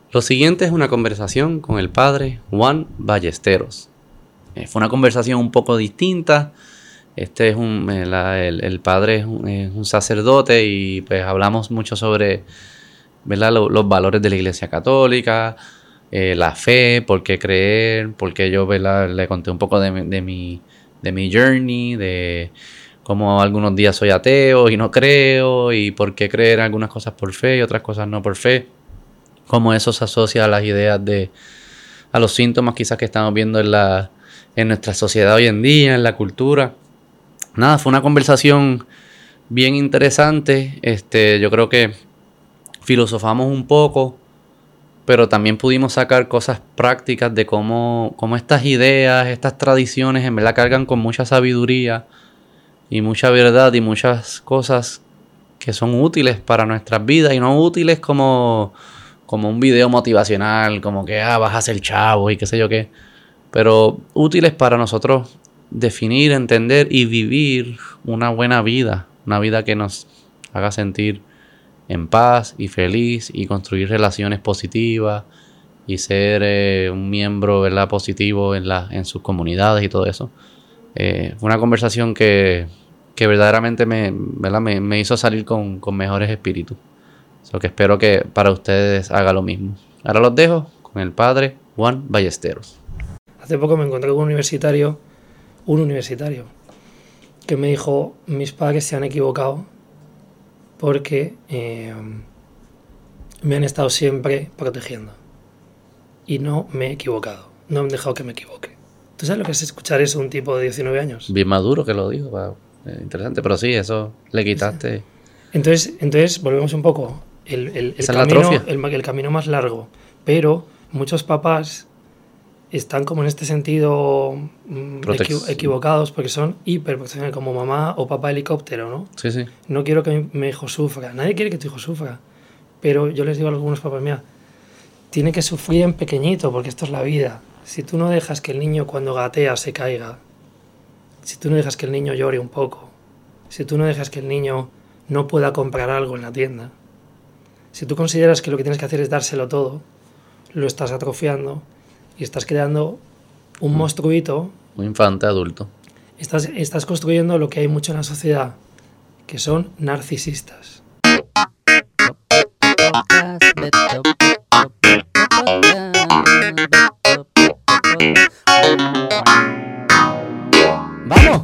Lo siguiente es una conversación con el padre Juan Ballesteros. Fue una conversación un poco distinta. El padre es un sacerdote y pues hablamos mucho sobre, ¿verdad?, los valores de la Iglesia Católica, la fe, por qué creer, por qué yo, ¿verdad?, le conté un poco de mi journey, de cómo algunos días soy ateo y no creo, y por qué creer algunas cosas por fe y otras cosas no por fe. Cómo eso se asocia a las ideas a los síntomas quizás que estamos viendo en nuestra sociedad hoy en día, en la cultura. Nada, fue una conversación bien interesante. Yo creo que filosofamos un poco, pero también pudimos sacar cosas prácticas de cómo estas ideas, estas tradiciones, en verdad cargan con mucha sabiduría y mucha verdad y muchas cosas que son útiles para nuestras vidas y no útiles como un video motivacional, como que vas a ser chavo y qué sé yo qué, pero útiles para nosotros definir, entender y vivir una buena vida, una vida que nos haga sentir en paz y feliz y construir relaciones positivas y ser un miembro, ¿verdad?, positivo en sus comunidades y todo eso. Fue una conversación que verdaderamente me hizo salir con mejores espíritus. So que espero que para ustedes haga lo mismo. Ahora los dejo con el padre Juan Ballesteros. Hace poco me encontré con un universitario, que me dijo: mis padres se han equivocado porque me han estado siempre protegiendo y no me he equivocado, no han dejado que me equivoque. ¿Tú sabes lo que es escuchar eso a un tipo de 19 años? Bien maduro que lo dijo, wow. Interesante, pero sí, eso le quitaste. Entonces volvemos un poco. El camino más largo, pero muchos papás están como en este sentido equivocados porque son hiperproteccionales, como mamá o papá helicóptero, ¿no? Sí, sí. No quiero que mi hijo sufra. Nadie quiere que tu hijo sufra. Pero yo les digo a algunos papás: mira, tiene que sufrir en pequeñito porque esto es la vida. Si tú no dejas que el niño cuando gatea se caiga, si tú no dejas que el niño llore un poco, si tú no dejas que el niño no pueda comprar algo en la tienda, si tú consideras que lo que tienes que hacer es dárselo todo, lo estás atrofiando y estás creando un monstruito. Un infante adulto. Estás construyendo lo que hay mucho en la sociedad, que son narcisistas. ¡Vamos!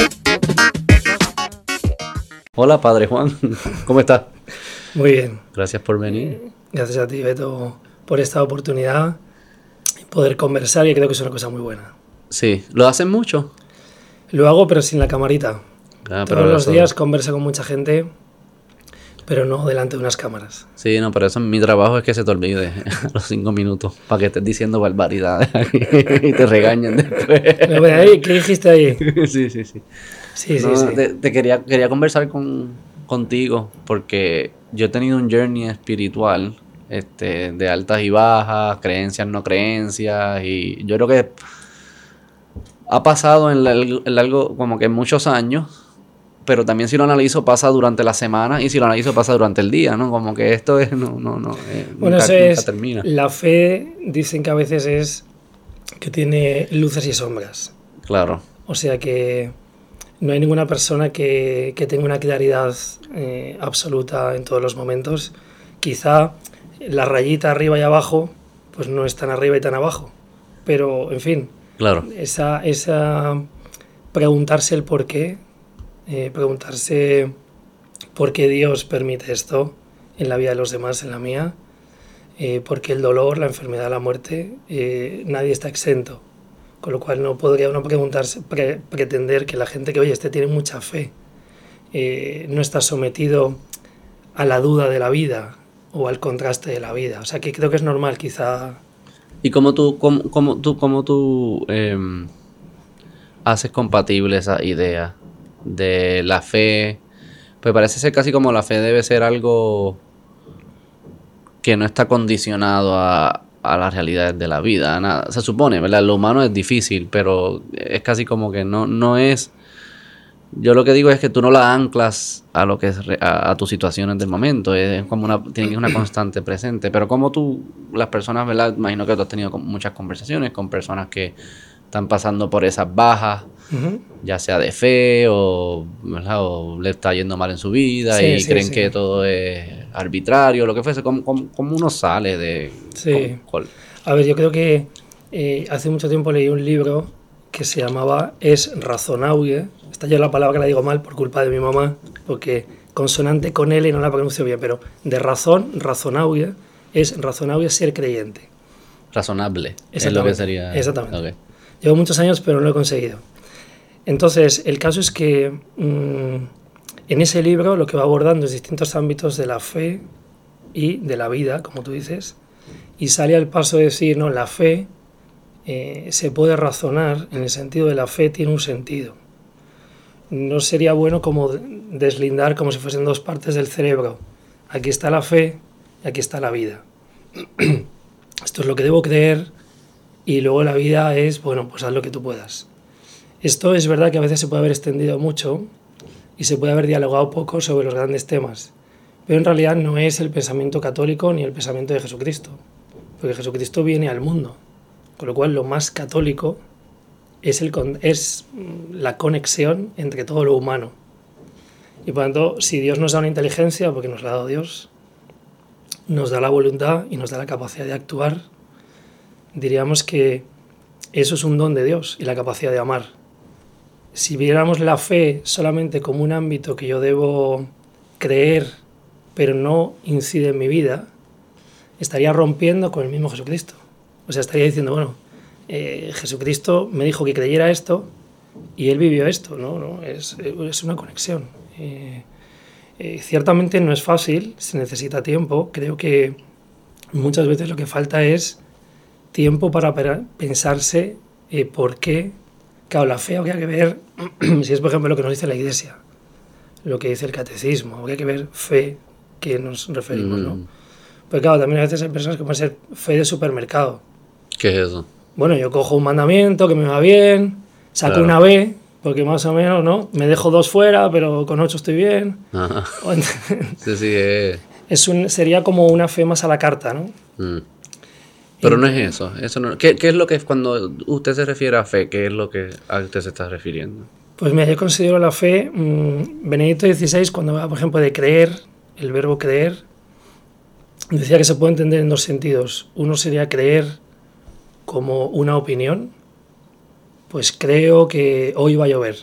Hola, padre Juan. ¿Cómo estás? Muy bien. Gracias por venir. Gracias a ti, Beto, por esta oportunidad y poder conversar, y creo que es una cosa muy buena. Sí. ¿Lo hacen mucho? Lo hago, pero sin la camarita. Todos los días converso con mucha gente, pero no delante de unas cámaras. Sí, no, pero eso en mi trabajo es que se te olvide a los 5 minutos para que estés diciendo barbaridades y te regañen después. ¿Qué dijiste ahí? Sí. Sí. Te quería conversar contigo porque yo he tenido un journey espiritual de altas y bajas, creencias, no creencias, y yo creo que ha pasado en largo, como que muchos años, pero también si lo analizo pasa durante la semana y si lo analizo pasa durante el día, ¿no? Como que esto es nunca termina. La fe, dicen que a veces es que tiene luces y sombras. Claro. O sea que no hay ninguna persona que tenga una claridad absoluta en todos los momentos. Quizá la rayita arriba y abajo pues no es tan arriba y tan abajo, pero en fin, claro, esa preguntarse el por qué, preguntarse por qué Dios permite esto en la vida de los demás, en la mía, porque el dolor, la enfermedad, la muerte, nadie está exento. Con lo cual no podría uno pretender que la gente que, oye, tiene mucha fe, no está sometido a la duda de la vida o al contraste de la vida. O sea que creo que es normal, quizá. ¿Y cómo tú haces compatible esa idea de la fe? Pues parece ser casi como la fe debe ser algo que no está condicionado a las realidades de la vida, nada. Se supone, ¿verdad? Lo humano es difícil, pero es casi como que no es Yo lo que digo es que tú no la anclas a lo que es a tus situaciones del momento. Es como tiene una constante presente. Pero como tú, las personas, ¿verdad? Imagino que tú has tenido muchas conversaciones con personas que están pasando por esas bajas, ya sea de fe ¿verdad? O le está yendo mal en su vida creen que todo es arbitrario, lo que fuese. ¿Cómo uno sale de...? Sí. A ver, yo creo que hace mucho tiempo leí un libro que se llamaba Es razonable. Esta ya la palabra que la digo mal por culpa de mi mamá, porque consonante con L y no la pronuncio bien, pero de razón, razonable, es razonable ser creyente. Razonable, es lo que sería... Exactamente. Okay. Llevo muchos años, pero no lo he conseguido. Entonces, el caso es que en ese libro lo que va abordando es distintos ámbitos de la fe y de la vida, como tú dices, y sale al paso de decir, no, la fe se puede razonar, en el sentido de la fe tiene un sentido. No sería bueno como deslindar como si fuesen dos partes del cerebro. Aquí está la fe y aquí está la vida. Esto es lo que debo creer y luego la vida es, bueno, pues haz lo que tú puedas. Esto es verdad que a veces se puede haber extendido mucho y se puede haber dialogado poco sobre los grandes temas, pero en realidad no es el pensamiento católico ni el pensamiento de Jesucristo, porque Jesucristo viene al mundo, con lo cual lo más católico es la conexión entre todo lo humano. Y por lo tanto, si Dios nos da una inteligencia, porque nos la ha dado Dios, nos da la voluntad y nos da la capacidad de actuar, diríamos que eso es un don de Dios y la capacidad de amar. Si viéramos la fe solamente como un ámbito que yo debo creer, pero no incide en mi vida, estaría rompiendo con el mismo Jesucristo. O sea, estaría diciendo, bueno, Jesucristo me dijo que creyera esto y él vivió esto, ¿no? Es una conexión. Ciertamente no es fácil, se necesita tiempo. Creo que muchas veces lo que falta es tiempo para pensarse por qué. Claro, la fe habría que ver, si es por ejemplo lo que nos dice la Iglesia, lo que dice el catecismo, habría que ver fe, que nos referimos, ¿no? Pero claro, también a veces hay personas que pueden ser fe de supermercado. ¿Qué es eso? Bueno, yo cojo un mandamiento que me va bien, saco una B, porque más o menos, ¿no? Me dejo 2 fuera, pero con 8 estoy bien. Ajá. Sí. Sería como una fe más a la carta, ¿no? Pero no es eso. No. ¿Qué es lo que es cuando usted se refiere a fe? ¿Qué es lo que a usted se está refiriendo? Pues mira, yo considero la fe, Benedicto XVI, cuando habla, por ejemplo, de creer, el verbo creer, decía que se puede entender en 2 sentidos. Uno sería creer como una opinión, pues creo que hoy va a llover.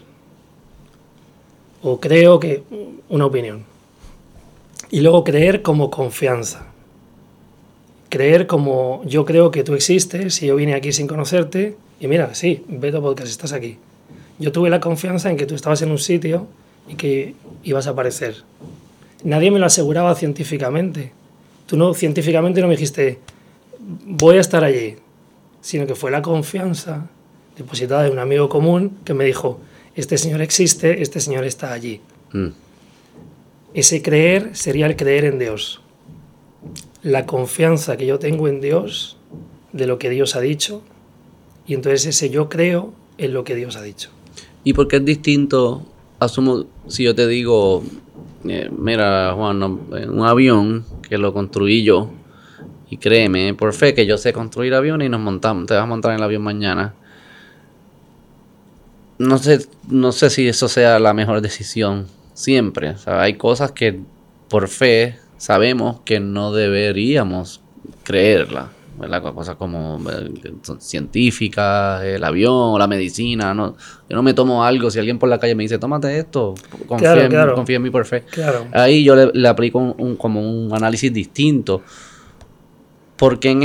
O creo que una opinión. Y luego creer como confianza. Creer como yo creo que tú existes y yo vine aquí sin conocerte y mira, sí, Beto Podcast, estás aquí. Yo tuve la confianza en que tú estabas en un sitio y que ibas a aparecer. Nadie me lo aseguraba científicamente. Tú científicamente no me dijiste voy a estar allí, sino que fue la confianza depositada de un amigo común que me dijo este señor existe, este señor está allí. Ese creer sería el creer en Dios. La confianza que yo tengo en Dios, de lo que Dios ha dicho, y entonces ese yo creo en lo que Dios ha dicho. ¿Y por qué es distinto? Asumo, si yo te digo, mira, Juan, un avión que lo construí yo, y créeme, por fe que yo sé construir aviones y nos montamos, te vas a montar en el avión mañana. No sé si eso sea la mejor decisión siempre. O sea, hay cosas que por fe sabemos que no deberíamos creerla, ¿verdad? Cosas como científicas, el avión o la medicina. No, yo no me tomo algo. Si alguien por la calle me dice, tómate esto, confía en mí por fe. Claro. Ahí yo le aplico como un análisis distinto. ¿Por qué en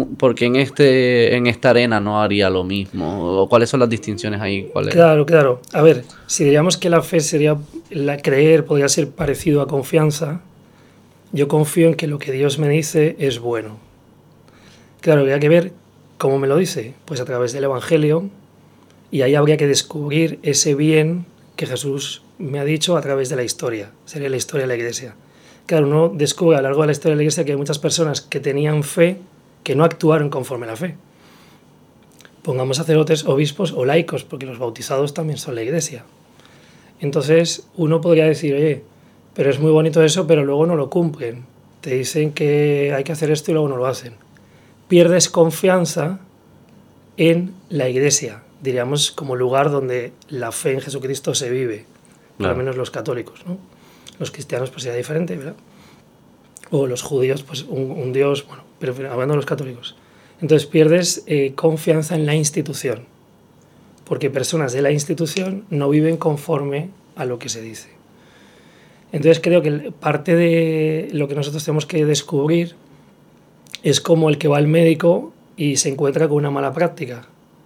esta arena no haría lo mismo? ¿O cuáles son las distinciones ahí? Claro. A ver, si diríamos que la fe sería, creer podría ser parecido a confianza, yo confío en que lo que Dios me dice es bueno. Claro, habría que ver cómo me lo dice, pues a través del Evangelio, y ahí habría que descubrir ese bien que Jesús me ha dicho a través de la historia, sería la historia de la Iglesia. Claro, uno descubre a lo largo de la historia de la Iglesia que hay muchas personas que tenían fe que no actuaron conforme a la fe. Pongamos sacerdotes, obispos o laicos, porque los bautizados también son la Iglesia. Entonces uno podría decir, oye, pero es muy bonito eso, pero luego no lo cumplen. Te dicen que hay que hacer esto y luego no lo hacen. Pierdes confianza en la iglesia, diríamos, como lugar donde la fe en Jesucristo se vive, por lo menos los católicos, ¿no? Los cristianos pues sería diferente, ¿verdad? O los judíos, pues un Dios, bueno, pero hablando de los católicos. Entonces pierdes confianza en la institución, porque personas de la institución no viven conforme a lo que se dice. Entonces creo que parte de lo que nosotros tenemos que descubrir es como el que va al médico y se encuentra con una mala práctica.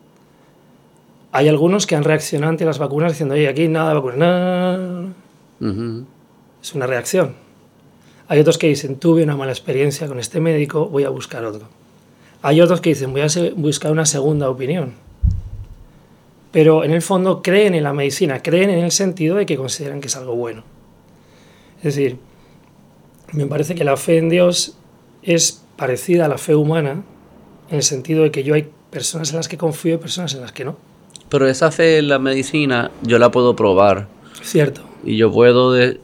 Hay algunos que han reaccionado ante las vacunas diciendo, oye, aquí nada de vacunas, nada. Es una reacción. Hay otros que dicen, tuve una mala experiencia con este médico, voy a buscar otro. Hay otros que dicen, voy a buscar una segunda opinión. Pero en el fondo creen en la medicina, creen en el sentido de que consideran que es algo bueno. Es decir, me parece que la fe en Dios es parecida a la fe humana, en el sentido de que yo hay personas en las que confío y personas en las que no. Pero esa fe en la medicina yo la puedo probar. Cierto. Y yo puedo... yo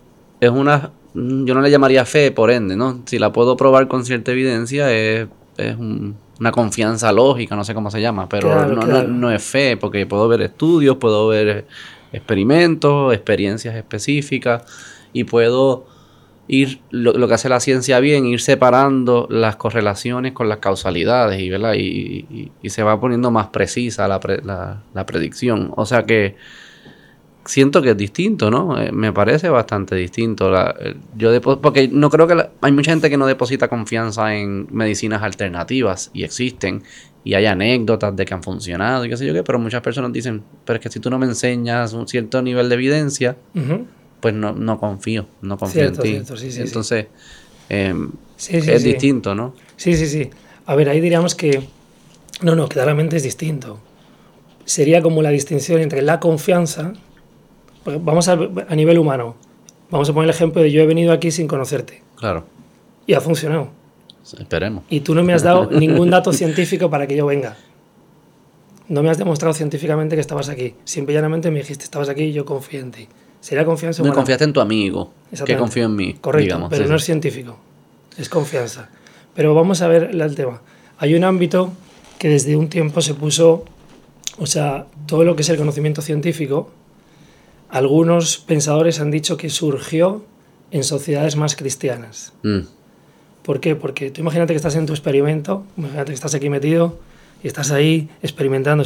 no le llamaría fe, por ende, ¿no? Si la puedo probar con cierta evidencia, es una confianza lógica, no sé cómo se llama, pero claro, no es fe, porque puedo ver estudios, puedo ver experimentos, experiencias específicas, y puedo ir, lo que hace la ciencia bien, ir separando las correlaciones con las causalidades, ¿verdad? Y se va poniendo más precisa la predicción. O sea que siento que es distinto, ¿no? Me parece bastante distinto. Porque no creo que... hay mucha gente que no deposita confianza en medicinas alternativas, y existen, y hay anécdotas de que han funcionado y qué sé yo qué, pero muchas personas dicen, pero es que si tú no me enseñas un cierto nivel de evidencia, pues no confío Cierto, en ti. Cierto, sí, entonces, sí. Es distinto, ¿no? Sí. A ver, ahí diríamos que... No, claramente es distinto. Sería como la distinción entre la confianza... Vamos a nivel humano. Vamos a poner el ejemplo de yo he venido aquí sin conocerte. Claro. Y ha funcionado. Esperemos. Y tú no me has dado ningún dato científico para que yo venga. No me has demostrado científicamente que estabas aquí. Simple y llanamente me dijiste, estabas aquí y yo confié en ti. Sería confianza humana. No confiaste en tu amigo, que confío en mí. Correcto, digamos, pero no es científico. Es confianza. Pero vamos a ver el tema. Hay un ámbito que desde un tiempo se puso... O sea, todo lo que es el conocimiento científico... Algunos pensadores han dicho que surgió en sociedades más cristianas. ¿Por qué? Porque tú imagínate que estás en tu experimento, imagínate que estás aquí metido y estás ahí experimentando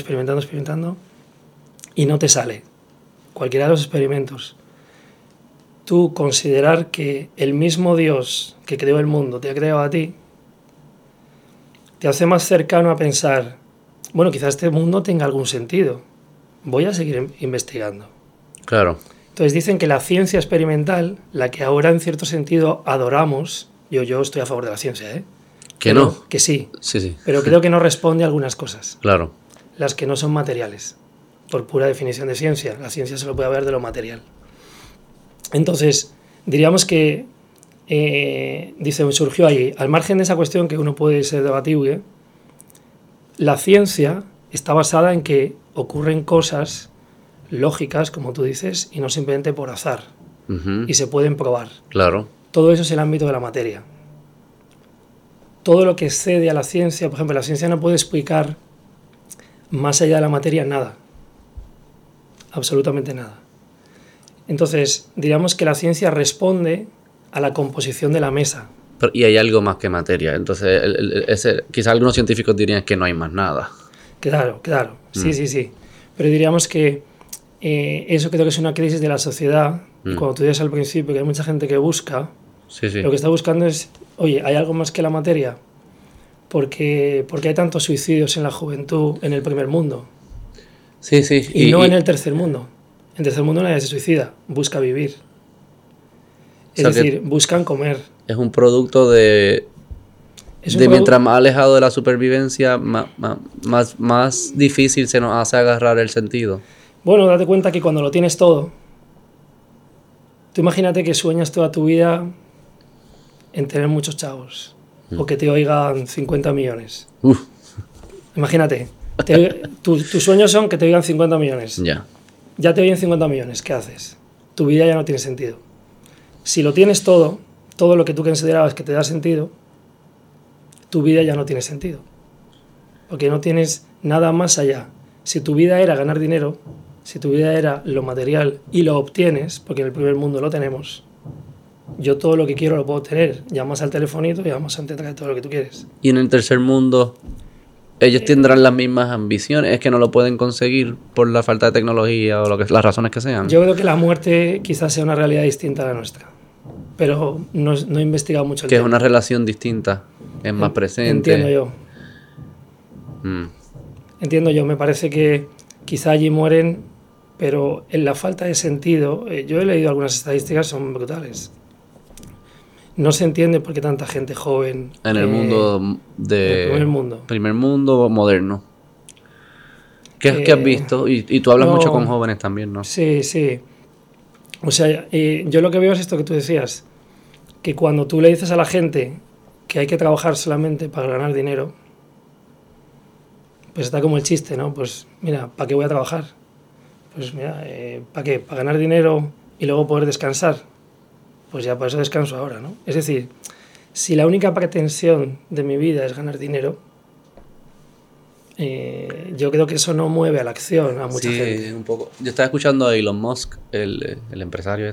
y no te sale cualquiera de los experimentos. Tú considerar que el mismo Dios que creó el mundo te ha creado a ti, te hace más cercano a pensar, bueno, quizás este mundo tenga algún sentido, voy a seguir investigando. Claro. Entonces dicen que la ciencia experimental, la que ahora en cierto sentido adoramos, yo estoy a favor de la ciencia, ¿eh? Que no. Que sí. Sí. Pero creo que no responde a algunas cosas. Claro. Las que no son materiales. Por pura definición de ciencia. La ciencia se lo puede ver de lo material. Entonces, diríamos que dice, surgió ahí, al margen de esa cuestión que uno puede ser debatible, la ciencia está basada en que ocurren cosas lógicas, como tú dices, y no simplemente por azar. Y se pueden probar. Claro. Todo eso es el ámbito de la materia. Todo lo que excede a la ciencia, por ejemplo, la ciencia no puede explicar más allá de la materia nada. Absolutamente nada. Entonces, diríamos que la ciencia responde a la composición de la mesa. Y hay algo más que materia. Entonces, quizás algunos científicos dirían que no hay más nada. Claro. Sí. Pero diríamos que eso creo que es una crisis de la sociedad. Y cuando tú dices al principio que hay mucha gente que busca, lo que está buscando es, oye, ¿hay algo más que la materia? Porque hay tantos suicidios en la juventud en el primer mundo. Sí. Y no en el tercer mundo. En el tercer mundo nadie se suicida, busca vivir. Es decir, buscan comer. Es un producto de mientras más alejado de la supervivencia, más difícil se nos hace agarrar el sentido. Bueno, date cuenta que cuando lo tienes todo, tú imagínate que sueñas toda tu vida en tener muchos chavos, o que te oigan 50 millones. Imagínate, tus sueños son que te oigan 50 millones. Ya. Ya te oyen 50 millones, ¿qué haces? tu vida ya no tiene sentido. Si lo tienes todo lo que tú considerabas que te da sentido, tu vida ya no tiene sentido. Porque no tienes nada más allá. Si tu vida era ganar dinero, si tu vida era lo material y lo obtienes, porque en el primer mundo lo tenemos, yo todo lo que quiero lo puedo tener. Llamas al telefonito y llamas a traer todo lo que tú quieres. Y en el tercer mundo, ellos tendrán las mismas ambiciones, es que no lo pueden conseguir por la falta de tecnología o las razones que sean. Yo creo que la muerte quizás sea una realidad distinta a la nuestra, pero no he investigado mucho el que tema. es una relación distinta, es más presente. Entiendo yo. Entiendo yo, me parece que quizá allí mueren, pero en la falta de sentido, yo he leído algunas estadísticas, son brutales. No se entiende por qué tanta gente joven... En el mundo de... primer mundo moderno. ¿Qué has visto? Y tú hablas mucho con jóvenes también, ¿no? Sí, sí. O sea, yo lo que veo es esto que tú decías, que cuando tú le dices a la gente que hay que trabajar solamente para ganar dinero, pues está como el chiste, ¿no? Pues mira, ¿para qué voy a trabajar? Pues mira, ¿para qué? ¿Para ganar dinero y luego poder descansar? Pues ya por eso descanso ahora, ¿no? Es decir, si la única pretensión de mi vida es ganar dinero, yo creo que eso no mueve a la acción a mucha gente. Sí, un poco. Yo estaba escuchando a Elon Musk, el empresario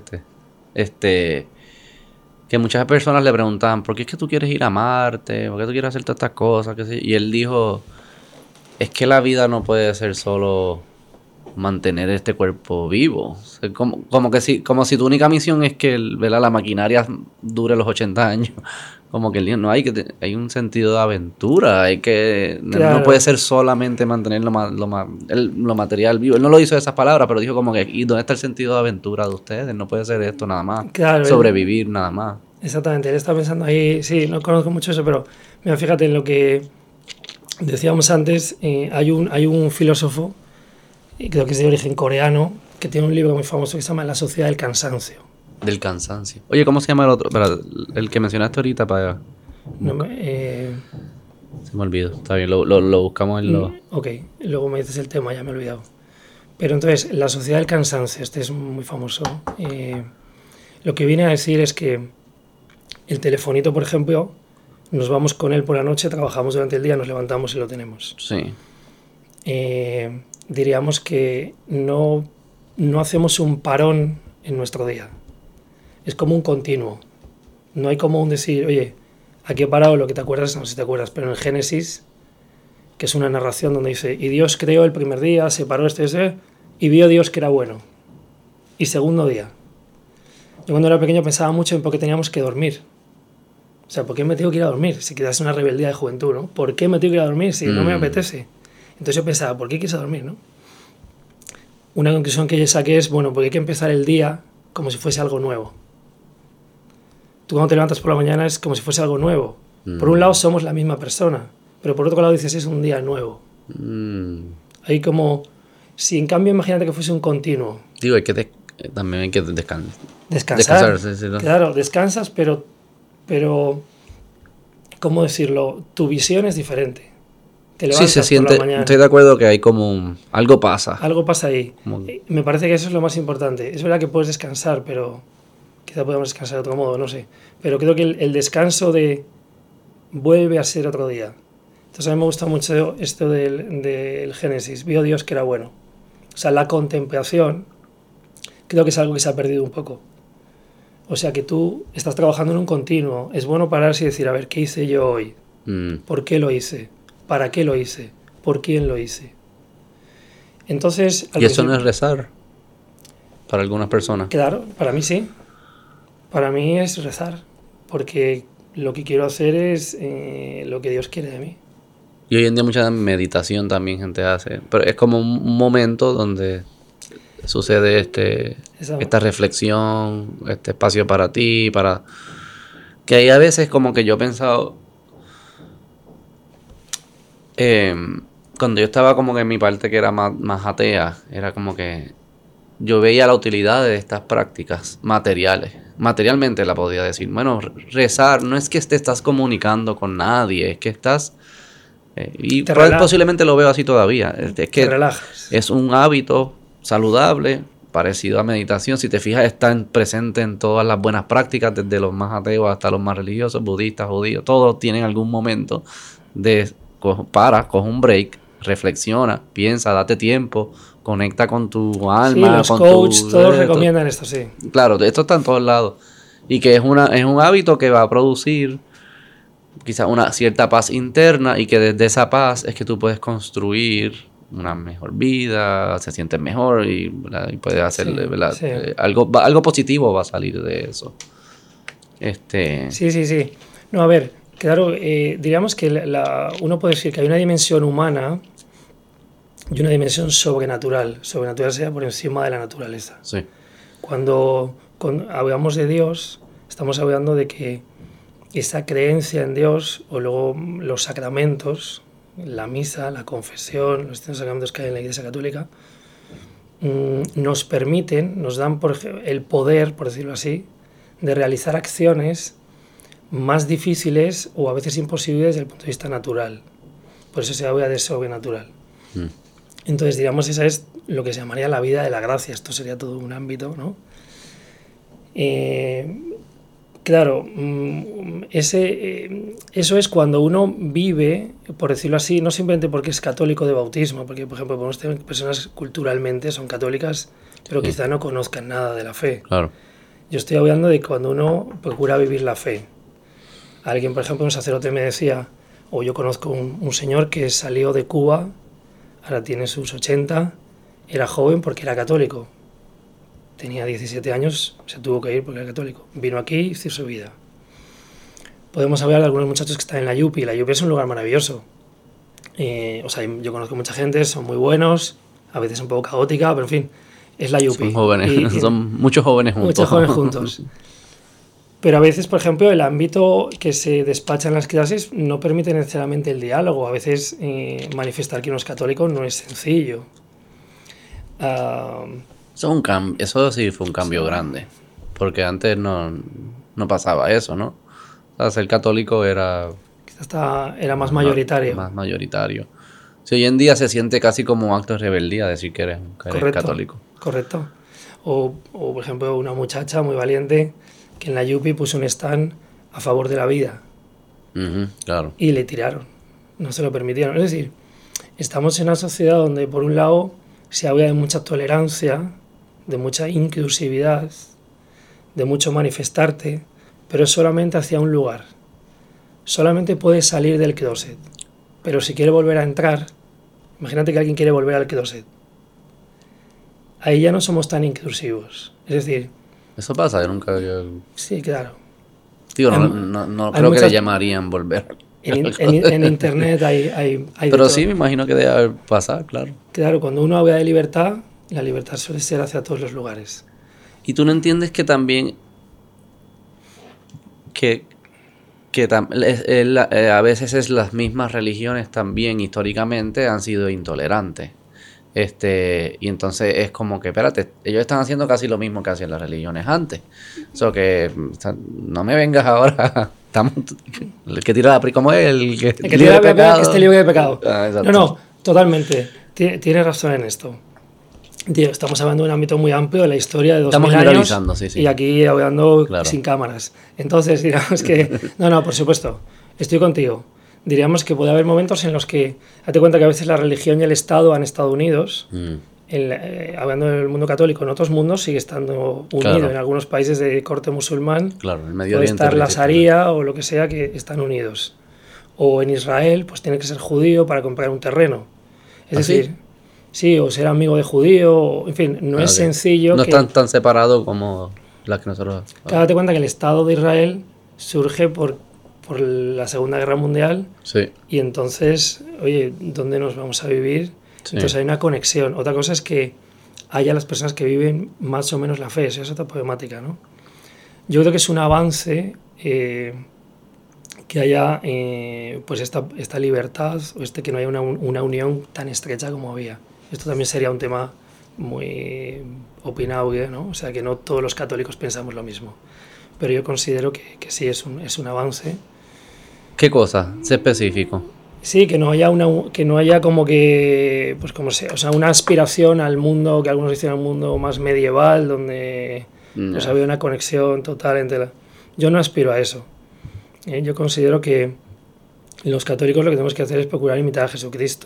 que muchas personas le preguntaban, ¿por qué es que tú quieres ir a Marte? ¿Por qué tú quieres hacer todas estas cosas? Y él dijo, es que la vida no puede ser solo mantener este cuerpo vivo. O sea, como si tu única misión es que la maquinaria dure los 80 años. Como que no hay un sentido de aventura. Claro. No puede ser solamente mantener lo material vivo. Él no lo hizo de esas palabras, pero dijo como que, ¿y dónde está el sentido de aventura de ustedes? No puede ser esto nada más. Claro, sobrevivir nada más. Exactamente, él está pensando ahí, sí, no conozco mucho eso, pero mira, fíjate en lo que decíamos antes, hay un filósofo, creo que es de origen coreano, que tiene un libro muy famoso que se llama La sociedad del cansancio. Del cansancio. Oye, ¿cómo se llama el otro? Espera, el que mencionaste ahorita para... No, se me olvidó. Está bien, lo buscamos en lo... Ok, luego me dices el tema, ya me he olvidado. Pero entonces, La sociedad del cansancio, este es muy famoso. Lo que viene a decir es que el telefonito, por ejemplo, nos vamos con él por la noche, trabajamos durante el día, nos levantamos y lo tenemos. Sí. Diríamos que no hacemos un parón en nuestro día. Es como un continuo. No hay como un decir, oye, aquí he parado lo que te acuerdas, no sé si te acuerdas, pero en el Génesis, que es una narración donde dice, y Dios creó el primer día, separó y vio Dios que era bueno. Y segundo día. Yo cuando era pequeño pensaba mucho en por qué teníamos que dormir. O sea, ¿por qué me tengo que ir a dormir? Si quizás es una rebeldía de juventud, ¿no? ¿Por qué me tengo que ir a dormir si no me apetece? Entonces yo pensaba, ¿por qué quieres dormir, no? Una conclusión que yo saqué es, bueno, porque hay que empezar el día como si fuese algo nuevo. Tú cuando te levantas por la mañana es como si fuese algo nuevo. Por un lado somos la misma persona, pero por otro lado dices, es un día nuevo. Hay como... Si en cambio imagínate que fuese un continuo. Digo, también hay que descansar. Descansar, sí, ¿no? Claro, descansas, pero, ¿cómo decirlo? Tu visión es diferente. Te levantas sí, se siente, por la mañana. Estoy de acuerdo que hay como algo pasa. Algo pasa ahí. Me parece que eso es lo más importante. Es verdad que puedes descansar, pero quizá podamos descansar de otro modo, no sé. Pero creo que el descanso vuelve a ser otro día. Entonces a mí me gusta mucho esto del Génesis. Vio Dios que era bueno. O sea, la contemplación creo que es algo que se ha perdido un poco. O sea, que tú estás trabajando en un continuo. Es bueno pararse y decir, a ver, ¿qué hice yo hoy? ¿Por qué lo hice? ¿Para qué lo hice? ¿Por quién lo hice? Entonces... ¿Y eso no es rezar? Para algunas personas. Claro, para mí sí. Para mí es rezar. Porque lo que quiero hacer es lo que Dios quiere de mí. Y hoy en día mucha meditación también gente hace. Pero es como un momento donde sucede esta reflexión, este espacio para ti, que hay a veces como que yo he pensado... cuando yo estaba como que en mi parte que era más atea, era como que yo veía la utilidad de estas prácticas materiales. Materialmente la podía decir. Bueno, rezar no es que te estás comunicando con nadie, es que estás... y posiblemente lo veo así todavía. Es que te relajas. Es un hábito saludable parecido a meditación. Si te fijas, está presente en todas las buenas prácticas, desde los más ateos hasta los más religiosos, budistas, judíos, todos tienen algún momento de coge un break, reflexiona, piensa, date tiempo, conecta con tu alma, sí, los con coaches, todos recomiendan esto, sí. Claro, esto está en todos lados. Y que es un hábito que va a producir quizás una cierta paz interna, y que desde esa paz es que tú puedes construir una mejor vida, se sientes mejor y puedes hacer, Sí, ¿verdad? sí. Algo positivo va a salir de eso. Sí. No, a ver, claro, diríamos que uno puede decir que hay una dimensión humana y una dimensión sobrenatural. Sobrenatural sería por encima de la naturaleza. Sí. Cuando hablamos de Dios, estamos hablando de que esa creencia en Dios, o luego los sacramentos, la misa, la confesión, los distintos sacramentos que hay en la Iglesia Católica, nos permiten, nos dan el poder, por decirlo así, de realizar acciones más difíciles o a veces imposibles desde el punto de vista natural. Por eso se habla de sobrenatural. Entonces, digamos, esa es lo que se llamaría la vida de la gracia. Esto sería todo un ámbito, ¿no? Claro, eso es cuando uno vive, por decirlo así, no simplemente porque es católico de bautismo, porque, por ejemplo, podemos tener personas culturalmente son católicas, pero Sí. quizá no conozcan nada de la fe. Claro. Yo estoy hablando de cuando uno procura vivir la fe. Alguien, por ejemplo, un sacerdote me decía, o yo conozco un señor que salió de Cuba, ahora tiene sus 80, era joven porque era católico. Tenía 17 años, se tuvo que ir porque era católico. Vino aquí y hizo su vida. Podemos hablar de algunos muchachos que están en la Yupi. La Yupi es un lugar maravilloso. O sea, yo conozco mucha gente, son muy buenos, a veces un poco caótica, pero en fin, es la Yupi. Son jóvenes, son muchos jóvenes juntos. Muchos jóvenes juntos. Pero a veces, por ejemplo, el ámbito que se despacha en las clases no permite necesariamente el diálogo. A veces manifestar que uno es católico no es sencillo. Eso sí fue un cambio grande, porque antes no pasaba eso, ¿no? O sea, ser católico era más mayoritario. Más mayoritario. Si hoy en día se siente casi como un acto de rebeldía decir que eres católico. Correcto. O, por ejemplo, una muchacha muy valiente que en la Yupi puso un stand a favor de la vida. Claro. Y le tiraron. No se lo permitieron. Es decir, estamos en una sociedad donde, por un lado, se habla de mucha tolerancia, de mucha inclusividad, de mucho manifestarte, pero solamente hacia un lugar. Solamente puedes salir del closet. Pero si quiere volver a entrar, imagínate que alguien quiere volver al closet. Ahí ya no somos tan inclusivos. Es decir... Eso pasa, yo nunca... Sí, claro. Digo, no creo que le llamarían volver. En internet hay pero sí, me imagino que debe pasar, claro. Claro, cuando uno habla de libertad, la libertad suele ser hacia todos los lugares. ¿Y tú no entiendes que también a veces las mismas religiones también históricamente han sido intolerantes? Y entonces es como que, espérate, ellos están haciendo casi lo mismo que hacían las religiones antes. No me vengas ahora. El que tira la como es el que tira la pecado, que esté libre de pecado. Exacto. No, totalmente. Tienes razón en esto. Tío, estamos hablando de un ámbito muy amplio de la historia de 2000 estamos años. generalizando, sí. Y aquí hablando claro. sin cámaras. Entonces, digamos que... No, por supuesto. Estoy contigo. Diríamos que puede haber momentos en los que... Date cuenta que a veces la religión y el Estado han estado unidos. Hablando del mundo católico, en otros mundos sigue estando unido. Claro. En algunos países de corte musulmán claro, el Medio puede Oriente estar la Sharia o lo que sea, que están unidos. O en Israel, pues tiene que ser judío para comprar un terreno. Es decir, sí, o ser amigo de judío, o, en fin, no es sencillo. No están tan separados como las que nosotros... Date cuenta que el Estado de Israel surge por la Segunda Guerra Mundial. Sí. Y entonces, oye, ¿dónde nos vamos a vivir? Sí. Entonces hay una conexión. Otra cosa es que haya las personas que viven más o menos la fe. Eso es otra problemática, ¿no? Yo creo que es un avance que haya pues esta libertad, o que no haya una unión tan estrecha como había. Esto también sería un tema muy opinable, ¿no? O sea, que no todos los católicos pensamos lo mismo. Pero yo considero que sí es un avance. ¿Qué cosa? Sé específico. Sí, que no haya como que, pues como sea, o sea, una aspiración al mundo, que algunos dicen al mundo más medieval, donde pues Ya. había una conexión total entre la... Yo no aspiro a eso. Yo considero que los católicos lo que tenemos que hacer es procurar imitar a Jesucristo.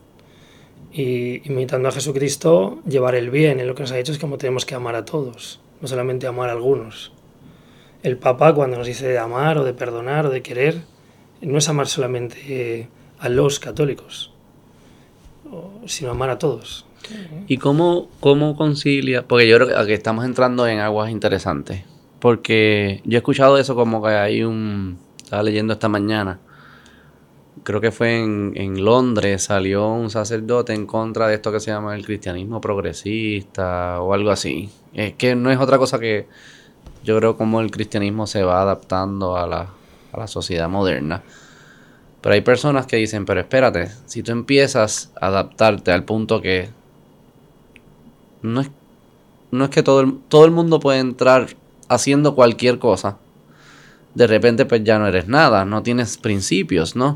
Y imitando a Jesucristo, llevar el bien. En lo que nos ha dicho es como tenemos que amar a todos, no solamente amar a algunos. El Papa, cuando nos dice de amar o de perdonar o de querer, no es amar solamente a los católicos, sino amar a todos. ¿Y cómo concilia? Porque yo creo que aquí estamos entrando en aguas interesantes. Porque yo he escuchado eso como que hay un... Estaba leyendo esta mañana. Creo que fue en Londres, salió un sacerdote en contra de esto que se llama el cristianismo progresista o algo así. Es que no es otra cosa que yo creo como el cristianismo se va adaptando a la sociedad moderna. Pero hay personas que dicen, pero espérate, si tú empiezas a adaptarte al punto que no es, no es que todo el mundo puede entrar haciendo cualquier cosa, de repente pues ya no eres nada, no tienes principios, ¿no?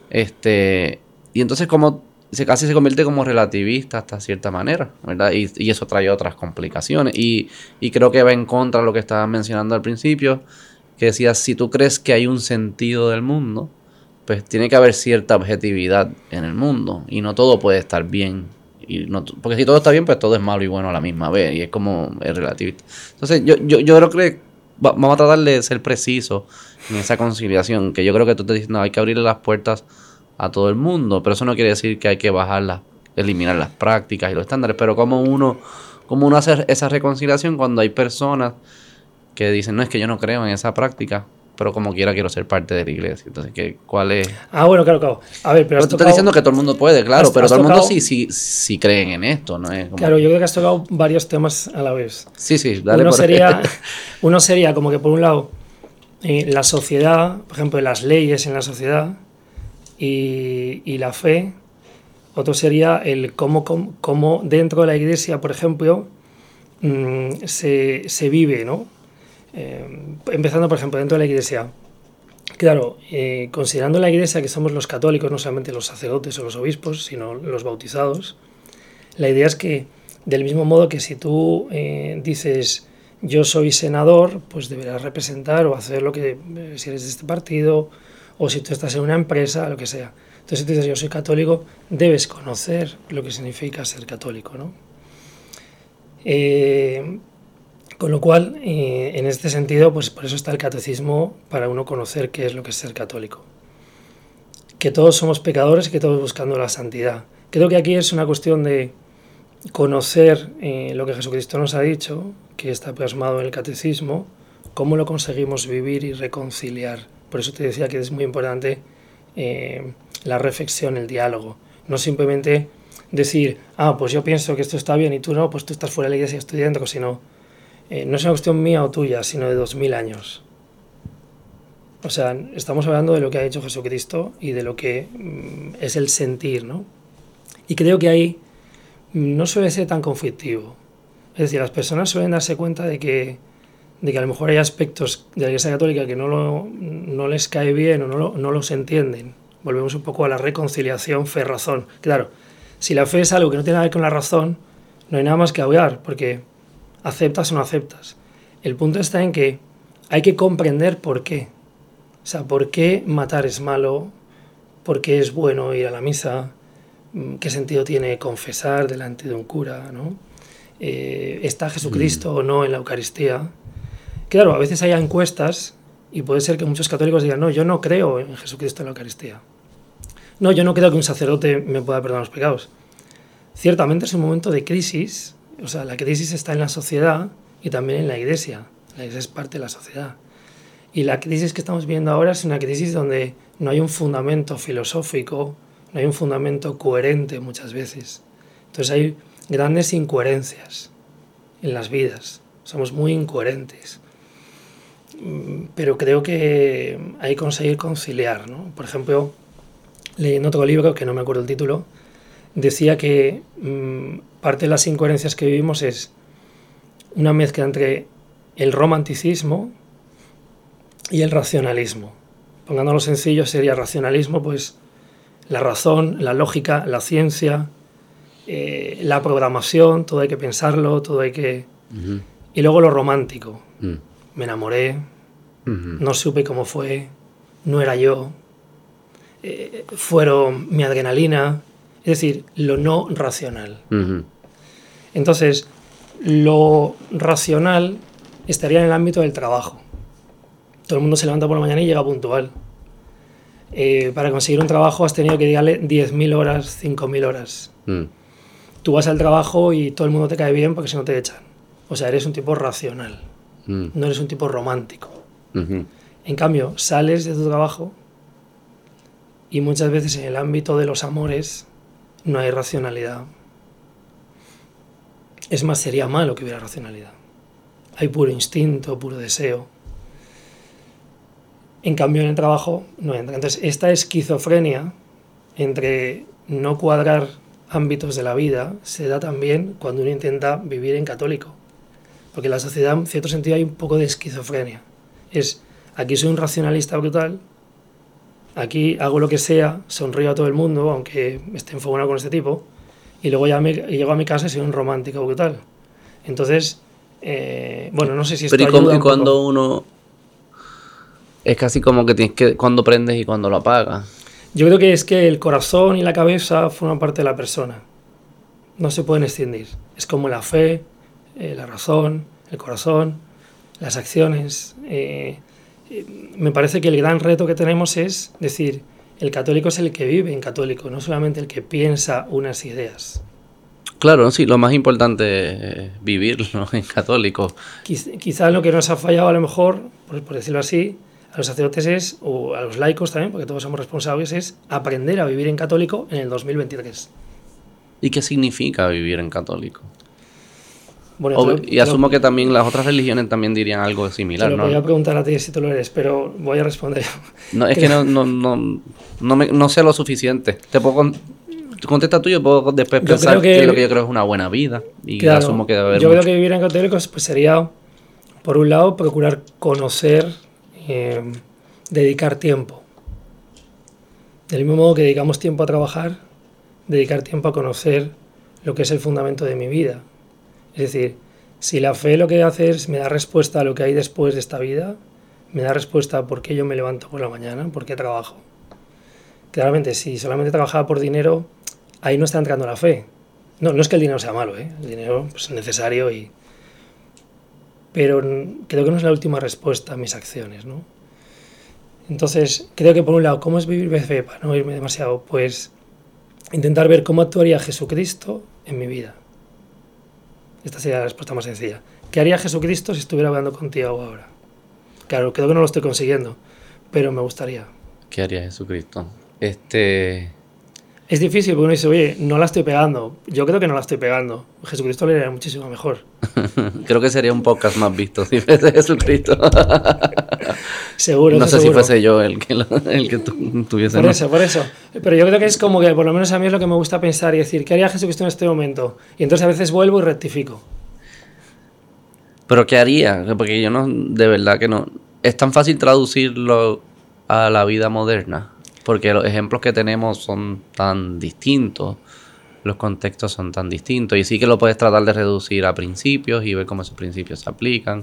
Y entonces como casi se convierte como relativista hasta cierta manera, ¿verdad? Y eso trae otras complicaciones. Y creo que va en contra de lo que estabas mencionando al principio, que decías, si tú crees que hay un sentido del mundo, pues tiene que haber cierta objetividad en el mundo. Y no todo puede estar bien. Porque si todo está bien, pues todo es malo y bueno a la misma vez. Y es como es relativista. Entonces yo creo que vamos a tratar de ser precisos en esa conciliación, que yo creo que tú te dices, no, hay que abrirle las puertas a todo el mundo, pero eso no quiere decir que hay que eliminar las prácticas y los estándares, pero cómo uno hace esa reconciliación cuando hay personas que dicen, no, es que yo no creo en esa práctica, pero como quiera quiero ser parte de la iglesia. Entonces, ¿cuál es? Ah, bueno, claro, claro. A ver, pero Pero has tú estás tocado... diciendo que todo el mundo puede, claro, pero has todo el mundo tocado... sí creen en esto, ¿no? Es como... Claro, yo creo que has tocado varios temas a la vez. Sí, dale Uno por ahí. uno sería como que por un lado la sociedad, por ejemplo, las leyes en la sociedad y la fe. Otro sería el cómo dentro de la iglesia, por ejemplo, se vive, ¿no? Empezando, por ejemplo, dentro de la iglesia. Claro, considerando la iglesia que somos los católicos, no solamente los sacerdotes o los obispos, sino los bautizados, la idea es que, del mismo modo que si tú dices yo soy senador, pues deberás representar o hacer lo que, si eres de este partido, o si tú estás en una empresa, lo que sea. Entonces, si tú dices yo soy católico, debes conocer lo que significa ser católico, ¿no? Con lo cual, en este sentido, pues por eso está el catecismo, para uno conocer qué es lo que es ser católico. Que todos somos pecadores y que todos buscando la santidad. Creo que aquí es una cuestión de conocer lo que Jesucristo nos ha dicho, que está plasmado en el catecismo, cómo lo conseguimos vivir y reconciliar. Por eso te decía que es muy importante la reflexión, el diálogo. No simplemente decir, pues yo pienso que esto está bien y tú no, pues tú estás fuera de la iglesia y estoy dentro, sino no es una cuestión mía o tuya, sino de 2000 años. O sea, estamos hablando de lo que ha hecho Jesucristo y de lo que es el sentir, ¿no? Y creo que ahí no suele ser tan conflictivo. Es decir, las personas suelen darse cuenta de que a lo mejor hay aspectos de la Iglesia Católica que no les cae bien o no los entienden. Volvemos un poco a la reconciliación fe-razón. Claro, si la fe es algo que no tiene nada que ver con la razón, no hay nada más que hablar, porque aceptas o no aceptas. El punto está en que hay que comprender por qué. O sea, por qué matar es malo, por qué es bueno ir a la misa, qué sentido tiene confesar delante de un cura, ¿no? ¿Está Jesucristo o no en la Eucaristía? Claro, a veces hay encuestas y puede ser que muchos católicos digan, no, yo no creo en Jesucristo en la Eucaristía. No, yo no creo que un sacerdote me pueda perdonar los pecados. Ciertamente es un momento de crisis, o sea, la crisis está en la sociedad y también en la iglesia. La iglesia es parte de la sociedad. Y la crisis que estamos viendo ahora es una crisis donde no hay un fundamento filosófico, no hay un fundamento coherente muchas veces. Entonces hay grandes incoherencias en las vidas. Somos muy incoherentes. Pero creo que hay que conseguir conciliar, ¿no? Por ejemplo, leyendo otro libro, que no me acuerdo el título, decía que parte de las incoherencias que vivimos es una mezcla entre el romanticismo y el racionalismo. Pongándolo sencillo, sería racionalismo, pues la razón, la lógica, la ciencia, la programación, todo hay que pensarlo, todo hay que... Ujú. Y luego lo romántico. Mm. Me enamoré, Ujú. no supe cómo fue, no era yo, fueron mi adrenalina, es decir, lo no racional. Ujú. Entonces, lo racional estaría en el ámbito del trabajo. Todo el mundo se levanta por la mañana y llega puntual. Para conseguir un trabajo has tenido que dedicarle 10.000 horas, 5.000 horas. Mm. Tú vas al trabajo y todo el mundo te cae bien porque si no te echan. O sea, eres un tipo racional, Mm. no eres un tipo romántico. Ujú. En cambio, sales de tu trabajo y muchas veces en el ámbito de los amores no hay racionalidad. Es más, sería malo que hubiera racionalidad. Hay puro instinto, puro deseo. En cambio, en el trabajo no entra. Entonces, esta esquizofrenia entre no cuadrar ámbitos de la vida se da también cuando uno intenta vivir en católico. Porque en la sociedad, en cierto sentido, hay un poco de esquizofrenia. Es, aquí soy un racionalista brutal, aquí hago lo que sea, sonrío a todo el mundo, aunque esté enfocado con este tipo, y luego ya llego a mi casa y soy un romántico brutal. Entonces, bueno, no sé si esto Pero ayuda y un cuando poco. uno... Es casi como que tienes que... Cuando prendes y cuando lo apagas. Yo creo que es que el corazón y la cabeza forman parte de la persona. No se pueden escindir. Es como la fe, la razón, el corazón, las acciones. Me parece que el gran reto que tenemos es decir, el católico es el que vive en católico, no solamente el que piensa unas ideas. Claro, sí, lo más importante es vivirlo en católico. Quizá lo que nos ha fallado a lo mejor, por decirlo así, a los sacerdotes o a los laicos también, porque todos somos responsables, es aprender a vivir en católico en el 2023. ¿Y qué significa vivir en católico? Bueno, Y asumo que también las otras religiones también dirían algo te similar, lo ¿no? voy a preguntar a ti si tú lo eres, pero voy a responder. No, es que no sé lo suficiente. Te puedo contestar tú y yo puedo después Yo pensar creo que- que lo que yo creo es una buena vida. Y Claro, asumo que debe haber yo mucho. creo que vivir en católicos pues sería, por un lado, procurar conocer, dedicar tiempo. Del mismo modo que dedicamos tiempo a trabajar, dedicar tiempo a conocer lo que es el fundamento de mi vida. Es decir, si la fe lo que hace es me da respuesta a lo que hay después de esta vida, me da respuesta a por qué yo me levanto por la mañana, por qué trabajo. Claramente, si solamente trabajaba por dinero, ahí no está entrando la fe. No, no es que el dinero sea malo, ¿eh? El dinero pues, es necesario y... Pero creo que no es la última respuesta a mis acciones, ¿no? Entonces, creo que por un lado, ¿cómo es vivir de fe? Para no irme demasiado, pues intentar ver cómo actuaría Jesucristo en mi vida. Esta sería la respuesta más sencilla. ¿Qué haría Jesucristo si estuviera hablando contigo ahora? Claro, creo que no lo estoy consiguiendo, pero me gustaría. ¿Qué haría Jesucristo? Es difícil porque uno dice, oye, no la estoy pegando. Yo creo que no la estoy pegando. Jesucristo le iría muchísimo mejor. Creo que sería un podcast más visto si fuese Jesucristo. Seguro, No eso sé si seguro. fuese yo el que tuviese. Por ¿no? eso, por eso. Pero yo creo que es como que por lo menos a mí es lo que me gusta pensar y decir, ¿qué haría Jesucristo en este momento? Y entonces a veces vuelvo y rectifico. Pero ¿qué haría? Porque yo no, de verdad que no. Es tan fácil traducirlo a la vida moderna. Porque los ejemplos que tenemos son tan distintos. Los contextos son tan distintos. Y sí que lo puedes tratar de reducir a principios y ver cómo esos principios se aplican.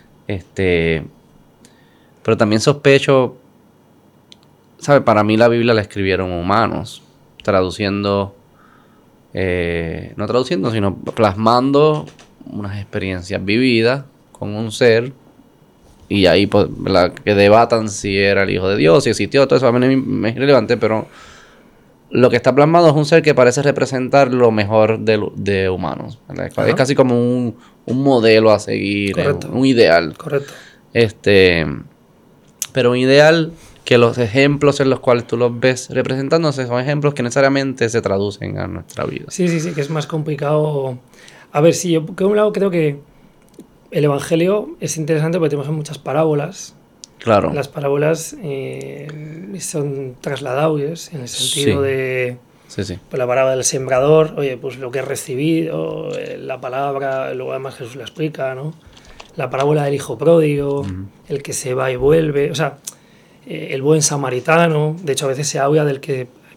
Pero también sospecho, ¿sabes? Para mí la Biblia la escribieron humanos. Traduciendo, no traduciendo, sino plasmando unas experiencias vividas con un ser. Y ahí, pues, que debatan si era el Hijo de Dios, si existió, todo eso a mí me es irrelevante, pero lo que está plasmado es un ser que parece representar lo mejor de humanos. ¿Verdad? Es casi como un modelo a seguir, Correcto. un ideal. Correcto. Pero un ideal que los ejemplos en los cuales tú los ves representándose son ejemplos que necesariamente se traducen a nuestra vida. Sí, que es más complicado. A ver, sí, yo por un lado creo que el Evangelio es interesante porque tenemos muchas parábolas. Claro. Las parábolas son trasladables en el sentido de Sí. pues, la parábola del sembrador, oye, pues lo que he recibido, la palabra, luego además Jesús la explica, ¿no? La parábola del hijo pródigo, el que se va y vuelve, o sea, el buen samaritano. De hecho, a veces se habla del que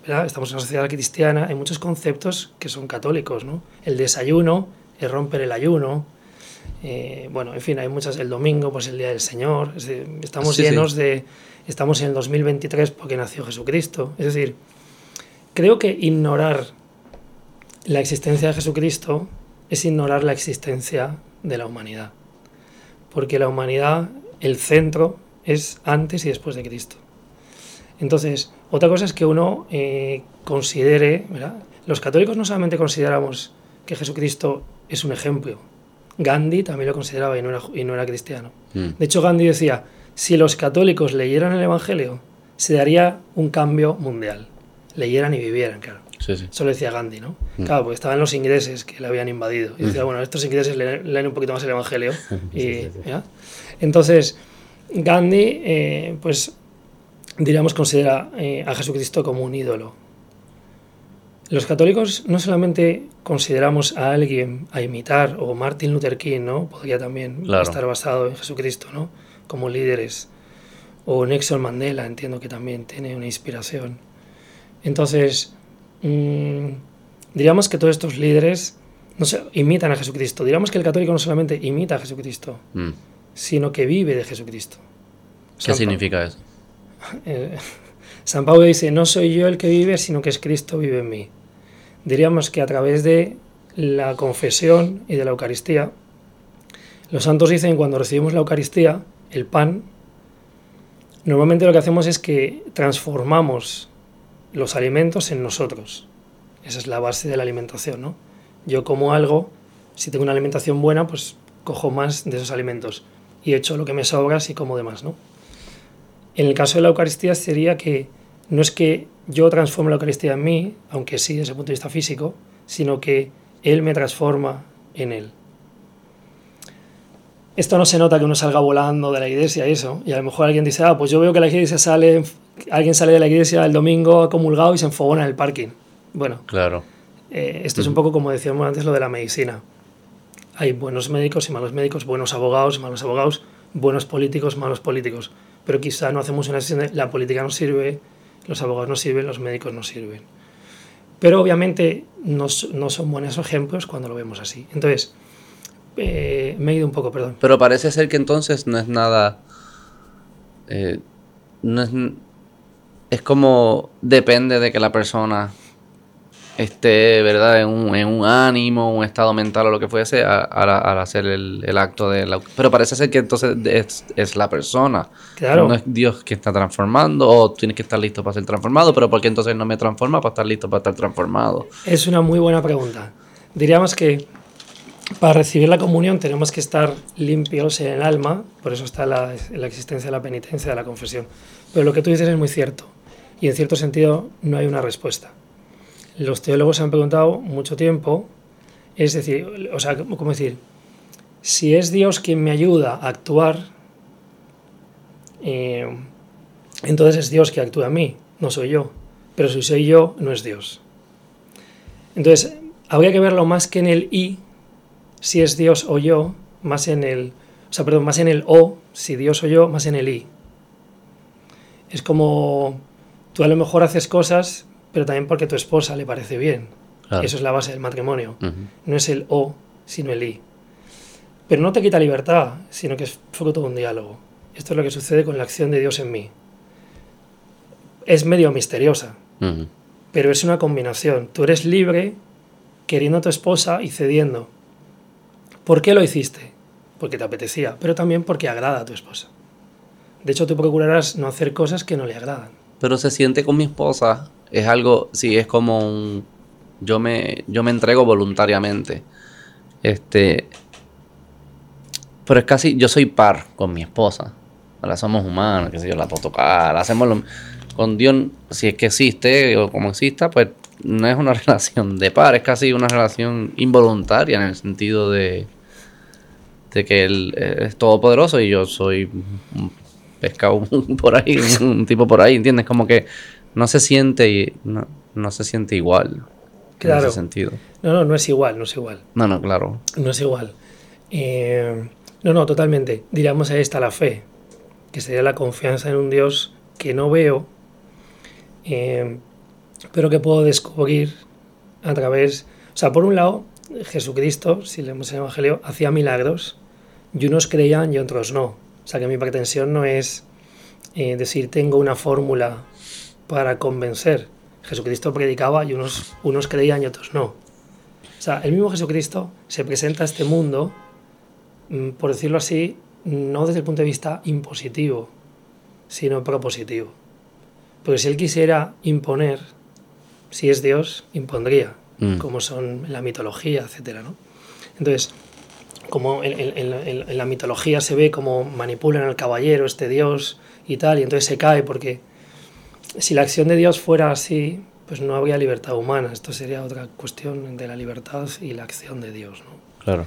¿verdad? Estamos en una sociedad cristiana, hay muchos conceptos que son católicos, ¿no? El desayuno, el romper el ayuno, bueno, en fin, hay muchas, el domingo, pues el Día del Señor, es decir, estamos llenos de, estamos en el 2023 porque nació Jesucristo, es decir, creo que ignorar la existencia de Jesucristo es ignorar la existencia de la humanidad, porque la humanidad, el centro, es antes y después de Cristo. Entonces, otra cosa es que uno considere, ¿verdad? Los católicos no solamente consideramos que Jesucristo es un ejemplo. Gandhi también lo consideraba y no era cristiano. De hecho, Gandhi decía, si los católicos leyeran el Evangelio, se daría un cambio mundial. Leyeran y vivieran, claro. Sí, sí. Eso lo decía Gandhi, ¿no? Claro, porque estaban los ingleses que le habían invadido. Y decía, bueno, estos ingleses leen un poquito más el Evangelio. Y, ¿ya? Entonces, Gandhi, pues, diríamos, considera a Jesucristo como un ídolo. Los católicos no solamente consideramos a alguien a imitar, o Martin Luther King, ¿no? Podría también estar basado en Jesucristo, ¿no? Como líderes. O Nelson Mandela, entiendo que también tiene una inspiración. Entonces, diríamos que todos estos líderes no se imitan a Jesucristo. Diríamos que el católico no solamente imita a Jesucristo, sino que vive de Jesucristo. ¿Qué significa eso? San Pablo dice, no soy yo el que vive, sino que es Cristo vive en mí. Diríamos que a través de la confesión y de la Eucaristía, los santos dicen cuando recibimos la Eucaristía, el pan, normalmente lo que hacemos es que transformamos los alimentos en nosotros. Esa es la base de la alimentación, ¿no? Yo como algo, si tengo una alimentación buena, pues cojo más de esos alimentos y echo lo que me sobra y como demás, ¿no? En el caso de la Eucaristía sería que no es que yo transforme la Eucaristía en mí, aunque sí desde el punto de vista físico, sino que Él me transforma en Él. Esto no se nota que uno salga volando de la iglesia y eso, y a lo mejor alguien dice, pues yo veo que la iglesia alguien sale de la iglesia el domingo comulgado y se enfogona en el parking. Bueno, claro. Esto es un poco como decíamos antes lo de la medicina. Hay buenos médicos y malos médicos, buenos abogados, malos abogados, buenos políticos, malos políticos. Pero quizá no hacemos una decisión de la política no sirve, los abogados no sirven, los médicos no sirven. Pero obviamente no son buenos ejemplos cuando lo vemos así. Entonces, me he ido un poco, perdón. Pero parece ser que entonces no es nada... es como depende de que la persona esté, ¿verdad?, en un ánimo, un estado mental o lo que fuese al hacer el acto de la... Pero parece ser que entonces es la persona. Claro. No es Dios que está transformando, o tienes que estar listo para ser transformado, pero ¿por qué entonces no me transforma para estar listo para estar transformado? Es una muy buena pregunta. Diríamos que para recibir la comunión tenemos que estar limpios en el alma, por eso está la existencia de la penitencia, de la confesión. Pero lo que tú dices es muy cierto, y en cierto sentido no hay una respuesta. Los teólogos se han preguntado mucho tiempo, es decir, o sea, ¿cómo decir? Si es Dios quien me ayuda a actuar, entonces es Dios que actúa en mí, no soy yo. Pero si soy yo, no es Dios. Entonces, habría que verlo más que en el y, si es Dios o yo, más en el o, si Dios o yo, más en el y. Es como tú a lo mejor haces cosas, pero también porque a tu esposa le parece bien. Claro. Eso es la base del matrimonio. No es el o, sino el y. Pero no te quita libertad, sino que es fruto de un diálogo. Esto es lo que sucede con la acción de Dios en mí. Es medio misteriosa, pero es una combinación. Tú eres libre queriendo a tu esposa y cediendo. ¿Por qué lo hiciste? Porque te apetecía, pero también porque agrada a tu esposa. De hecho, tú procurarás no hacer cosas que no le agradan. Pero se siente con mi esposa, es algo, sí, es como un... Yo me entrego voluntariamente. Pero es casi, yo soy par con mi esposa. Ahora somos humanos, qué sé yo, la puedo tocar, hacemos lo... Con Dios, si es que existe o como exista, pues no es una relación de par, es casi una relación involuntaria en el sentido de que Él es todopoderoso y yo soy un pescado por ahí, un tipo por ahí, ¿entiendes? Como que no se siente igual. Claro. En ese sentido. No es igual, no es igual. No, claro. No es igual. No, totalmente. Diríamos ahí está la fe, que sería la confianza en un Dios que no veo, pero que puedo descubrir a través... O sea, por un lado, Jesucristo, si leemos el Evangelio, hacía milagros y unos creían y otros no. O sea, que mi pretensión no es decir tengo una fórmula para convencer. Jesucristo predicaba y unos creían y otros no. O sea, el mismo Jesucristo se presenta a este mundo, por decirlo así, no desde el punto de vista impositivo, sino propositivo. Porque si él quisiera imponer, si es Dios, impondría, como son en la mitología, etcétera, ¿no? Entonces, como en la mitología se ve como manipulan al caballero, este Dios y tal, y entonces se cae porque si la acción de Dios fuera así, pues no habría libertad humana. Esto sería otra cuestión de la libertad y la acción de Dios, ¿no? Claro.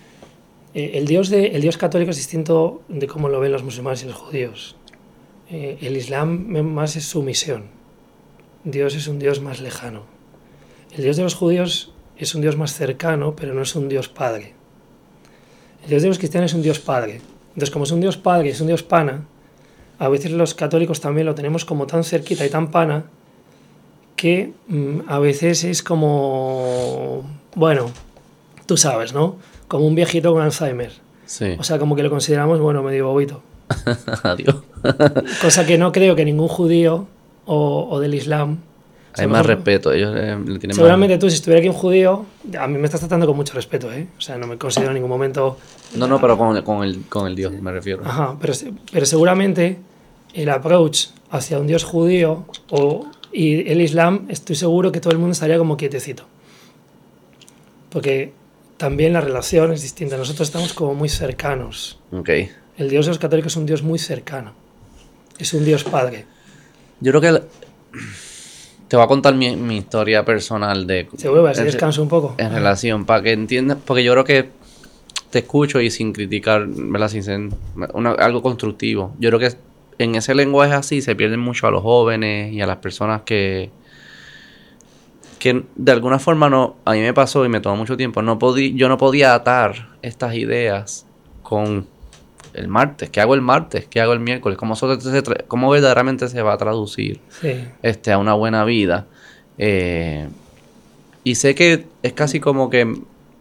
El Dios católico es distinto de cómo lo ven los musulmanes y los judíos. El Islam más es sumisión. Dios es un Dios más lejano. El Dios de los judíos es un Dios más cercano, pero no es un Dios padre. El Dios de los cristianos es un Dios padre. Entonces, como es un Dios padre y es un Dios pana, a veces los católicos también lo tenemos como tan cerquita y tan pana que a veces es como, bueno, tú sabes, ¿no? Como un viejito con Alzheimer. Sí. O sea, como que lo consideramos, bueno, medio bobito. Adiós. Cosa que no creo que ningún judío o del Islam... Hay más respeto. Ellos le tienen seguramente más... tú, si estuviera aquí un judío, a mí me estás tratando con mucho respeto, ¿eh? O sea, no me considero en ningún momento... No, pero con el Dios me refiero. Ajá, pero seguramente el approach hacia un Dios judío y el Islam, estoy seguro que todo el mundo estaría como quietecito. Porque también la relación es distinta. Nosotros estamos como muy cercanos. Ok. El Dios de los católicos es un Dios muy cercano. Es un Dios padre. Yo creo que... Te voy a contar mi historia personal de... Seguro que así descanso un poco. En relación, para que entiendas... Porque yo creo que te escucho y sin criticar, ¿verdad? Sin ser algo constructivo. Yo creo que en ese lenguaje así se pierden mucho a los jóvenes y a las personas que de alguna forma no... A mí me pasó y me tomó mucho tiempo. Yo no podía atar estas ideas con el martes. ¿Qué hago el martes? ¿Qué hago el miércoles? ¿Cómo verdaderamente se va a traducir a una buena vida? Y sé que es casi como que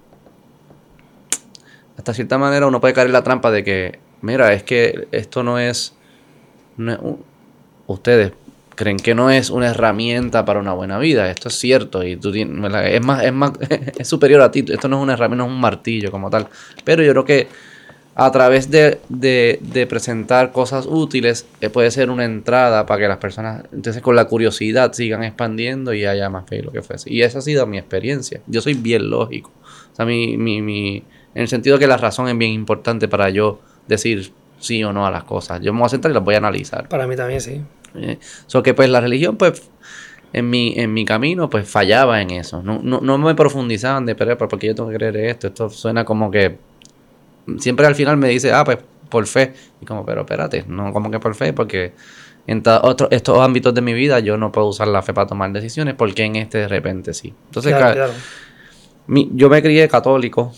hasta cierta manera uno puede caer en la trampa de que, mira, es que esto no es ustedes creen que no es una herramienta para una buena vida. Esto es cierto y tú tienes, es más es superior a ti. Esto no es una herramienta, no es un martillo como tal. Pero yo creo que a través de presentar cosas útiles puede ser una entrada para que las personas, entonces con la curiosidad, sigan expandiendo y haya más fe, lo que fuese. Y esa ha sido mi experiencia. Yo soy bien lógico. O sea, en el sentido que la razón es bien importante para yo decir sí o no a las cosas. Yo me voy a sentar y las voy a analizar. Para mí también, sí. Que pues la religión, pues, en mi camino, pues fallaba en eso. No me profundizaban pero porque yo tengo que creer esto. Esto suena como que siempre al final me dice, pues por fe. Y como, pero espérate, no como que por fe, porque en estos ámbitos de mi vida yo no puedo usar la fe para tomar decisiones, porque en este de repente sí. Entonces, claro. Yo me crié católico,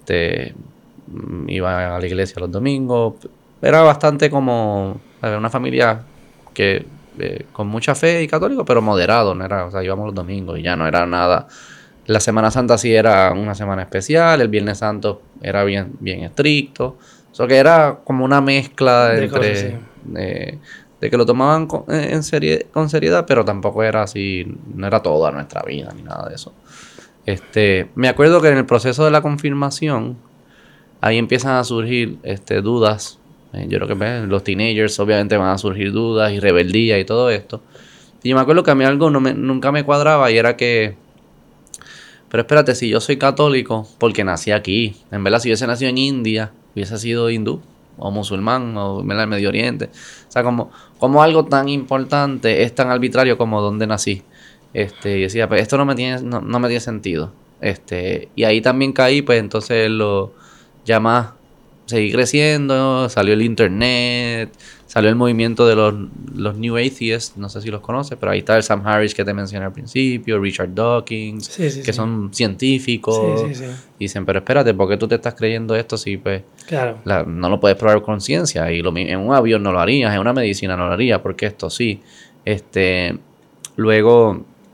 iba a la iglesia los domingos, era bastante como una familia que con mucha fe y católico, pero moderado, no era, o sea, íbamos los domingos y ya no era nada. La Semana Santa sí era una semana especial, el Viernes Santo era bien estricto. O sea, que era como una mezcla de entre cosas, sí. De que lo tomaban con seriedad, pero tampoco era así, no era toda nuestra vida ni nada de eso. Me acuerdo que en el proceso de la confirmación, ahí empiezan a surgir dudas. Yo creo que los teenagers obviamente van a surgir dudas y rebeldía y todo esto. Y yo me acuerdo que a mí algo nunca me cuadraba y era que, pero espérate, si yo soy católico, porque nací aquí. En verdad, si hubiese nacido en India, hubiese sido hindú o musulmán o en el Medio Oriente. O sea, como algo tan importante es tan arbitrario como dónde nací. Y decía, pues esto no me tiene sentido. Y ahí también caí, pues entonces seguí creciendo, salió el internet, salió el movimiento de los New Atheists, no sé si los conoces, pero ahí está el Sam Harris que te mencioné al principio, Richard Dawkins, que son científicos. Sí. Y dicen, pero espérate, ¿por qué tú te estás creyendo esto si pues claro. No lo puedes probar con ciencia? Y en un avión no lo harías, en una medicina no lo harías, porque esto sí. Luego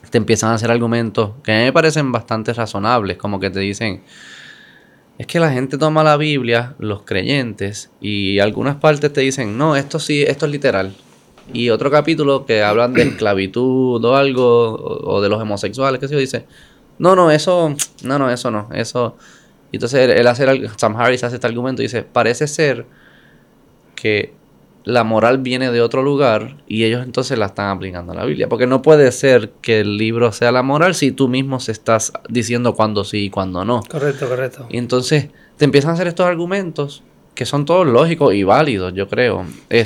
te empiezan a hacer argumentos que a mí me parecen bastante razonables, como que te dicen, es que la gente toma la Biblia, los creyentes, y algunas partes te dicen, no, esto sí, esto es literal. Y otro capítulo que hablan de esclavitud o algo, o de los homosexuales, qué sé yo, dice, no, eso no, eso... Y entonces Sam Harris hace este argumento y dice, parece ser que la moral viene de otro lugar y ellos entonces la están aplicando a la Biblia. Porque no puede ser que el libro sea la moral si tú mismo se estás diciendo cuándo sí y cuándo no. Correcto. Y entonces te empiezan a hacer estos argumentos que son todos lógicos y válidos, yo creo.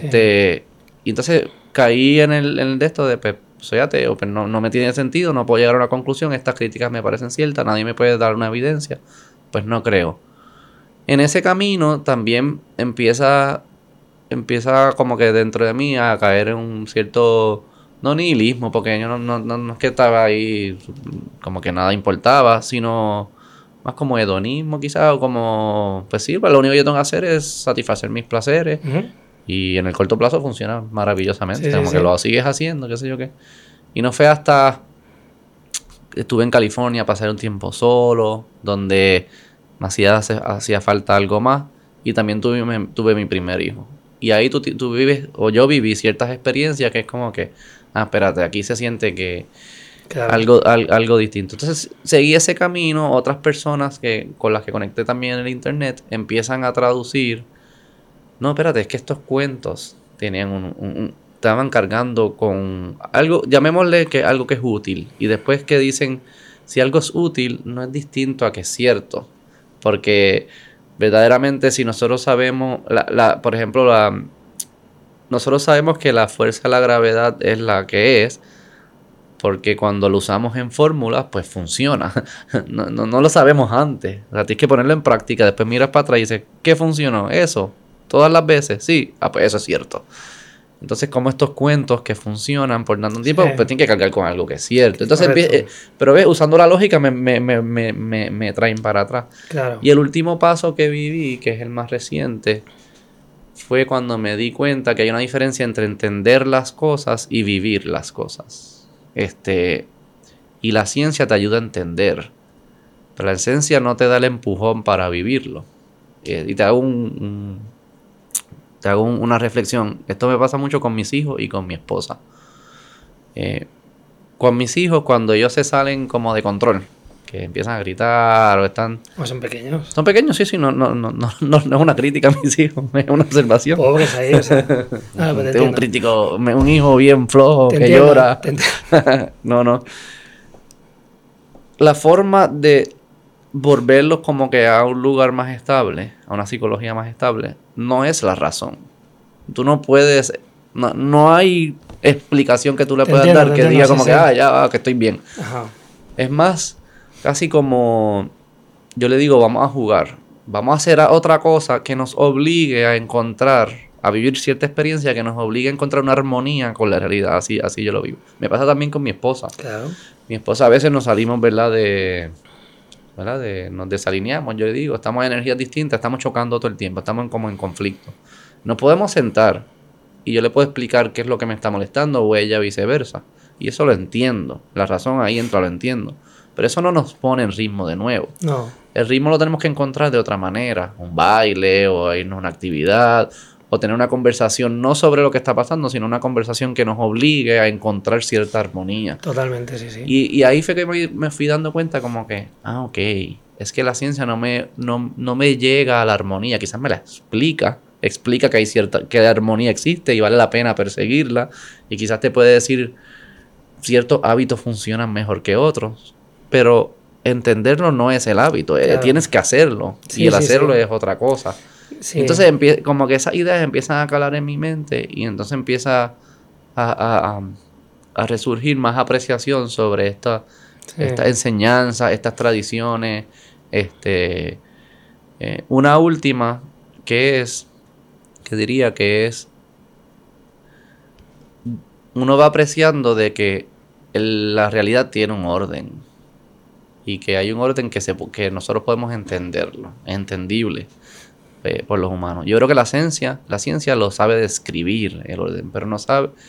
Y entonces caí en el de esto de, pues, soy ateo, pero no me tiene sentido, no puedo llegar a una conclusión, estas críticas me parecen ciertas, nadie me puede dar una evidencia. Pues no creo. En ese camino también empieza como que dentro de mí a caer en un cierto, no nihilismo, porque yo no es que estaba ahí como que nada importaba, sino más como hedonismo quizás, o como, pues sí, pues lo único que yo tengo que hacer es satisfacer mis placeres, y en el corto plazo funciona maravillosamente, como que lo sigues haciendo, qué sé yo qué. Y no fue hasta estuve en California, pasé un tiempo solo, donde me hacía falta algo más, y también tuve mi primer hijo. Y ahí tú vives, o yo viví ciertas experiencias que es como que, espérate, aquí se siente que algo distinto. Entonces seguí ese camino, otras personas con las que conecté también en el internet empiezan a traducir, no, espérate, es que estos cuentos tenían estaban cargando con algo, llamémosle que algo que es útil, y después que dicen, si algo es útil, no es distinto a que es cierto, porque verdaderamente si nosotros sabemos, por ejemplo, nosotros sabemos que la fuerza de la gravedad es la que es, porque cuando lo usamos en fórmulas, pues funciona. No lo sabemos antes. O sea, tienes que ponerlo en práctica. Después miras para atrás y dices, ¿qué funcionó? Eso. Todas las veces. Sí. Pues eso es cierto. Entonces, como estos cuentos que funcionan por tanto tiempo, pues tienen que cargar con algo que es cierto. Entonces, pero ves, usando la lógica me traen para atrás. Claro. Y el último paso que viví, que es el más reciente, fue cuando me di cuenta que hay una diferencia entre entender las cosas y vivir las cosas. Y la ciencia te ayuda a entender, pero la ciencia no te da el empujón para vivirlo. Y te hago una reflexión. Esto me pasa mucho con mis hijos y con mi esposa. Con mis hijos, cuando ellos se salen como de control, que empiezan a gritar o están... ¿O son pequeños? Son pequeños, sí, no es una crítica a mis hijos, es una observación. Pobres ahí, o sea... Tengo un crítico, un hijo bien flojo, que llora. No. La forma de volverlos como que a un lugar más estable, a una psicología más estable, no es la razón. Tú no puedes... No hay explicación que tú le puedas dar que diga como que, que estoy bien. Ajá. Es más... Casi como yo le digo, vamos a jugar, vamos a hacer otra cosa que nos obligue a encontrar, a vivir cierta experiencia que nos obligue a encontrar una armonía con la realidad. Así yo lo vivo. Me pasa también con mi esposa. Claro. Mi esposa a veces nos salimos, ¿verdad? Nos desalineamos, yo le digo, estamos en energías distintas, estamos chocando todo el tiempo, estamos como en conflicto. Nos podemos sentar y yo le puedo explicar qué es lo que me está molestando o ella viceversa. Y eso lo entiendo. La razón ahí entra, lo entiendo. Pero eso no nos pone en ritmo de nuevo. No. El ritmo lo tenemos que encontrar de otra manera. Un baile, o irnos a una actividad, o tener una conversación no sobre lo que está pasando, sino una conversación que nos obligue a encontrar cierta armonía. Totalmente, sí. Y ahí fue que me fui dando cuenta como que, ok, es que la ciencia no me llega a la armonía. Quizás me la explica que la armonía existe y vale la pena perseguirla. Y quizás te puede decir ciertos hábitos funcionan mejor que otros. Pero entenderlo no es el hábito, claro. Tienes que hacerlo. Sí, y el hacerlo es otra cosa. Sí. Entonces, como que esas ideas empiezan a calar en mi mente y entonces empieza a resurgir más apreciación sobre esta enseñanza, estas tradiciones. Una última que diría que es, uno va apreciando de que la realidad tiene un orden. Y que hay un orden que nosotros podemos entenderlo, es entendible por los humanos. Yo creo que la ciencia lo sabe describir el orden, pero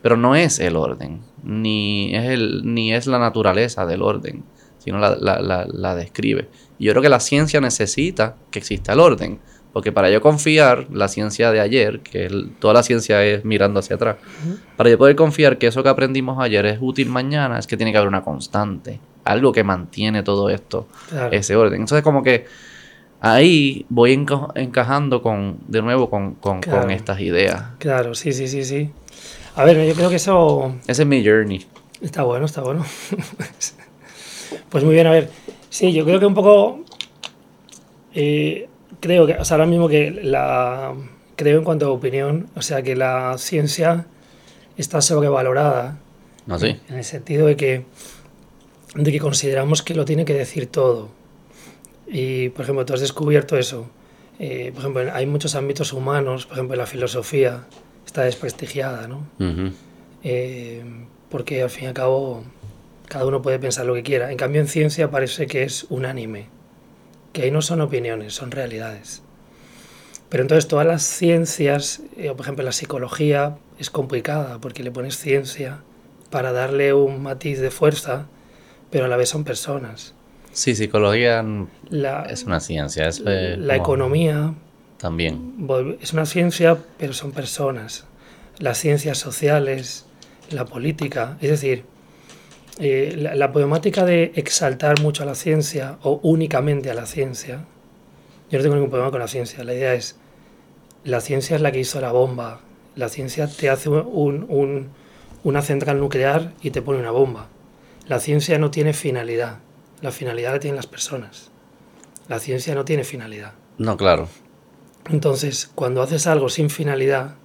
pero no es el orden, ni es la naturaleza del orden, sino la describe. Y yo creo que la ciencia necesita que exista el orden, porque para yo confiar, la ciencia de ayer, que toda la ciencia es mirando hacia atrás, para yo poder confiar que eso que aprendimos ayer es útil mañana, es que tiene que haber una constante, algo que mantiene todo esto, Claro. ese orden. Entonces como que ahí voy encajando de nuevo con Claro. estas ideas. Claro, sí, sí, sí, sí. A ver, yo creo que eso Ese es mi journey. está bueno, está bueno. Pues muy bien, a ver. Sí, yo creo que un poco... creo que, o sea, ahora mismo creo en cuanto a opinión, o sea, que la ciencia está sobrevalorada. ¿No sí? En el sentido de que consideramos que lo tiene que decir todo. Y, por ejemplo, tú has descubierto eso. Por ejemplo, hay muchos ámbitos humanos, por ejemplo, la filosofía está desprestigiada, ¿no? Ujú. Porque al fin y al cabo cada uno puede pensar lo que quiera. En cambio, en ciencia parece que es unánime, que ahí no son opiniones, son realidades. Pero entonces todas las ciencias, por ejemplo la psicología, es complicada porque le pones ciencia para darle un matiz de fuerza, pero a la vez son personas. Sí, psicología La, es una ciencia. Es, la como economía también. es una ciencia, pero son personas. Las ciencias sociales, la política, es decir, la problemática de exaltar mucho a la ciencia o únicamente a la ciencia, yo no tengo ningún problema con la ciencia. La idea es, la ciencia es la que hizo la bomba. La ciencia te hace una central nuclear y te pone una bomba. La ciencia no tiene finalidad. La finalidad la tienen las personas. La ciencia no tiene finalidad. No, claro. Entonces, cuando haces algo sin finalidad...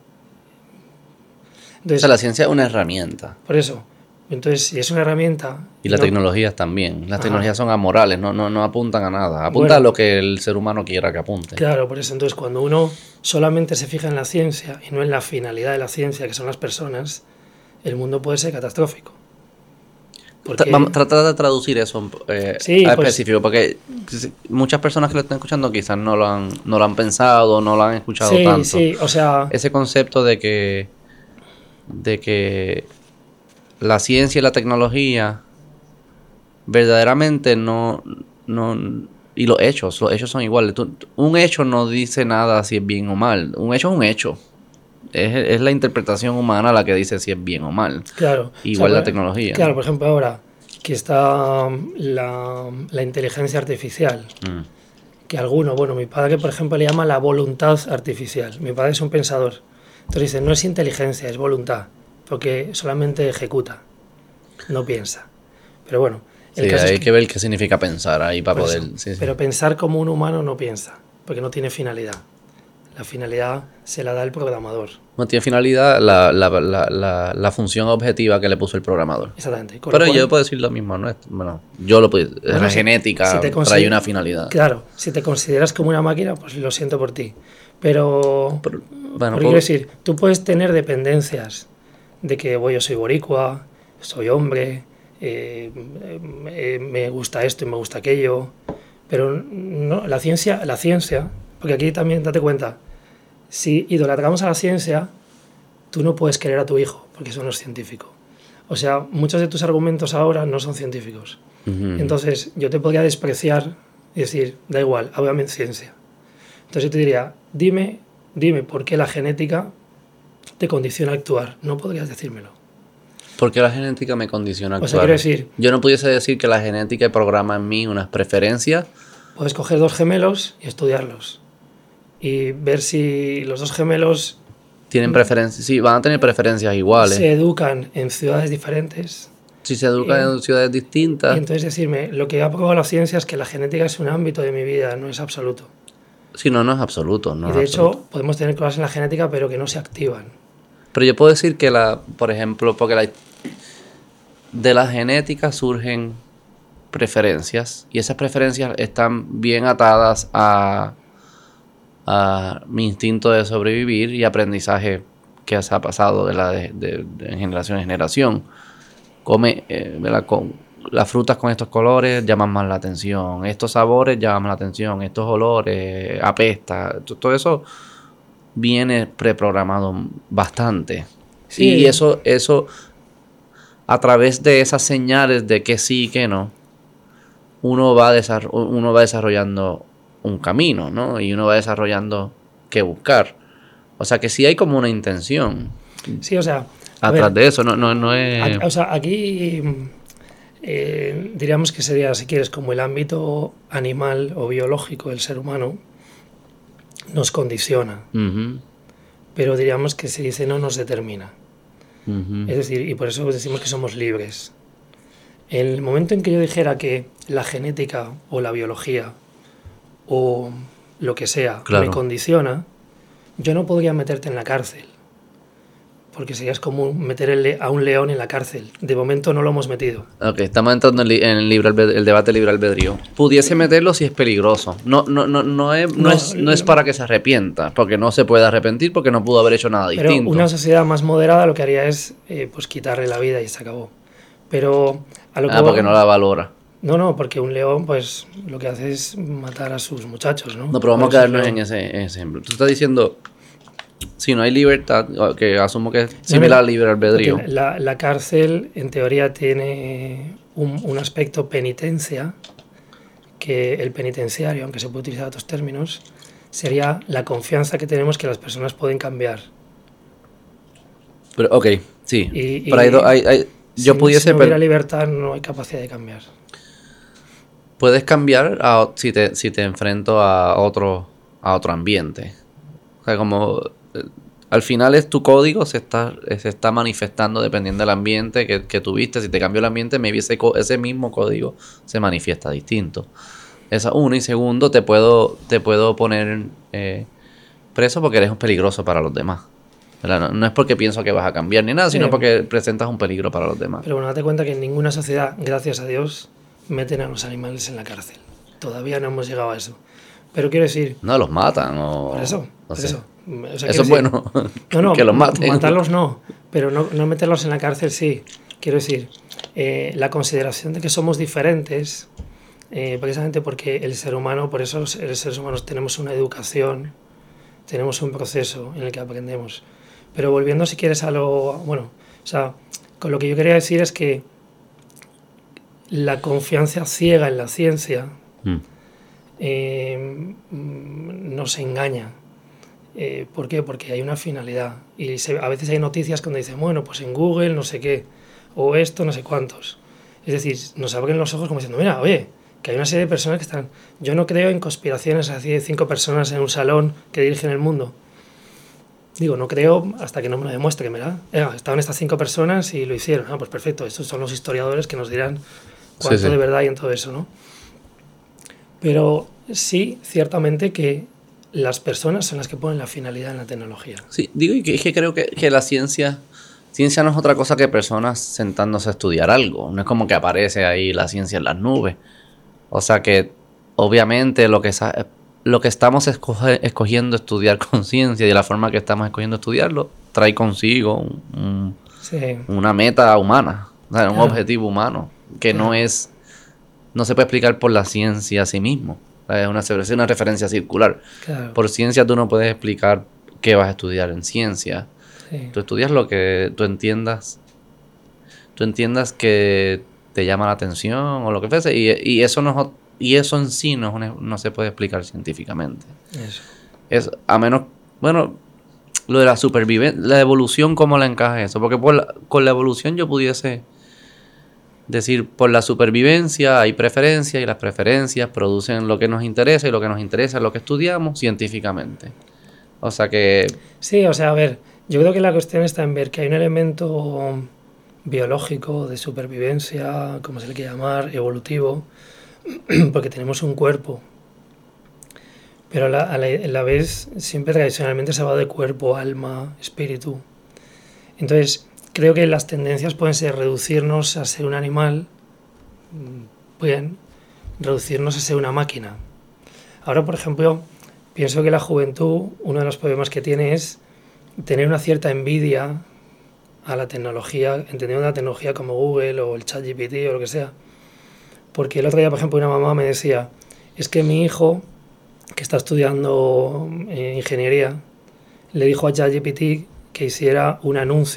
O Entonces, sea, la ciencia es una herramienta. por eso, entonces, si es una herramienta... Y las no- tecnologías también. Las Ajá. tecnologías son amorales, no apuntan a nada. Apuntan Bueno. a lo que el ser humano quiera que apunte. Claro, por eso entonces cuando uno solamente se fija en la ciencia y no en la finalidad de la ciencia, que son las personas, el mundo puede ser catastrófico. Porque, Vamos a tratar de traducir eso Sí, a pues- específico, porque muchas personas que lo están escuchando quizás no lo han pensado, no lo han escuchado sí, tanto. sí, o sea, Ese concepto de que la ciencia y la tecnología verdaderamente no y los hechos son iguales. Un hecho no dice nada si es bien o mal. Un hecho es un hecho. Es la interpretación humana la que dice si es bien o mal. claro. Igual o sea, la tecnología. Claro, por ejemplo, ahora que está la inteligencia artificial, Mm. que alguno, bueno, mi padre, por ejemplo, le llama la voluntad artificial. Mi padre es un pensador. Entonces dice, no es inteligencia, es voluntad, porque solamente ejecuta, no piensa. Pero bueno, el Sí, caso hay es que ver qué significa pensar ahí para por poder... eso, sí, sí. pero pensar como un humano no piensa, porque no tiene finalidad. La finalidad se la da el programador. No tiene finalidad la función objetiva que le puso el programador. Exactamente. Con Pero lo cual, yo puedo decir lo mismo, ¿no? Bueno, yo lo puedo... bueno, la si- genética si te trae consider- una finalidad. Claro, si te consideras como una máquina, pues lo siento por ti. Pero, Bueno, porque quiero decir, tú puedes tener dependencias de que yo soy boricua, soy hombre, me gusta esto y me gusta aquello, pero no, la ciencia, porque aquí también date cuenta, si idolatramos a la ciencia, tú no puedes querer a tu hijo, porque eso no es científico. O sea, muchos de tus argumentos ahora no son científicos. Ujú. Entonces, yo te podría despreciar y decir, da igual, háblame en ciencia. Entonces yo te diría, dime por qué la genética te condiciona a actuar. No podrías decírmelo. Porque la genética me condiciona a O actuar. sea, quiero decir, Yo no pudiese decir que la genética programa en mí unas preferencias. puedes coger dos gemelos y estudiarlos. Y ver si los dos gemelos Tienen preferencias, sí, van a tener preferencias iguales. se educan en ciudades diferentes. Si se educan en ciudades distintas. Y entonces decirme, lo que ha probado la ciencia es que la genética es un ámbito de mi vida, no es absoluto. Sí, no es absoluto. No Y es de absoluto. hecho, podemos tener cosas en la genética, pero que no se activan. Pero yo puedo decir que por ejemplo, porque de la genética surgen preferencias y esas preferencias están bien atadas a mi instinto de sobrevivir y aprendizaje que se ha pasado de generación en generación. ¿Verdad? Las frutas con estos colores llaman más la atención, estos sabores llaman la atención, estos olores apesta, todo eso viene preprogramado bastante. Sí. Y eso, a través de esas señales de que sí y que no, uno va desarrollando un camino, ¿no? Y uno va desarrollando qué buscar. O sea que sí hay como una intención Sí, o sea, a atrás ver, de eso, no es... o sea, aquí diríamos que sería, si quieres, como el ámbito animal o biológico del ser humano nos condiciona, Ujú, pero diríamos que se dice no nos determina. ujú. Es decir, y por eso decimos que somos libres. En el momento en que yo dijera que la genética o la biología o lo que sea me Claro. condiciona, yo no podría meterte en la cárcel, porque sería como meter a un león en la cárcel. De momento no lo hemos metido. Ok, estamos entrando en el debate libre albedrío. Pudiese meterlo si es peligroso. No es para que se arrepienta, porque no se puede arrepentir porque no pudo haber hecho nada Pero distinto. una sociedad más moderada lo que haría es pues quitarle la vida y se acabó. Pero a lo que Porque no la valora. No, porque un león pues lo que hace es matar a sus muchachos, ¿no? No, pero vamos a Por eso es quedarnos león. en ese ejemplo. Tú estás diciendo, si no hay libertad, que asumo que es No, similar al libre albedrío. porque la cárcel en teoría tiene un aspecto penitencia, que el penitenciario, aunque se puede utilizar otros términos, sería la confianza que tenemos que las personas pueden cambiar. Pero, ok, sí. Y Pero yo si pudiese... no hubiera libertad no hay capacidad de cambiar. Puedes cambiar si te enfrento a otro ambiente. O sea, como al final es tu código se está manifestando dependiendo del ambiente que tuviste. Si te cambió el ambiente, maybe ese mismo código se manifiesta distinto. Esa uno. Y segundo, te puedo poner preso porque eres un peligroso para los demás. ¿Verdad? No es porque pienso que vas a cambiar ni nada, sino porque presentas un peligro para los demás. Pero bueno, date cuenta que en ninguna sociedad, gracias a Dios, meten a los animales en la cárcel. Todavía no hemos llegado a eso. Pero quiero decir... No, los matan o... Por eso, no por sé. eso. O sea, Eso es bueno. No, que los maten. matarlos no, pero no meterlos en la cárcel sí. Quiero decir, la consideración de que somos diferentes, precisamente porque el ser humano, por eso los seres humanos tenemos una educación, tenemos un proceso en el que aprendemos. Pero volviendo, si quieres, a lo... Bueno, o sea, con lo que yo quería decir es que la confianza ciega en la ciencia nos engaña. ¿Por qué? Porque hay una finalidad. Y a veces hay noticias cuando dicen, bueno, pues en Google no sé qué, o esto no sé cuántos. Es decir, nos abren los ojos como diciendo, mira, oye, que hay una serie de personas que están... Yo no creo en conspiraciones así de 5 personas en un salón que dirigen el mundo. Digo, no creo hasta que no me lo demuestren, ¿verdad? Estaban estas 5 personas y lo hicieron. Ah, pues perfecto, estos son los historiadores que nos dirán cuánto de verdad hay en todo eso, ¿no? Pero sí, ciertamente que las personas son las que ponen la finalidad en la tecnología. Sí, digo, y que creo que la ciencia no es otra cosa que personas sentándose a estudiar algo. No es como que aparece ahí la ciencia en las nubes. O sea que, obviamente, lo que estamos escogiendo estudiar con ciencia y de la forma que estamos escogiendo estudiarlo, trae consigo una meta humana, o sea, un objetivo humano, que no se puede explicar por la ciencia a sí mismo. Es una referencia circular. Claro. Por ciencia tú no puedes explicar qué vas a estudiar en ciencia. Sí. Tú estudias lo que tú entiendas que te llama la atención o lo que fuese, y eso en sí no se puede explicar científicamente. Eso. A menos, bueno, lo de la supervivencia, la evolución, ¿cómo la encaja eso? Porque con la evolución yo pudiese decir, por la supervivencia hay preferencias y las preferencias producen lo que nos interesa y lo que nos interesa es lo que estudiamos científicamente. O sea que... Sí, o sea, a ver, yo creo que la cuestión está en ver que hay un elemento biológico de supervivencia, como se le quiere llamar, evolutivo, porque tenemos un cuerpo. Pero a la vez siempre tradicionalmente se ha hablado de cuerpo, alma, espíritu. Entonces, creo que las tendencias pueden ser reducirnos a ser un animal, pueden reducirnos a ser una máquina. Ahora, por ejemplo, pienso que la juventud, uno de los problemas que tiene es tener una cierta envidia a la tecnología, entendiendo la tecnología como Google o el ChatGPT o lo que sea. Porque el otro día, por ejemplo, una mamá me decía, es que mi hijo, que está estudiando ingeniería, le dijo a ChatGPT que hiciera un anuncio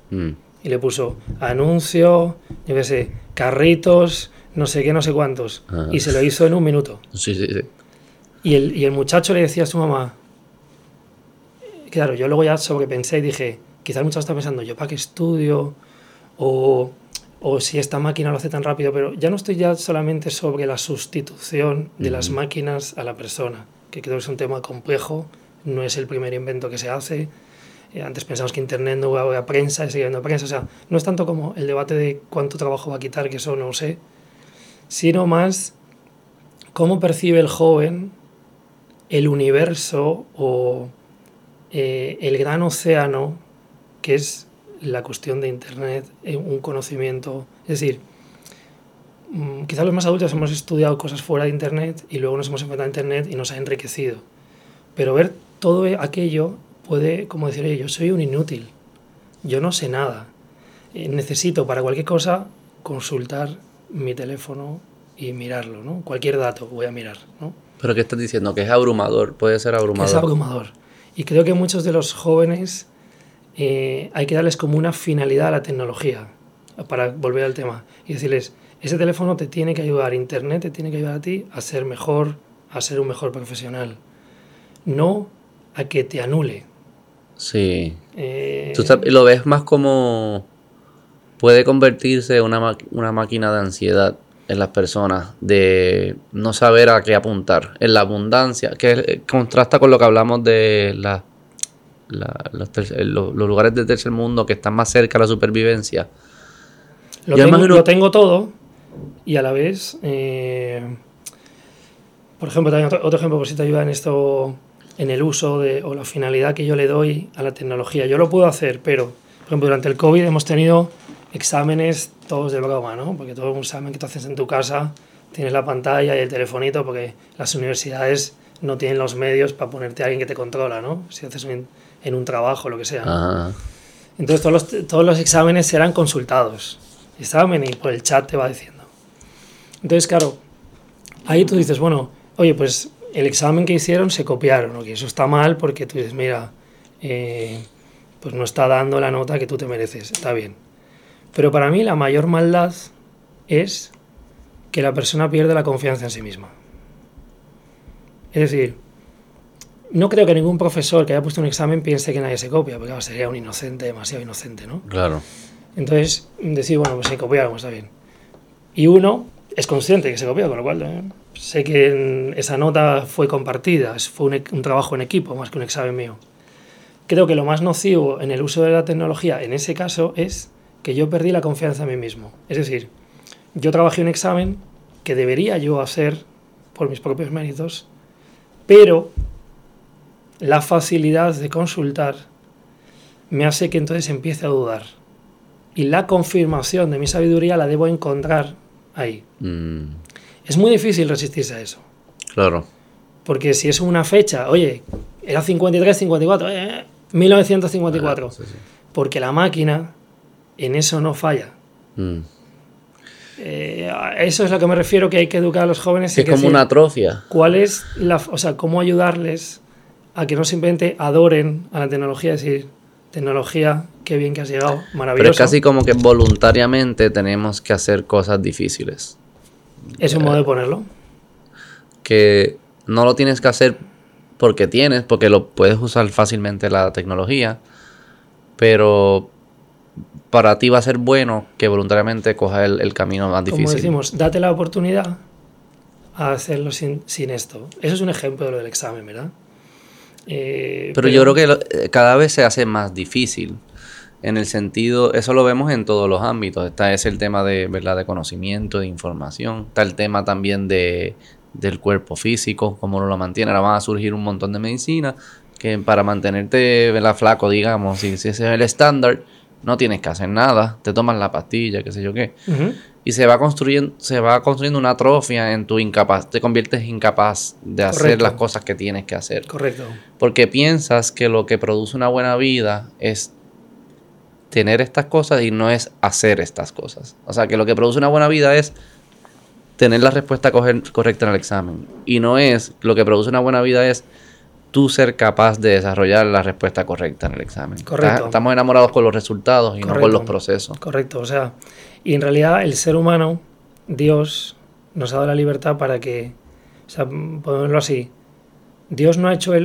Y le puso anuncio, yo qué sé, carritos, no sé qué, no sé cuántos. Y se lo hizo en 1 minuto. Sí, sí, sí. Y el muchacho le decía a su mamá, claro, yo luego ya sobrepensé y dije, quizás el muchacho está pensando, ¿yo para qué estudio? O si esta máquina lo hace tan rápido, pero ya no estoy ya solamente sobre la sustitución de las máquinas a la persona, que creo que es un tema complejo, no es el primer invento que se hace. Antes pensamos que Internet no iba a prensa y sigue habiendo prensa, o sea, no es tanto como el debate de cuánto trabajo va a quitar, que eso no lo sé, sino más cómo percibe el joven el universo o el gran océano que es la cuestión de Internet, un conocimiento. Es decir, quizás los más adultos hemos estudiado cosas fuera de Internet y luego nos hemos enfrentado a Internet y nos ha enriquecido. Pero ver todo aquello puede, como decir, oye, yo soy un inútil, yo no sé nada. Necesito para cualquier cosa consultar mi teléfono y mirarlo, ¿no? Cualquier dato voy a mirar, ¿no? ¿Pero qué estás diciendo? Que es abrumador, puede ser abrumador. Es abrumador. Y creo que muchos de los jóvenes hay que darles como una finalidad a la tecnología, para volver al tema, y decirles, ese teléfono te tiene que ayudar, Internet te tiene que ayudar a ti a ser mejor, a ser un mejor profesional, no a que te anule. Sí. Tú lo ves más como puede convertirse en una máquina de ansiedad en las personas, de no saber a qué apuntar, en la abundancia, que contrasta con lo que hablamos de los lugares del tercer mundo que están más cerca de la supervivencia. Lo tengo todo y a la vez, por ejemplo, también otro ejemplo por si te ayuda en esto, en el uso o la finalidad que yo le doy a la tecnología. Yo lo puedo hacer, pero, por ejemplo, durante el COVID hemos tenido exámenes todos de broma, ¿no? Porque todo un examen que tú haces en tu casa, tienes la pantalla y el telefonito, porque las universidades no tienen los medios para ponerte a alguien que te controla, ¿no? Si haces en un trabajo, lo que sea, ¿no? Entonces todos los exámenes serán consultados. Examen y por el chat te va diciendo. Entonces, claro, ahí tú dices, bueno, oye, pues el examen que hicieron se copiaron, ¿no? Que eso está mal porque tú dices, mira, pues no está dando la nota que tú te mereces, está bien. Pero para mí la mayor maldad es que la persona pierde la confianza en sí misma. Es decir, no creo que ningún profesor que haya puesto un examen piense que nadie se copia, porque sería un inocente, demasiado inocente, ¿no? Claro. Entonces, decir, bueno, pues se copiaron, está bien. Y uno es consciente que se copió, con lo cual sé que esa nota fue compartida, fue un trabajo en equipo más que un examen mío. Creo que lo más nocivo en el uso de la tecnología en ese caso es que yo perdí la confianza en mí mismo. Es decir, yo trabajé un examen que debería yo hacer por mis propios méritos, pero la facilidad de consultar me hace que entonces empiece a dudar. Y la confirmación de mi sabiduría la debo encontrar ahí. Es muy difícil resistirse a eso. Claro. Porque si es una fecha, oye, era 53, 54, 1954. Sí. Porque la máquina en eso no falla. Eso es a lo que me refiero, que hay que educar a los jóvenes. Es como una atrofia. ¿Cuál es cómo ayudarles a que no simplemente adoren a la tecnología? Es decir, tecnología, qué bien que has llegado, maravilloso. Pero es casi como que voluntariamente tenemos que hacer cosas difíciles. Es un modo de ponerlo. Que no lo tienes que hacer porque lo puedes usar fácilmente la tecnología, pero para ti va a ser bueno que voluntariamente cojas el camino más difícil. Como decimos, date la oportunidad a hacerlo sin esto. Eso es un ejemplo de lo del examen, ¿verdad? Pero yo creo que cada vez se hace más difícil. En el sentido, eso lo vemos en todos los ámbitos. Es el tema de, ¿verdad?, de conocimiento, de información. Está el tema también del cuerpo físico, cómo uno lo mantiene. Ahora van a surgir un montón de medicina que para mantenerte, ¿verdad?, flaco, digamos, si ese es el estándar, no tienes que hacer nada. Te tomas la pastilla, qué sé yo qué. Y se va construyendo una atrofia en tu incapaz. Te conviertes incapaz de hacer las cosas que tienes que hacer. Correcto. Porque piensas que lo que produce una buena vida es tener estas cosas y no es hacer estas cosas. O sea, que lo que produce una buena vida es tener la respuesta correcta en el examen. Y no es, lo que produce una buena vida es tú ser capaz de desarrollar la respuesta correcta en el examen. Correcto. Estamos enamorados con los resultados y Correcto. no con los procesos. Correcto, o sea, y en realidad el ser humano, Dios, nos ha dado la libertad para que, o sea, podemos verlo así, Dios no ha hecho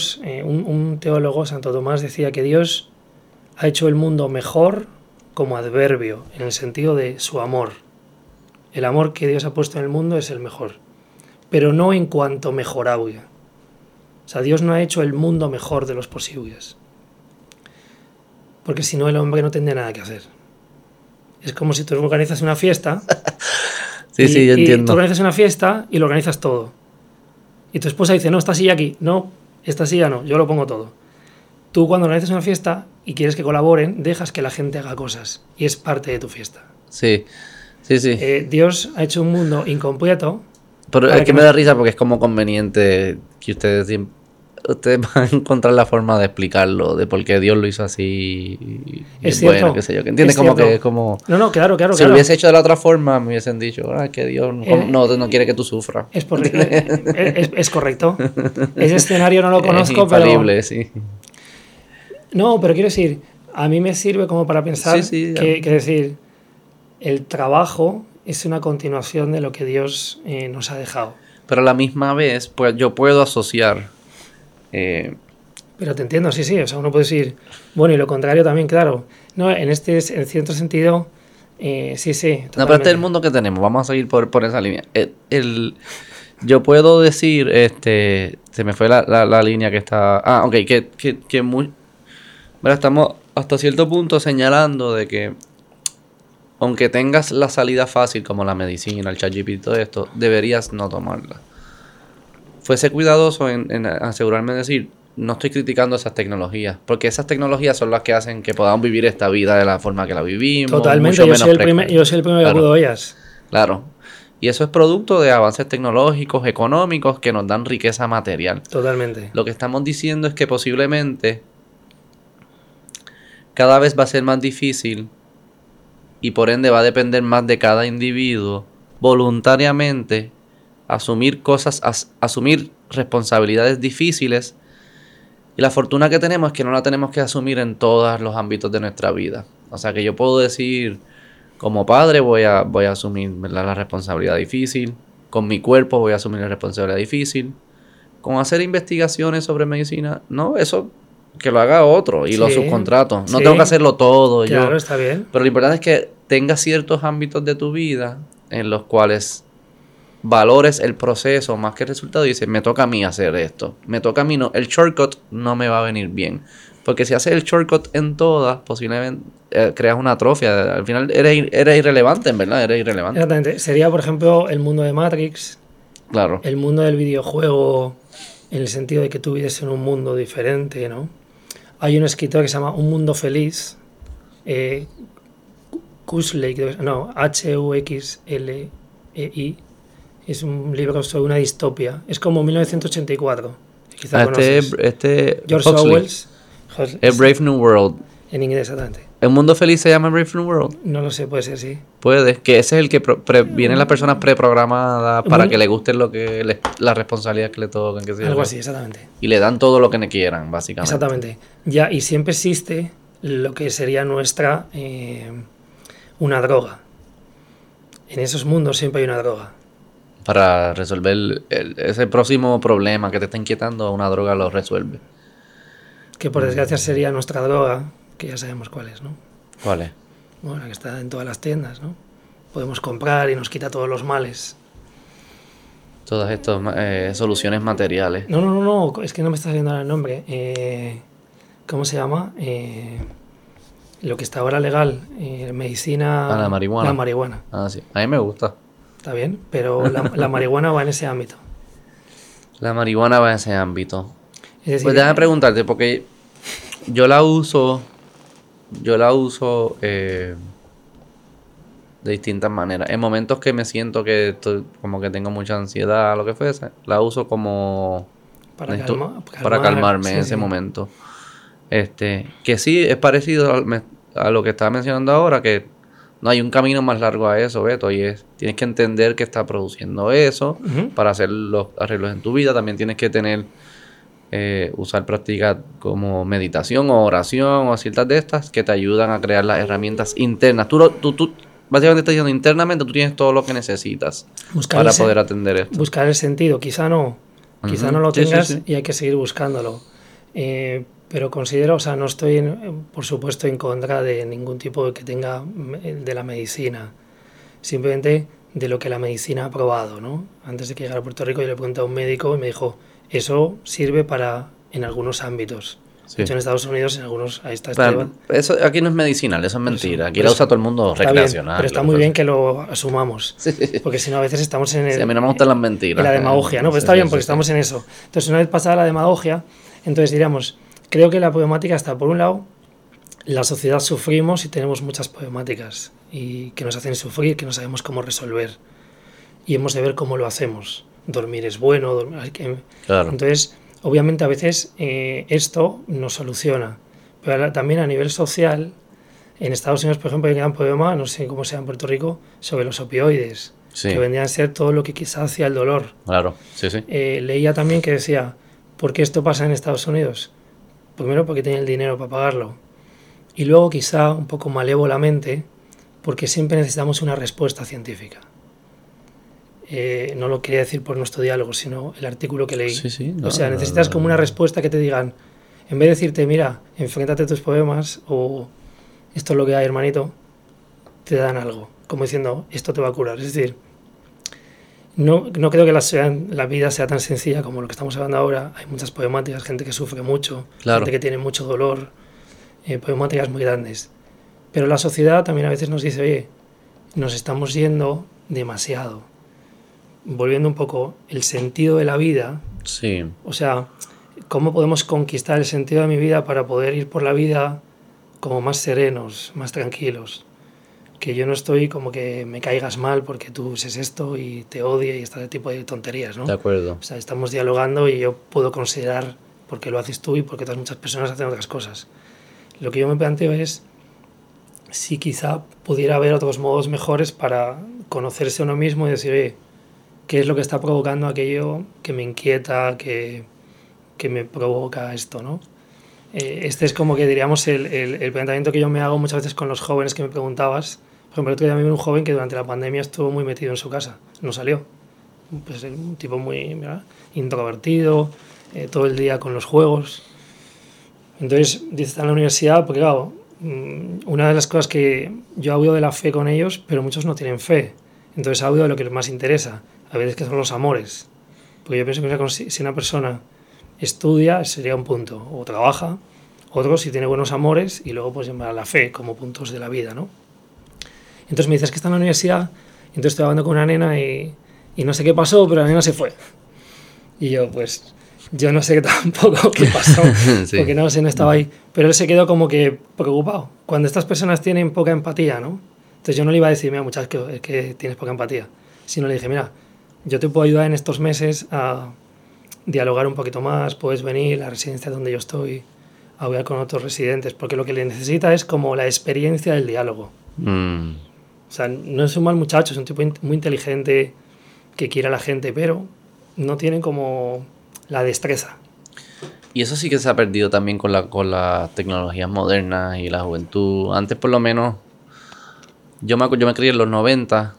un teólogo, Santo Tomás, decía que Dios ha hecho el mundo mejor como adverbio, en el sentido de su amor. El amor que Dios ha puesto en el mundo es el mejor, pero no en cuanto mejorable. O sea, Dios no ha hecho el mundo mejor de los posibles, porque si no el hombre no tendría nada que hacer. Es como si tú organizas una fiesta Sí, yo y entiendo. tú organizas una fiesta y lo organizas todo. Y tu esposa dice, no, esta silla aquí. No, esta silla no, yo lo pongo todo. Tú cuando organizas una fiesta y quieres que colaboren, dejas que la gente haga cosas. Y es parte de tu fiesta. Sí. Dios ha hecho un mundo incompleto. Pero es que me da risa porque es como conveniente que ustedes van a encontrar la forma de explicarlo, de por qué Dios lo hizo así. Es bueno, cierto. qué sé yo. Que entiendes como cierto. que como... No, claro. Si lo hubiese hecho de la otra forma, me hubiesen dicho, que Dios no quiere que tú sufras. Es correcto. Ese escenario no lo conozco, es infalible, sí. No, pero quiero decir, a mí me sirve como para pensar que decir, el trabajo es una continuación de lo que Dios nos ha dejado. Pero a la misma vez, pues yo puedo asociar... Pero te entiendo, sí. O sea, uno puede decir, bueno, y lo contrario también, claro. No, en cierto sentido, sí. Totalmente. No, pero este es el mundo que tenemos. Vamos a seguir por esa línea. Yo puedo decir, se me fue la línea que está... ok, que muy... Bueno, estamos hasta cierto punto señalando de que aunque tengas la salida fácil como la medicina, el ChatGPT y todo esto, deberías no tomarla. Fuese cuidadoso en asegurarme de decir, no estoy criticando esas tecnologías, porque esas tecnologías son las que hacen que podamos vivir esta vida de la forma que la vivimos. Totalmente, yo soy el primero que acudo a ellas. Claro. Y eso es producto de avances tecnológicos, económicos, que nos dan riqueza material. Totalmente. Lo que estamos diciendo es que posiblemente cada vez va a ser más difícil y por ende va a depender más de cada individuo voluntariamente asumir asumir responsabilidades difíciles, y la fortuna que tenemos es que no la tenemos que asumir en todos los ámbitos de nuestra vida. O sea que yo puedo decir, como padre voy a asumir, ¿verdad?, la responsabilidad difícil, con mi cuerpo voy a asumir la responsabilidad difícil, con hacer investigaciones sobre medicina, no, eso que lo haga otro y lo subcontrato. No tengo que hacerlo todo. Claro, está bien. Pero lo importante es que tengas ciertos ámbitos de tu vida en los cuales valores el proceso más que el resultado y dices, me toca a mí hacer esto. Me toca a mí, no. El shortcut no me va a venir bien. Porque si haces el shortcut en todas, posiblemente creas una atrofia. Al final eres irrelevante, en verdad, eres irrelevante. Exactamente. Sería, por ejemplo, el mundo de Matrix. Claro. El mundo del videojuego, en el sentido de que tú vives en un mundo diferente, ¿no? Hay un escritor que se llama Un Mundo Feliz, Huxley, Huxlei, es un libro sobre una distopia, es como 1984, quizá conoces. George Orwell. Es Brave New World. En inglés, exactamente. ¿El mundo feliz se llama Brave New World? No lo sé, puede ser, sí. Puede, que ese es el que vienen las personas preprogramadas para que le guste la responsabilidad que le tocan. Algo así, exactamente. Y le dan todo lo que quieran, básicamente. Exactamente. Ya, y siempre existe lo que sería nuestra una droga. En esos mundos siempre hay una droga. Para resolver ese próximo problema que te está inquietando, una droga lo resuelve. Que por desgracia sería nuestra droga, que ya sabemos cuál es, ¿no? ¿Cuál es? Bueno, la que está en todas las tiendas, ¿no? Podemos comprar y nos quita todos los males. Todas estas soluciones materiales. No, es que no me estás viendo ahora el nombre. ¿Cómo se llama? Lo que está ahora legal, medicina... La marihuana. La marihuana. Ah, sí. A mí me gusta. Está bien, pero la marihuana va en ese ámbito. La marihuana va en ese ámbito. Es decir, pues déjame preguntarte, porque yo la uso de distintas maneras. En momentos que me siento que estoy, como que tengo mucha ansiedad, lo que fuese, la uso como para calmarme en ese momento. Que sí es parecido a lo que estaba mencionando ahora, que no hay un camino más largo a eso, Beto, y tienes que entender que está produciendo eso para hacer los arreglos en tu vida. También tienes que tener usar prácticas como meditación o oración o ciertas de estas que te ayudan a crear las herramientas internas. Tú básicamente estás diciendo internamente, tú tienes todo lo que necesitas para poder atender esto. Buscar el sentido, quizá no lo tengas y hay que seguir buscándolo. Pero considero, o sea, no estoy, por supuesto, en contra de ningún tipo que tenga de la medicina. Simplemente de lo que la medicina ha probado, ¿no? Antes de que llegara a Puerto Rico yo le pregunté a un médico y me dijo, eso sirve en algunos ámbitos. Sí. De hecho, en Estados Unidos, en algunos, ahí está. Eso aquí no es medicinal, eso es mentira. Aquí lo usa todo el mundo recreacional. Pero está muy bien que lo asumamos. Sí. Porque si no, a veces estamos en a mí no me gustan las mentiras. En la demagogia, ¿no? Pues está bien, porque estamos en eso. Entonces, una vez pasada la demagogia, entonces diríamos, creo que la problemática está, por un lado, la sociedad sufrimos y tenemos muchas problemáticas y que nos hacen sufrir, que no sabemos cómo resolver. Y hemos de ver cómo lo hacemos. Dormir es bueno, claro. Entonces, obviamente a veces esto nos soluciona, pero también a nivel social, en Estados Unidos, por ejemplo, hay un gran problema, no sé cómo sea en Puerto Rico, sobre los opioides, sí. Que vendrían a ser todo lo que quizás hacía el dolor. Claro, sí. Leía también que decía, ¿por qué esto pasa en Estados Unidos? Primero porque tienen el dinero para pagarlo, y luego quizá un poco malévolamente, porque siempre necesitamos una respuesta científica. No lo quería decir por nuestro diálogo, sino el artículo que leí. Sí, o sea, necesitas como una respuesta que te digan, en vez de decirte, mira, enfréntate a tus problemas, o esto es lo que hay, hermanito, te dan algo, como diciendo, esto te va a curar. Es decir, no creo que la vida sea tan sencilla como lo que estamos hablando ahora. Hay muchas problemáticas, gente que sufre mucho, claro. Gente que tiene mucho dolor, problemáticas muy grandes. Pero la sociedad también a veces nos dice, oye, nos estamos yendo demasiado. Volviendo un poco, el sentido de la vida. Sí. O sea, ¿cómo podemos conquistar el sentido de mi vida para poder ir por la vida como más serenos, más tranquilos? Que yo no estoy como que me caigas mal porque tú uses esto y te odie y este tipo de tonterías, ¿no? De acuerdo. O sea, estamos dialogando y yo puedo considerar por qué lo haces tú y por qué otras muchas personas hacen otras cosas. Lo que yo me planteo es si quizá pudiera haber otros modos mejores para conocerse a uno mismo y decir, oye, ¿qué es lo que está provocando aquello que me inquieta, que me provoca esto, ¿no? Este es como que diríamos el planteamiento que yo me hago muchas veces con los jóvenes que me preguntabas. Por ejemplo, el otro día me vi un joven que durante la pandemia estuvo muy metido en su casa, no salió. Pues un tipo muy, ¿verdad?, introvertido, todo el día con los juegos. Entonces, dice, está en la universidad, porque claro, una de las cosas que yo hablo de la fe con ellos, pero muchos no tienen fe. Entonces hablo de lo que les más interesa. A veces que son los amores. Porque yo pienso que si una persona estudia sería un punto, o trabaja, otro si tiene buenos amores y luego pues llamar a la fe como puntos de la vida, ¿no? Entonces me dices que está en la universidad, entonces estoy hablando con una nena y no sé qué pasó, pero la nena se fue. Y yo pues, yo no sé tampoco qué pasó, sí. Porque no sé, no estaba ahí. Pero él se quedó como que preocupado. Cuando estas personas tienen poca empatía, ¿no? Entonces yo no le iba a decir, mira muchacho, es que tienes poca empatía, sino le dije, mira, yo te puedo ayudar en estos meses a dialogar un poquito más, puedes venir a la residencia donde yo estoy, a hablar con otros residentes, porque lo que le necesita es como la experiencia del diálogo. O sea, no es un mal muchacho, es un tipo muy inteligente, que quiere a la gente, pero no tiene como la destreza. Y eso sí que se ha perdido también con las tecnologías modernas y la juventud. Antes por lo menos, yo me crié en los 90,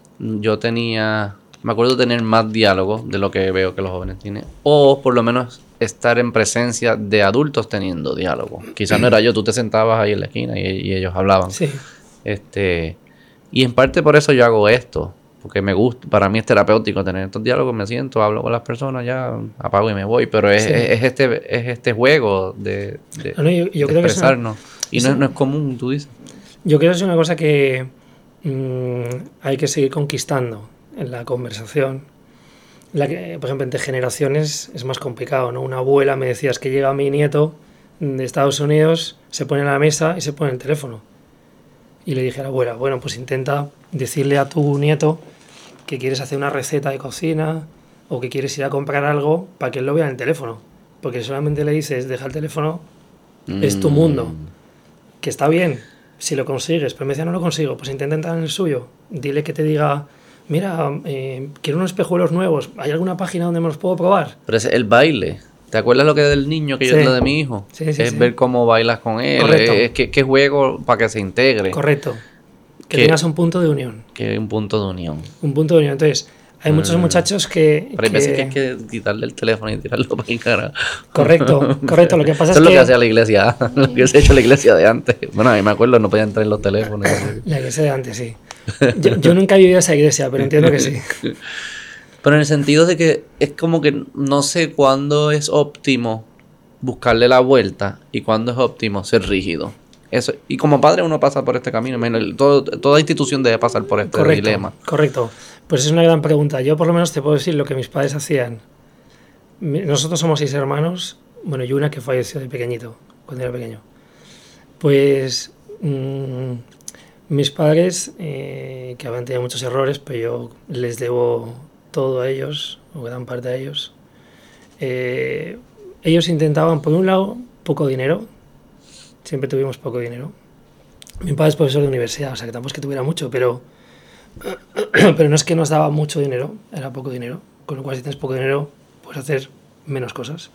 me acuerdo de tener más diálogo de lo que veo que los jóvenes tienen. O por lo menos estar en presencia de adultos teniendo diálogo. Quizás no era yo, tú te sentabas ahí en la esquina y ellos hablaban. Sí. Y en parte por eso yo hago esto. Porque me gusta, para mí es terapéutico tener estos diálogos, me siento, hablo con las personas, ya apago y me voy. Pero es este juego de yo creo expresarnos. Que no es común, tú dices. Yo creo que es una cosa que hay que seguir conquistando en la conversación. Por ejemplo, entre generaciones es más complicado, ¿no? Una abuela me decía, es que llega mi nieto de Estados Unidos, se pone en la mesa y se pone el teléfono. Y le dije a la abuela, bueno, pues intenta decirle a tu nieto que quieres hacer una receta de cocina o que quieres ir a comprar algo para que él lo vea en el teléfono. Porque solamente le dices, deja el teléfono, es tu mundo. Que está bien si lo consigues, pero me decía, no lo consigo, pues intenta entrar en el suyo. Dile que te diga, mira, quiero unos espejuelos nuevos, ¿hay alguna página donde me los puedo probar? Pero es el baile. ¿Te acuerdas lo que del niño que Sí. yo lo de mi hijo? Sí, sí, Es sí. ver cómo bailas con él, Correcto. es que juego para que se integre, Correcto. Que Que- tengas un punto de unión. que es un punto de unión. Un punto de unión. Entonces, hay muchos muchachos que... Pero hay veces que hay que quitarle el teléfono y tirarlo para el cara. Correcto, correcto. Lo que pasa Eso es es lo que... que hacía la iglesia, lo que se ha hecho la iglesia de antes. Bueno, a mí me acuerdo, no podían entrar en los teléfonos. La iglesia de antes, sí. Yo nunca he vivido esa iglesia, pero entiendo que sí. Pero en el sentido de que es como que no sé cuándo es óptimo buscarle la vuelta y cuándo es óptimo ser rígido. Eso, y como padre uno pasa por este camino. Toda institución debe pasar por este dilema. Correcto. Pues es una gran pregunta. Yo por lo menos te puedo decir lo que mis padres hacían. Nosotros somos 6 hermanos, bueno, y una que falleció de pequeñito, cuando era pequeño. Pues mis padres, que habían tenido muchos errores, pero yo les debo todo a ellos, o gran parte a ellos. Ellos intentaban, por un lado, poco dinero. Siempre tuvimos poco dinero. Mi padre es profesor de universidad, o sea que tampoco es que tuviera mucho, pero no es que nos daba mucho dinero, era poco dinero. Con lo cual, si tienes poco dinero, puedes hacer menos cosas.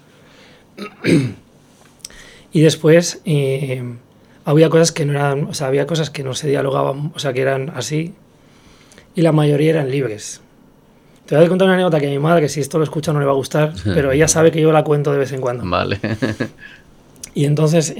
Y después había cosas que no eran, o sea, había cosas que no se dialogaban, o sea, que eran así, y la mayoría eran libres. Te voy a contar una anécdota que a mi madre, si esto lo escucha, no le va a gustar, pero ella sabe que yo la cuento de vez en cuando. Vale. Y entonces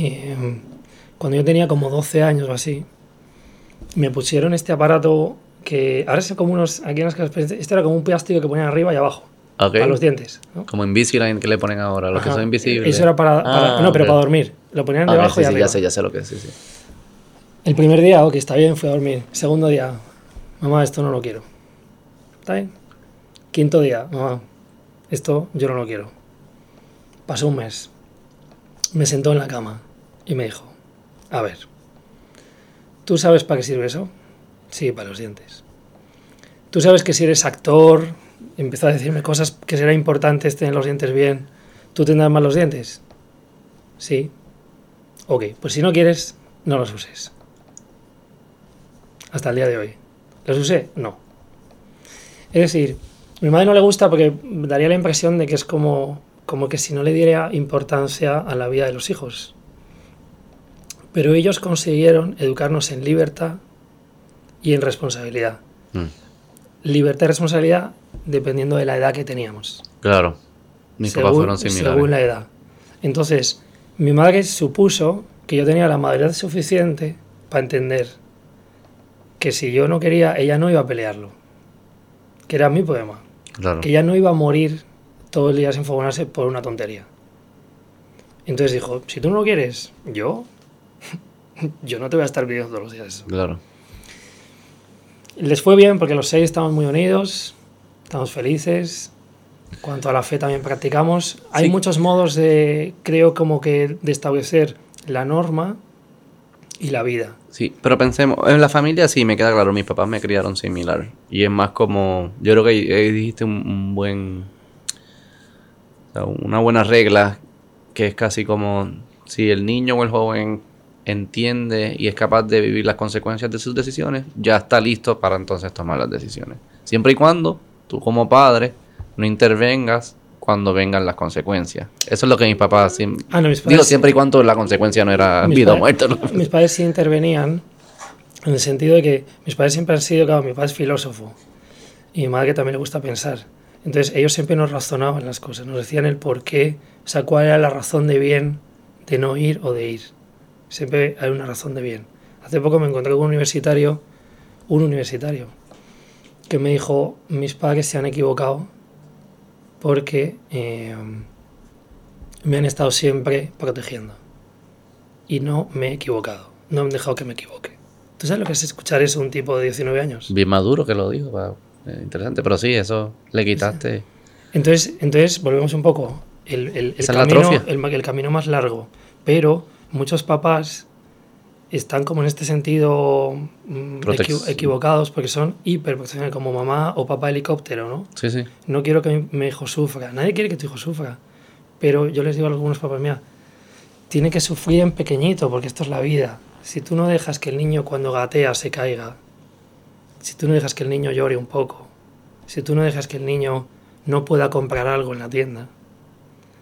cuando yo tenía como 12 años o así, me pusieron este aparato que ahora es como unos, aquí en las casas, este era como un plástico que ponían arriba y abajo, Okay. para los dientes, ¿no? Como Invisalign que le ponen ahora, los que Ajá. son invisibles. Eso era no, pero ok. para dormir. Lo ponían Ok, debajo sí, y sí, arriba. ya sé lo que es, sí, sí. El primer día, ok, está bien, fui a dormir. Segundo día, mamá, esto no lo quiero. ¿Está bien? Quinto día, mamá, esto yo no lo quiero. Pasó un mes. Me sentó en la cama y me dijo, a ver, ¿tú sabes para qué sirve eso? Sí, para los dientes. ¿Tú sabes que si eres actor, empezó a decirme cosas que será importante tener los dientes bien, ¿tú tendrás mal los dientes? Sí. Ok, pues si no quieres, no los uses. Hasta el día de hoy. ¿Los usé? No. Es decir, a mi madre no le gusta porque daría la impresión de que es como que si no le diera importancia a la vida de los hijos. Pero ellos consiguieron educarnos en libertad y en responsabilidad. Libertad y responsabilidad dependiendo de la edad que teníamos. Claro. Mis papás fueron similares. Según la edad. Entonces, mi madre supuso que yo tenía la madurez suficiente para entender que si yo no quería, ella no iba a pelearlo. Que era mi problema. Claro. Que ella no iba a morir todo el día sin fogonarse por una tontería. Entonces dijo, si tú no lo quieres, yo no te voy a estar pidiendo todos los días eso. Claro. Les fue bien porque los 6 estamos muy unidos, estamos felices. En cuanto a la fe también practicamos. Hay Sí. muchos modos de, creo, como que de establecer la norma y la vida. Sí, pero pensemos, en la familia sí, me queda claro, mis papás me criaron similar. Y es más como, yo creo que dijiste un buen, o sea, una buena regla, que es casi como, si el niño o el joven entiende y es capaz de vivir las consecuencias de sus decisiones, ya está listo para entonces tomar las decisiones. Siempre y cuando tú como padre no intervengas cuando vengan las consecuencias. Eso es lo que mis papás... No, mis padres digo, siempre y cuando la consecuencia no era mis vida o padres- muerte. Mis padres sí intervenían en el sentido de que mis padres siempre han sido, claro, mi padre es filósofo y mi madre también le gusta pensar. Entonces ellos siempre nos razonaban las cosas, nos decían el por qué, o sea, cuál era la razón de bien de no ir o de ir. Siempre hay una razón de bien. Hace poco me encontré con un universitario, que me dijo, mis padres se han equivocado porque me han estado siempre protegiendo y no me he equivocado, no han dejado que me equivoque. ¿Tú sabes lo que es escuchar eso a un tipo de 19 años? Bien maduro que lo dijo, wow, interesante, pero sí, eso le quitaste. Entonces volvemos un poco, el Esa es la camino, atrofia. el camino más largo, pero muchos papás están como en este sentido equivocados porque son hiperproteccionales, como mamá o papá helicóptero, ¿no? Sí, sí. No quiero que mi hijo sufra. Nadie quiere que tu hijo sufra. Pero yo les digo a algunos papás, mira, tiene que sufrir en pequeñito porque esto es la vida. Si tú no dejas que el niño cuando gatea se caiga, si tú no dejas que el niño llore un poco, si tú no dejas que el niño no pueda comprar algo en la tienda,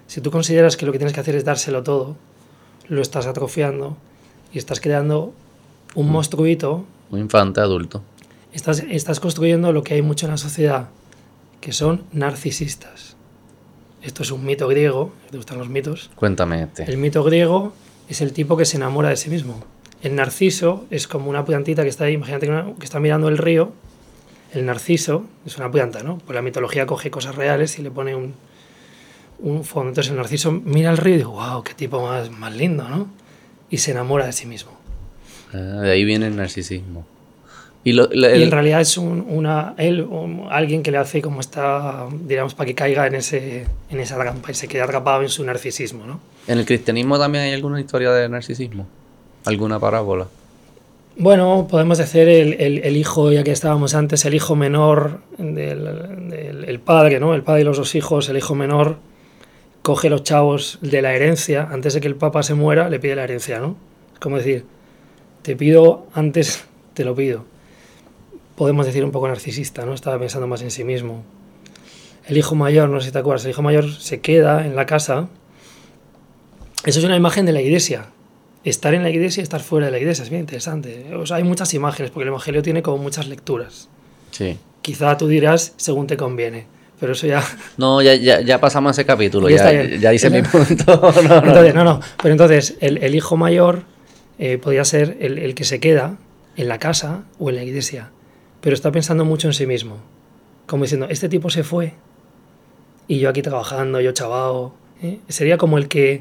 Si tú consideras que lo que tienes que hacer es dárselo todo, lo estás atrofiando y estás creando un monstruito. Un infante adulto. Estás construyendo lo que hay mucho en la sociedad, que son narcisistas. Esto es un mito griego. ¿Te gustan los mitos? Cuéntame este. El mito griego es el tipo que se enamora de sí mismo. El narciso es como una plantita que está ahí, imagínate que está mirando el río. El narciso es una planta, ¿no? Pues la mitología coge cosas reales y le pone un fondo. Entonces el narciso mira el río y dice, wow, qué tipo más lindo, ¿no? Y se enamora de sí mismo. De ahí viene el narcisismo. Y en realidad es alguien que le hace como digamos, para que caiga en esa trampa y se quede atrapado en su narcisismo, ¿no? ¿En el cristianismo también hay alguna historia de narcisismo? ¿Alguna parábola? Bueno, podemos decir el hijo, ya que estábamos antes, el hijo menor del padre, ¿no? El padre y los dos hijos, el hijo menor coge los chavos de la herencia, antes de que el papá se muera, le pide la herencia, ¿no? Es como decir, te pido antes, te lo pido. Podemos decir un poco narcisista, ¿no? Estaba pensando más en sí mismo. El hijo mayor, no sé si te acuerdas, el hijo mayor se queda en la casa. Eso es una imagen de la iglesia. Estar en la iglesia y estar fuera de la iglesia es bien interesante. O sea, hay muchas imágenes, porque el evangelio tiene como muchas lecturas. Sí. Quizá tú dirás según te conviene, pero eso ya... No, ya pasamos a ese capítulo, ya hice mi punto. Pero entonces, el hijo mayor podría ser el que se queda en la casa o en la iglesia, pero está pensando mucho en sí mismo. Como diciendo, este tipo se fue y yo aquí trabajando, yo chavao. Sería como el que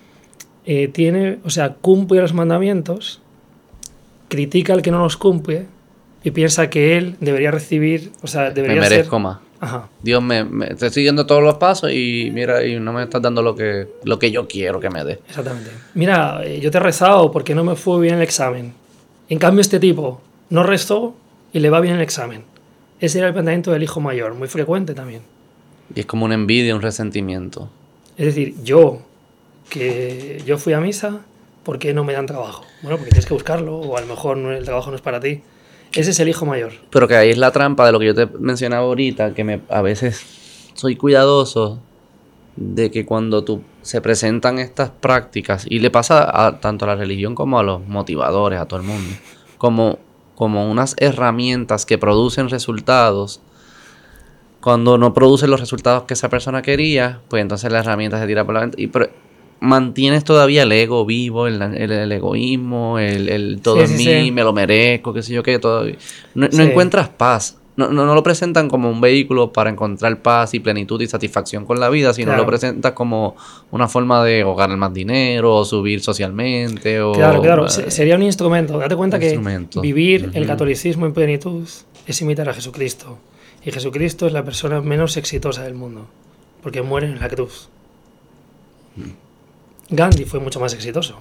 cumple los mandamientos, critica al que no los cumple y piensa que él debería recibir, debería me merezco más. Ajá. Dios me estoy siguiendo todos los pasos y mira, y no me estás dando lo que yo quiero que me dé. Exactamente. Mira, yo te he rezado porque no me fue bien el examen. En cambio, este tipo no rezó y le va bien el examen. Ese era el planteamiento del hijo mayor, muy frecuente también. Y es como una envidia, un resentimiento. Es decir, yo fui a misa, ¿por qué no me dan trabajo? Bueno, porque tienes que buscarlo, o a lo mejor el trabajo no es para ti. Ese es el hijo mayor. Pero que ahí es la trampa de lo que yo te mencionaba ahorita, que a veces soy cuidadoso de que cuando se presentan estas prácticas, y le pasa tanto a la religión como a los motivadores, a todo el mundo, como unas herramientas que producen resultados. Cuando no producen los resultados que esa persona quería, pues entonces la herramienta se tira por la ventana. Pero mantienes todavía el ego vivo, el egoísmo, el todo en mí, me lo merezco, qué sé yo qué, todo. No encuentras paz. No lo presentan como un vehículo para encontrar paz y plenitud y satisfacción con la vida, sino lo presentas como una forma de ganar más dinero o subir socialmente. Claro. Sería un instrumento. Date cuenta que vivir el catolicismo en plenitud es imitar a Jesucristo. Y Jesucristo es la persona menos exitosa del mundo, porque muere en la cruz. Gandhi fue mucho más exitoso.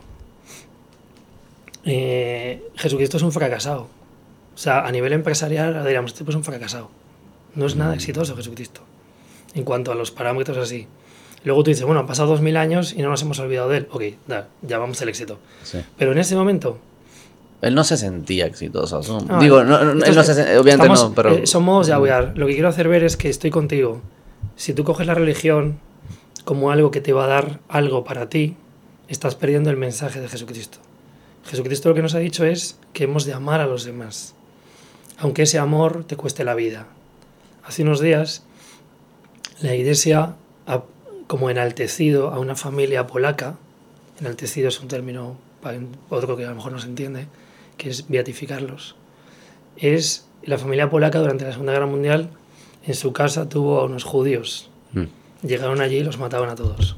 Jesucristo es un fracasado. O sea, a nivel empresarial, diríamos, este tipo es un fracasado. No es nada exitoso Jesucristo, en cuanto a los parámetros así. Luego tú dices, bueno, han pasado 2000 años y no nos hemos olvidado de él. Ok, ya vamos al éxito. Sí. Pero en ese momento... Él no se sentía exitoso. Obviamente no, pero... Somos Yahuar. Lo que quiero hacer ver es que estoy contigo. Si tú coges la religión como algo que te va a dar algo para ti, estás perdiendo el mensaje de Jesucristo. Jesucristo lo que nos ha dicho es que hemos de amar a los demás, aunque ese amor te cueste la vida. Hace unos días la Iglesia ha como enaltecido a una familia polaca. Enaltecido es un término para otro que a lo mejor no se entiende, que es beatificarlos. Es la familia polaca durante la Segunda Guerra Mundial, en su casa tuvo a unos judíos. Llegaron allí y los mataban a todos.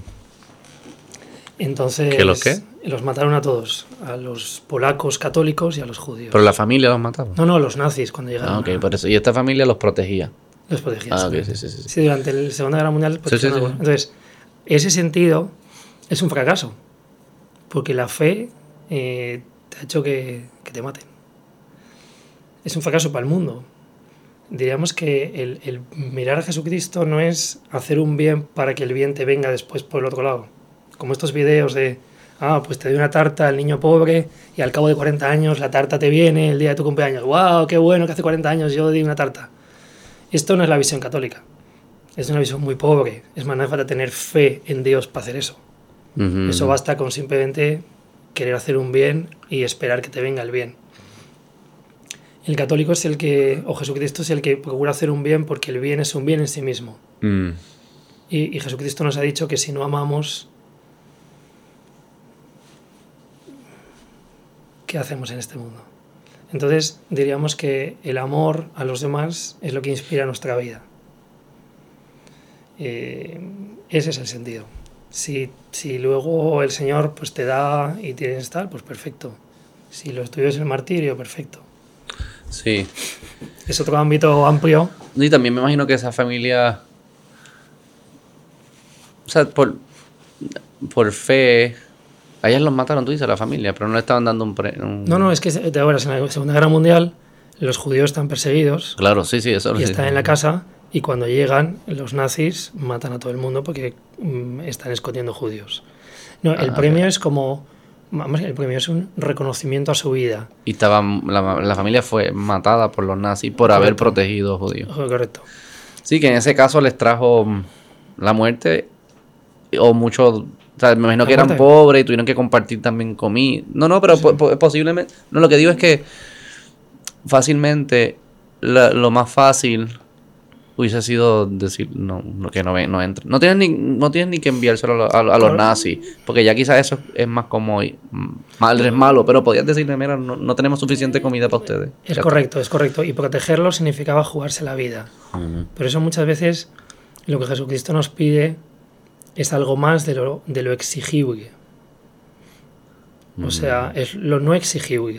Entonces, ¿Qué? Los mataron a todos, a los polacos católicos y a los judíos. ¿Pero la familia los mataba? No, los nazis cuando llegaron. Por eso. Y esta familia los protegía. Los protegía. Sí. Sí, durante la Segunda Guerra Mundial. Sí. Entonces, ese sentido es un fracaso, porque la fe te ha hecho que te maten. Es un fracaso para el mundo. Diríamos que el mirar a Jesucristo no es hacer un bien para que el bien te venga después por el otro lado. Como estos videos de, pues te doy una tarta al niño pobre y al cabo de 40 años la tarta te viene el día de tu cumpleaños. ¡Wow! ¡Qué bueno que hace 40 años yo di una tarta! Esto no es la visión católica. es una visión muy pobre. Es más, no hace falta tener fe en Dios para hacer eso. Eso basta con simplemente querer hacer un bien y esperar que te venga el bien. El católico es el que, o Jesucristo es el que procura hacer un bien porque el bien es un bien en sí mismo. Y Jesucristo nos ha dicho que si no amamos, ¿qué hacemos en este mundo? Entonces diríamos que el amor a los demás es lo que inspira nuestra vida. Ese es el sentido. Si luego el Señor pues te da y tienes tal, pues perfecto. Si lo tuyo es el martirio, perfecto. Sí. Es otro ámbito amplio. Y también me imagino que esa familia, o sea, por fe, a ellas los mataron, tú dices, la familia, pero no le estaban dando un... No, es que de ahora, en la Segunda Guerra Mundial, los judíos están perseguidos. Claro, sí, eso lo Y sé. están en la casa, y cuando llegan, los nazis matan a todo el mundo porque están escondiendo judíos. No, el premio es como... Vamos, el premio es un reconocimiento a su vida. Y la familia fue matada por los nazis por haber protegido judíos. Correcto. Sí, que en ese caso les trajo la muerte o mucho... O sea, me imagino que eran pobres y tuvieron que compartir también comida. No, pero sí. Posiblemente... No, lo que digo es que fácilmente lo más fácil hubiese sido decir que no entra. No tienes ni que enviárselo a los nazis, porque ya quizás eso es más como mal es malo, pero podías decirle, mira, no tenemos suficiente comida para ustedes. Es correcto. Y protegerlo significaba jugarse la vida. Pero eso muchas veces lo que Jesucristo nos pide es algo más de lo exigible. O sea, es lo no exigible.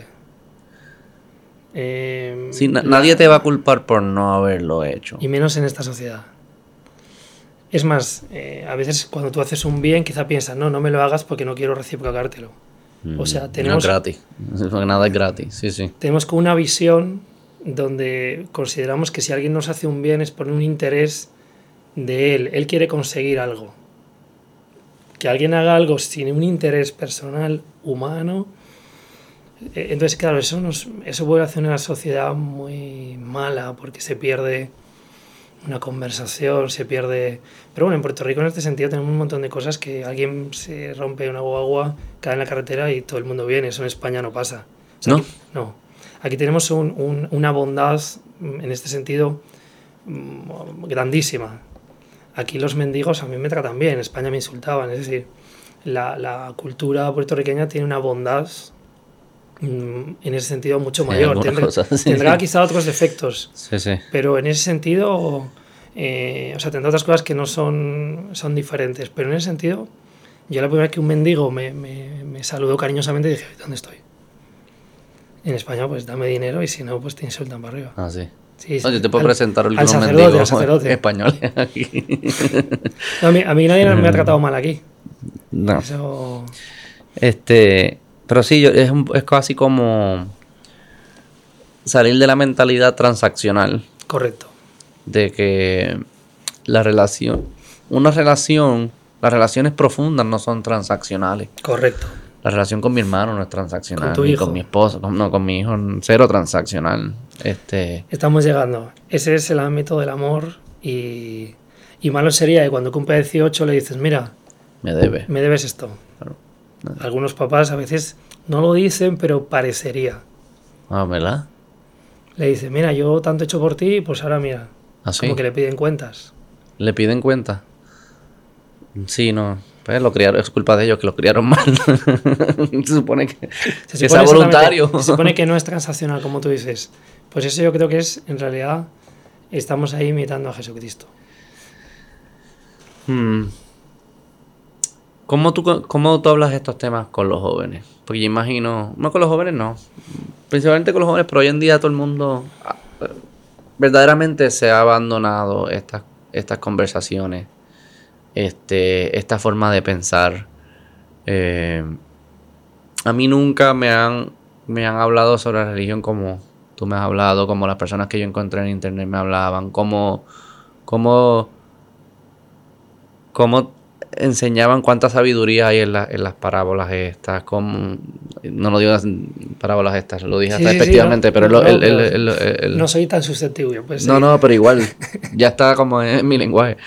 Sí, nadie te va a culpar por no haberlo hecho. Y menos en esta sociedad. Es más, a veces cuando tú haces un bien, quizá piensas, no me lo hagas porque no quiero reciprocártelo. O sea, tenemos... No es gratis, porque nada es gratis, sí. Tenemos como una visión donde consideramos que si alguien nos hace un bien es por un interés de él. Él quiere conseguir algo. Que alguien haga algo sin un interés personal, humano... Entonces, claro, eso vuelve a hacer una sociedad muy mala porque se pierde una conversación, se pierde... Pero bueno, en Puerto Rico en este sentido tenemos un montón de cosas que alguien se rompe una guagua, cae en la carretera y todo el mundo viene. Eso en España no pasa. O sea, ¿no? No. Aquí tenemos una bondad en este sentido grandísima. Aquí los mendigos a mí me tratan bien, en España me insultaban. Es decir, la cultura puertorriqueña tiene una bondad... en ese sentido mucho mayor. Tendrá quizá otros defectos, sí. Pero en ese sentido, o sea, tendrá otras cosas que no son diferentes, pero en ese sentido, yo la primera vez que un mendigo me saludó cariñosamente dije, ¿dónde estoy? En España, pues dame dinero y si no, pues te insultan para arriba. Ah, sí. Sí. Oye, te puedo presentar algunos mendigos españoles aquí. No, a mí nadie me ha tratado mal aquí. No. Eso... Pero sí, es casi como salir de la mentalidad transaccional. Correcto. De que las relaciones profundas no son transaccionales. Correcto. La relación con mi hermano no es transaccional. Con tu hijo. Con mi esposo, con mi hijo, cero transaccional. Estamos llegando. Ese es el ámbito del amor y malo sería que cuando cumple 18 le dices, mira, me debes esto. Claro. Algunos papás a veces no lo dicen, pero parecería. Ah, ¿verdad? Le dicen, mira, yo tanto he hecho por ti, pues ahora mira. ¿Ah, sí? Como que le piden cuentas. ¿Le piden cuenta? Sí, no. Pues es culpa de ellos que lo criaron mal. Se supone que sea voluntario. Se supone que no es transaccional, como tú dices. Pues eso yo creo que es, en realidad, estamos ahí imitando a Jesucristo. ¿Cómo tú hablas de estos temas con los jóvenes? Porque yo imagino... No, con los jóvenes no. Principalmente con los jóvenes, pero hoy en día todo el mundo... verdaderamente se ha abandonado estas conversaciones. Esta forma de pensar. A mí nunca me han hablado sobre la religión como tú me has hablado, como las personas que yo encontré en internet me hablaban, como enseñaban cuánta sabiduría hay en las parábolas estas. No lo digo en parábolas estas, lo dije hasta despectivamente, pero no soy tan susceptible. Pues, no, pero igual, ya está como en mi lenguaje.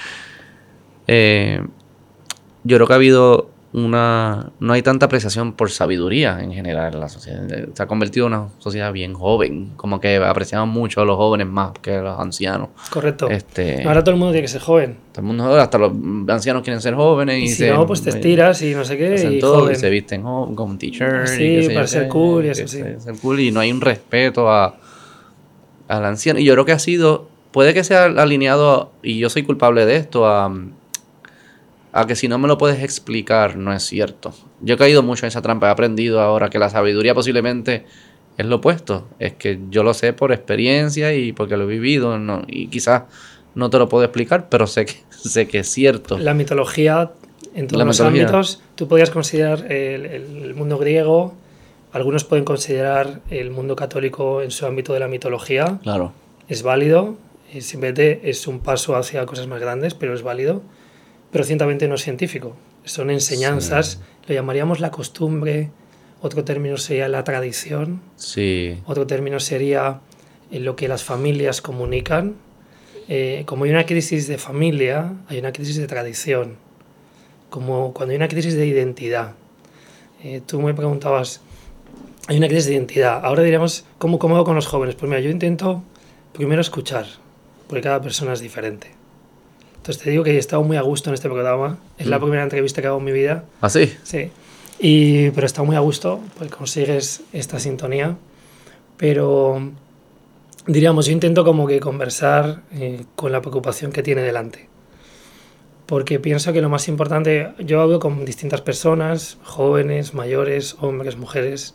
Yo creo que ha habido no hay tanta apreciación por sabiduría en general en la sociedad. Se ha convertido en una sociedad bien joven, como que apreciamos mucho a los jóvenes más que a los ancianos. Correcto. Ahora todo el mundo tiene que ser joven. Todo el mundo, hasta los ancianos quieren ser jóvenes. Y si no, pues te estiras y no sé qué. Y todo, joven. Y se visten con un t-shirt. Sí, para ser cool y eso sí. Ser cool y no hay un respeto al anciano. Y yo creo que puede que sea alineado, y yo soy culpable de esto, a que si no me lo puedes explicar, no es cierto. Yo he caído mucho en esa trampa. He aprendido ahora que la sabiduría posiblemente es lo opuesto. Es que yo lo sé por experiencia y porque lo he vivido. Y quizás no te lo puedo explicar, pero sé que es cierto. La mitología, en todos los ámbitos, tú podrías considerar el mundo griego, algunos pueden considerar el mundo católico en su ámbito de la mitología. Claro. Es válido, simplemente es un paso hacia cosas más grandes, pero es válido. Pero ciertamente no es científico. Son enseñanzas, lo llamaríamos la costumbre, otro término sería la tradición, otro término sería lo que las familias comunican. Como hay una crisis de familia, hay una crisis de tradición, como cuando hay una crisis de identidad. Tú me preguntabas, hay una crisis de identidad. Ahora diríamos, ¿cómo hago con los jóvenes? Pues mira, yo intento primero escuchar, porque cada persona es diferente. Entonces te digo que he estado muy a gusto en este programa. Es la primera entrevista que hago en mi vida. ¿Ah, sí? Sí. Pero he estado muy a gusto, pues consigues esta sintonía. Pero diríamos, yo intento como que conversar con la preocupación que tiene delante. Porque pienso que lo más importante, yo hablo con distintas personas, jóvenes, mayores, hombres, mujeres,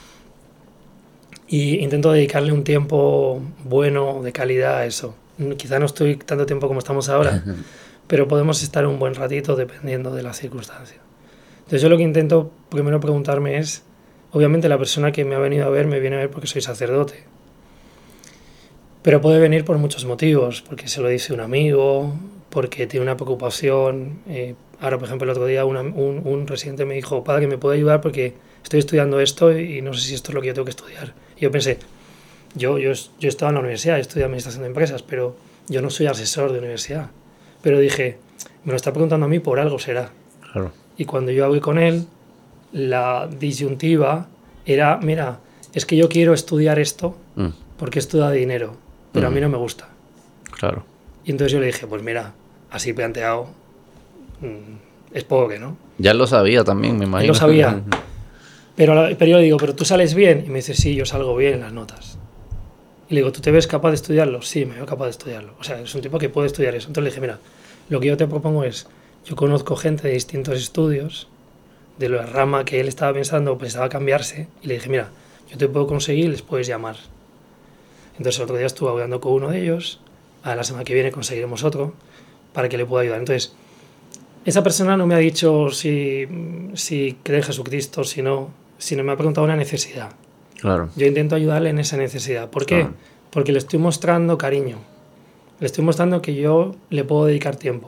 y intento dedicarle un tiempo bueno, de calidad a eso. Quizá no estoy tanto tiempo como estamos ahora, pero podemos estar un buen ratito dependiendo de la circunstancia. Entonces yo lo que intento primero preguntarme es, obviamente la persona que me ha venido a ver me viene a ver porque soy sacerdote, pero puede venir por muchos motivos, porque se lo dice un amigo, porque tiene una preocupación. Ahora, por ejemplo, el otro día un residente me dijo, padre, ¿me puede ayudar? Porque estoy estudiando esto y no sé si esto es lo que yo tengo que estudiar. Y yo pensé, yo estaba en la universidad, estudié administración de empresas, pero yo no soy asesor de universidad. Pero dije, me lo está preguntando a mí, por algo será. Claro. Y cuando yo hablé con él, la disyuntiva era, mira, es que yo quiero estudiar esto porque esto da dinero, pero a mí no me gusta. Claro. Y entonces yo le dije, pues mira, así planteado, es pobre, ¿no? Ya lo sabía también, me imagino. Él lo sabía. Pero yo le digo, ¿pero tú sales bien? Y me dice, sí, yo salgo bien en las notas. Y le digo, ¿tú te ves capaz de estudiarlo? Sí, me veo capaz de estudiarlo. O sea, es un tipo que puede estudiar eso. Entonces le dije, mira, lo que yo te propongo es, yo conozco gente de distintos estudios, de la rama que él estaba pensando, pensaba cambiarse, y le dije, mira, yo te puedo conseguir, les puedes llamar. Entonces el otro día estuve hablando con uno de ellos, a la semana que viene conseguiremos otro, para que le pueda ayudar. Entonces, esa persona no me ha dicho si cree en Jesucristo, sino me ha preguntado una necesidad. Claro. Yo intento ayudarle en esa necesidad. ¿Por qué? Claro. Porque le estoy mostrando cariño. Le estoy mostrando que yo le puedo dedicar tiempo.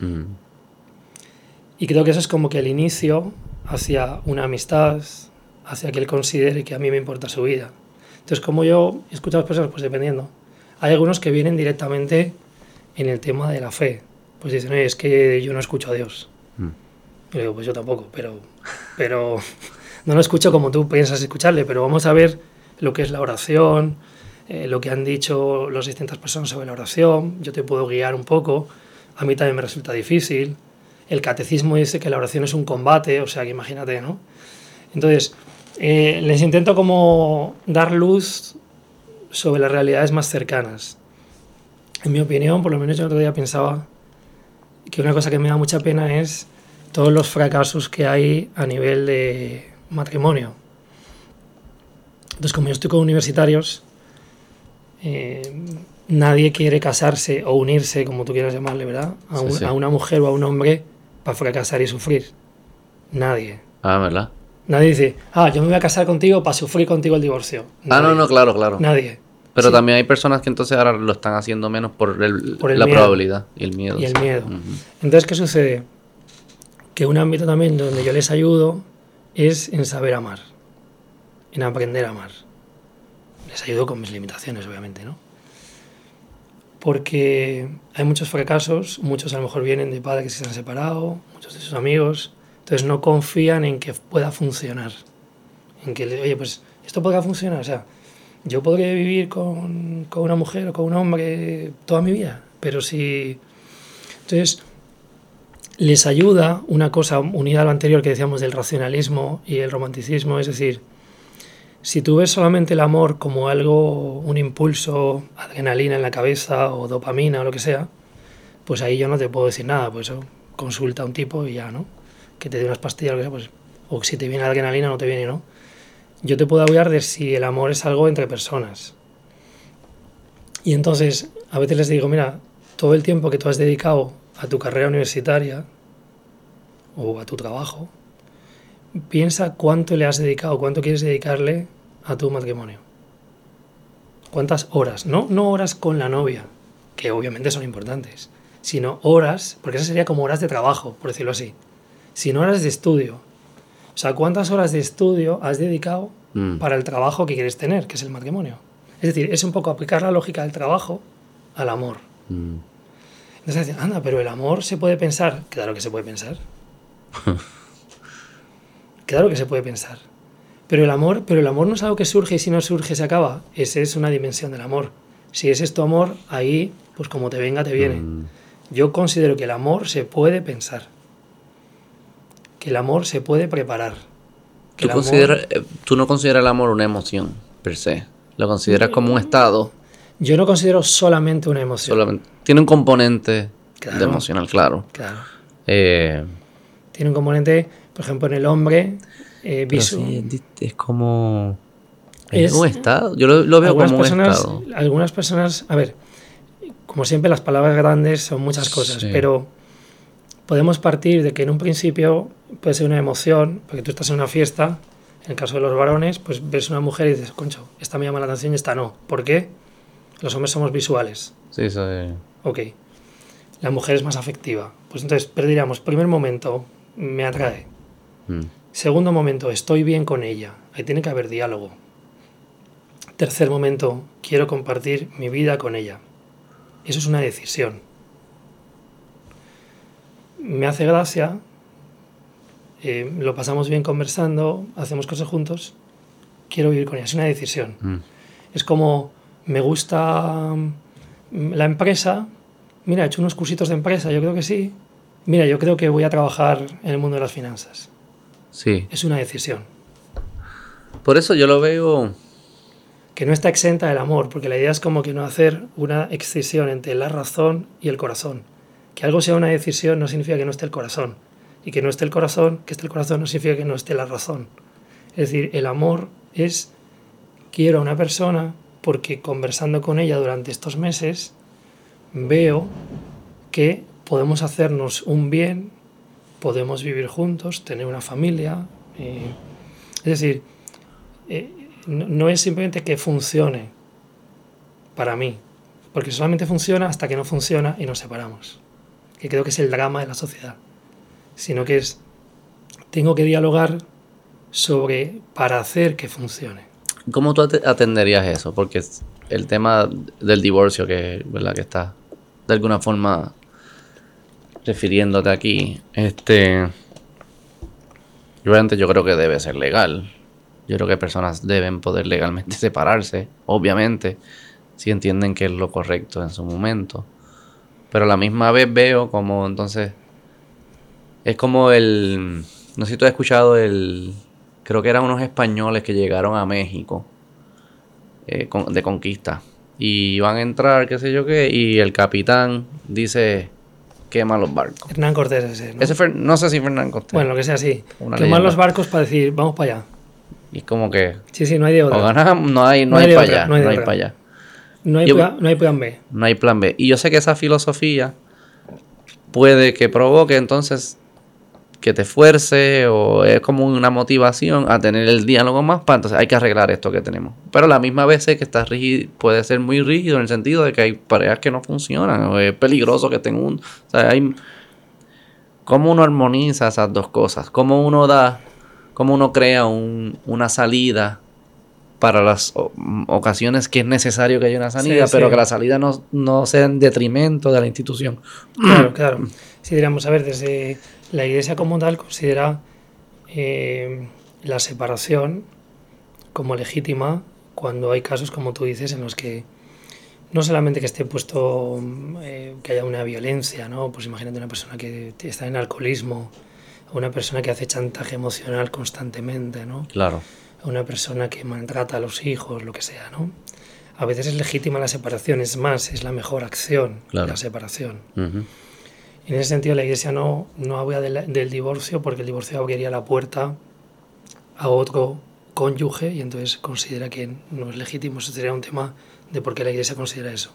Y creo que eso es como que el inicio hacia una amistad, hacia que él considere que a mí me importa su vida. Entonces, como yo escucho a las personas, pues dependiendo. Hay algunos que vienen directamente en el tema de la fe. Pues dicen, oye, es que yo no escucho a Dios. Y le digo, pues yo tampoco, pero no lo escucho como tú piensas escucharle, pero vamos a ver lo que es la oración, lo que han dicho las distintas personas sobre la oración. Yo te puedo guiar un poco. A mí también me resulta difícil. El catecismo dice que la oración es un combate, o sea que imagínate, ¿no? Entonces, les intento como dar luz sobre las realidades más cercanas. En mi opinión, por lo menos yo el otro día pensaba que una cosa que me da mucha pena es todos los fracasos que hay a nivel de matrimonio. Entonces, como yo estoy con universitarios, nadie quiere casarse o unirse, como tú quieras llamarle, ¿verdad? A una mujer o a un hombre para fracasar y sufrir. Nadie. Ah, ¿verdad? Nadie dice, yo me voy a casar contigo para sufrir contigo el divorcio. Nadie. No, claro. Nadie. Pero también hay personas que entonces ahora lo están haciendo menos por la miedo. probabilidad y el miedo. Y el miedo. Entonces, ¿qué sucede? que un ámbito también donde yo les ayudo es en saber amar, en aprender a amar. Les ayudo con mis limitaciones, obviamente, ¿no? Porque hay muchos fracasos, muchos a lo mejor vienen de padres que se han separado, muchos de sus amigos, entonces no confían en que pueda funcionar, en que, oye, pues esto podrá funcionar, o sea, yo podría vivir con una mujer o con un hombre toda mi vida, pero si... Entonces, les ayuda una cosa unida a lo anterior que decíamos del racionalismo y el romanticismo, es decir, si tú ves solamente el amor como algo, un impulso, adrenalina en la cabeza o dopamina o lo que sea, pues ahí yo no te puedo decir nada, pues eso, consulta a un tipo y ya, ¿no? Que te dé unas pastillas o lo que sea, pues, o si te viene adrenalina o no te viene, ¿no? Yo te puedo hablar de si el amor es algo entre personas. Y entonces, a veces les digo, mira, todo el tiempo que tú has dedicado a tu carrera universitaria o a tu trabajo, piensa cuánto le has dedicado, cuánto quieres dedicarle a tu matrimonio. ¿Cuántas horas? No horas con la novia, que obviamente son importantes, sino horas, porque eso sería como horas de trabajo, por decirlo así, sino horas de estudio. O sea, ¿cuántas horas de estudio has dedicado para el trabajo que quieres tener, que es el matrimonio? Es decir, es un poco aplicar la lógica del trabajo al amor. Entonces dicen, anda, pero el amor se puede pensar. Claro que se puede pensar. Claro que se puede pensar. Pero el amor no es algo que surge y si no surge se acaba. Esa es una dimensión del amor. Si ese es tu amor, ahí, pues como te venga, te viene. Yo considero que el amor se puede pensar. Que el amor se puede preparar. Que ¿Tú no consideras el amor una emoción, per se? ¿Lo consideras como un estado? Yo no considero solamente una emoción. Tiene un componente de emocional, claro. Claro. Tiene un componente, por ejemplo, en el hombre... Sí, es como... Es un estado. Yo lo veo como un estado. Algunas personas... A ver, como siempre las palabras grandes son muchas cosas, sí. Pero podemos partir de que en un principio puede ser una emoción, porque tú estás en una fiesta, en el caso de los varones, pues ves una mujer y dices, concho, esta me llama la atención y esta no. ¿Por qué? Los hombres somos visuales. Sí, sí. Ok. La mujer es más afectiva. Pues entonces, diríamos, primer momento, me atrae. Segundo momento, estoy bien con ella. Ahí tiene que haber diálogo. Tercer momento, quiero compartir mi vida con ella. Eso es una decisión. Me hace gracia, lo pasamos bien conversando, hacemos cosas juntos, quiero vivir con ella. Es una decisión. Es como, me gusta la empresa, mira, he hecho unos cursitos de empresa, yo creo que sí. Mira, yo creo que voy a trabajar en el mundo de las finanzas. Sí. Es una decisión. Por eso yo lo veo... Que no está exenta del amor, porque la idea es como que no hacer una excisión entre la razón y el corazón. Que algo sea una decisión no significa que no esté el corazón. Y que no esté el corazón, que esté el corazón no significa que no esté la razón. Es decir, el amor es, quiero a una persona porque conversando con ella durante estos meses veo que podemos hacernos un bien, podemos vivir juntos, tener una familia. Es decir, no es simplemente que funcione para mí, porque solamente funciona hasta que no funciona y nos separamos, que creo que es el drama de la sociedad, sino que es, tengo que dialogar sobre para hacer que funcione. ¿Cómo tú atenderías eso? Porque el tema del divorcio, ¿verdad? Que está de alguna forma refiriéndote aquí, obviamente yo creo que debe ser legal. Yo creo que personas deben poder legalmente separarse, obviamente, si entienden que es lo correcto en su momento. Pero a la misma vez veo como, entonces, es como no sé si tú has escuchado creo que eran unos españoles que llegaron a México de conquista. Y iban a entrar, qué sé yo qué, y el capitán dice, quema los barcos. Hernán Cortés ese, ¿no? No sé si Hernán Cortés. Bueno, lo que sea, sí. Quemar los barcos para decir, vamos para allá. Y es como que... Sí, no hay de otra. O ganamos, no hay para allá. No hay para allá. No hay plan B. No hay plan B. Y yo sé que esa filosofía puede que provoque entonces que te fuerce o es como una motivación a tener el diálogo más para entonces hay que arreglar esto que tenemos. Pero a la misma vez sé que está rígido, puede ser muy rígido en el sentido de que hay parejas que no funcionan o es peligroso que estén o sea, ¿Cómo uno armoniza esas dos cosas? ¿Cómo uno crea una salida para las ocasiones que es necesario que haya una salida, pero que la salida no sea en detrimento de la institución? Claro. Si diríamos, a ver, desde la Iglesia como tal considera la separación como legítima cuando hay casos, como tú dices, en los que no solamente que esté puesto que haya una violencia, ¿no? Pues imagínate una persona que está en alcoholismo, o una persona que hace chantaje emocional constantemente, ¿no? Claro. O una persona que maltrata a los hijos, lo que sea, ¿no? A veces es legítima la separación, es más, es la mejor acción, la separación. Uh-huh. En ese sentido, la Iglesia no habla del divorcio, porque el divorcio abriría la puerta a otro cónyuge y entonces considera que no es legítimo. Eso sería un tema de por qué la Iglesia considera eso.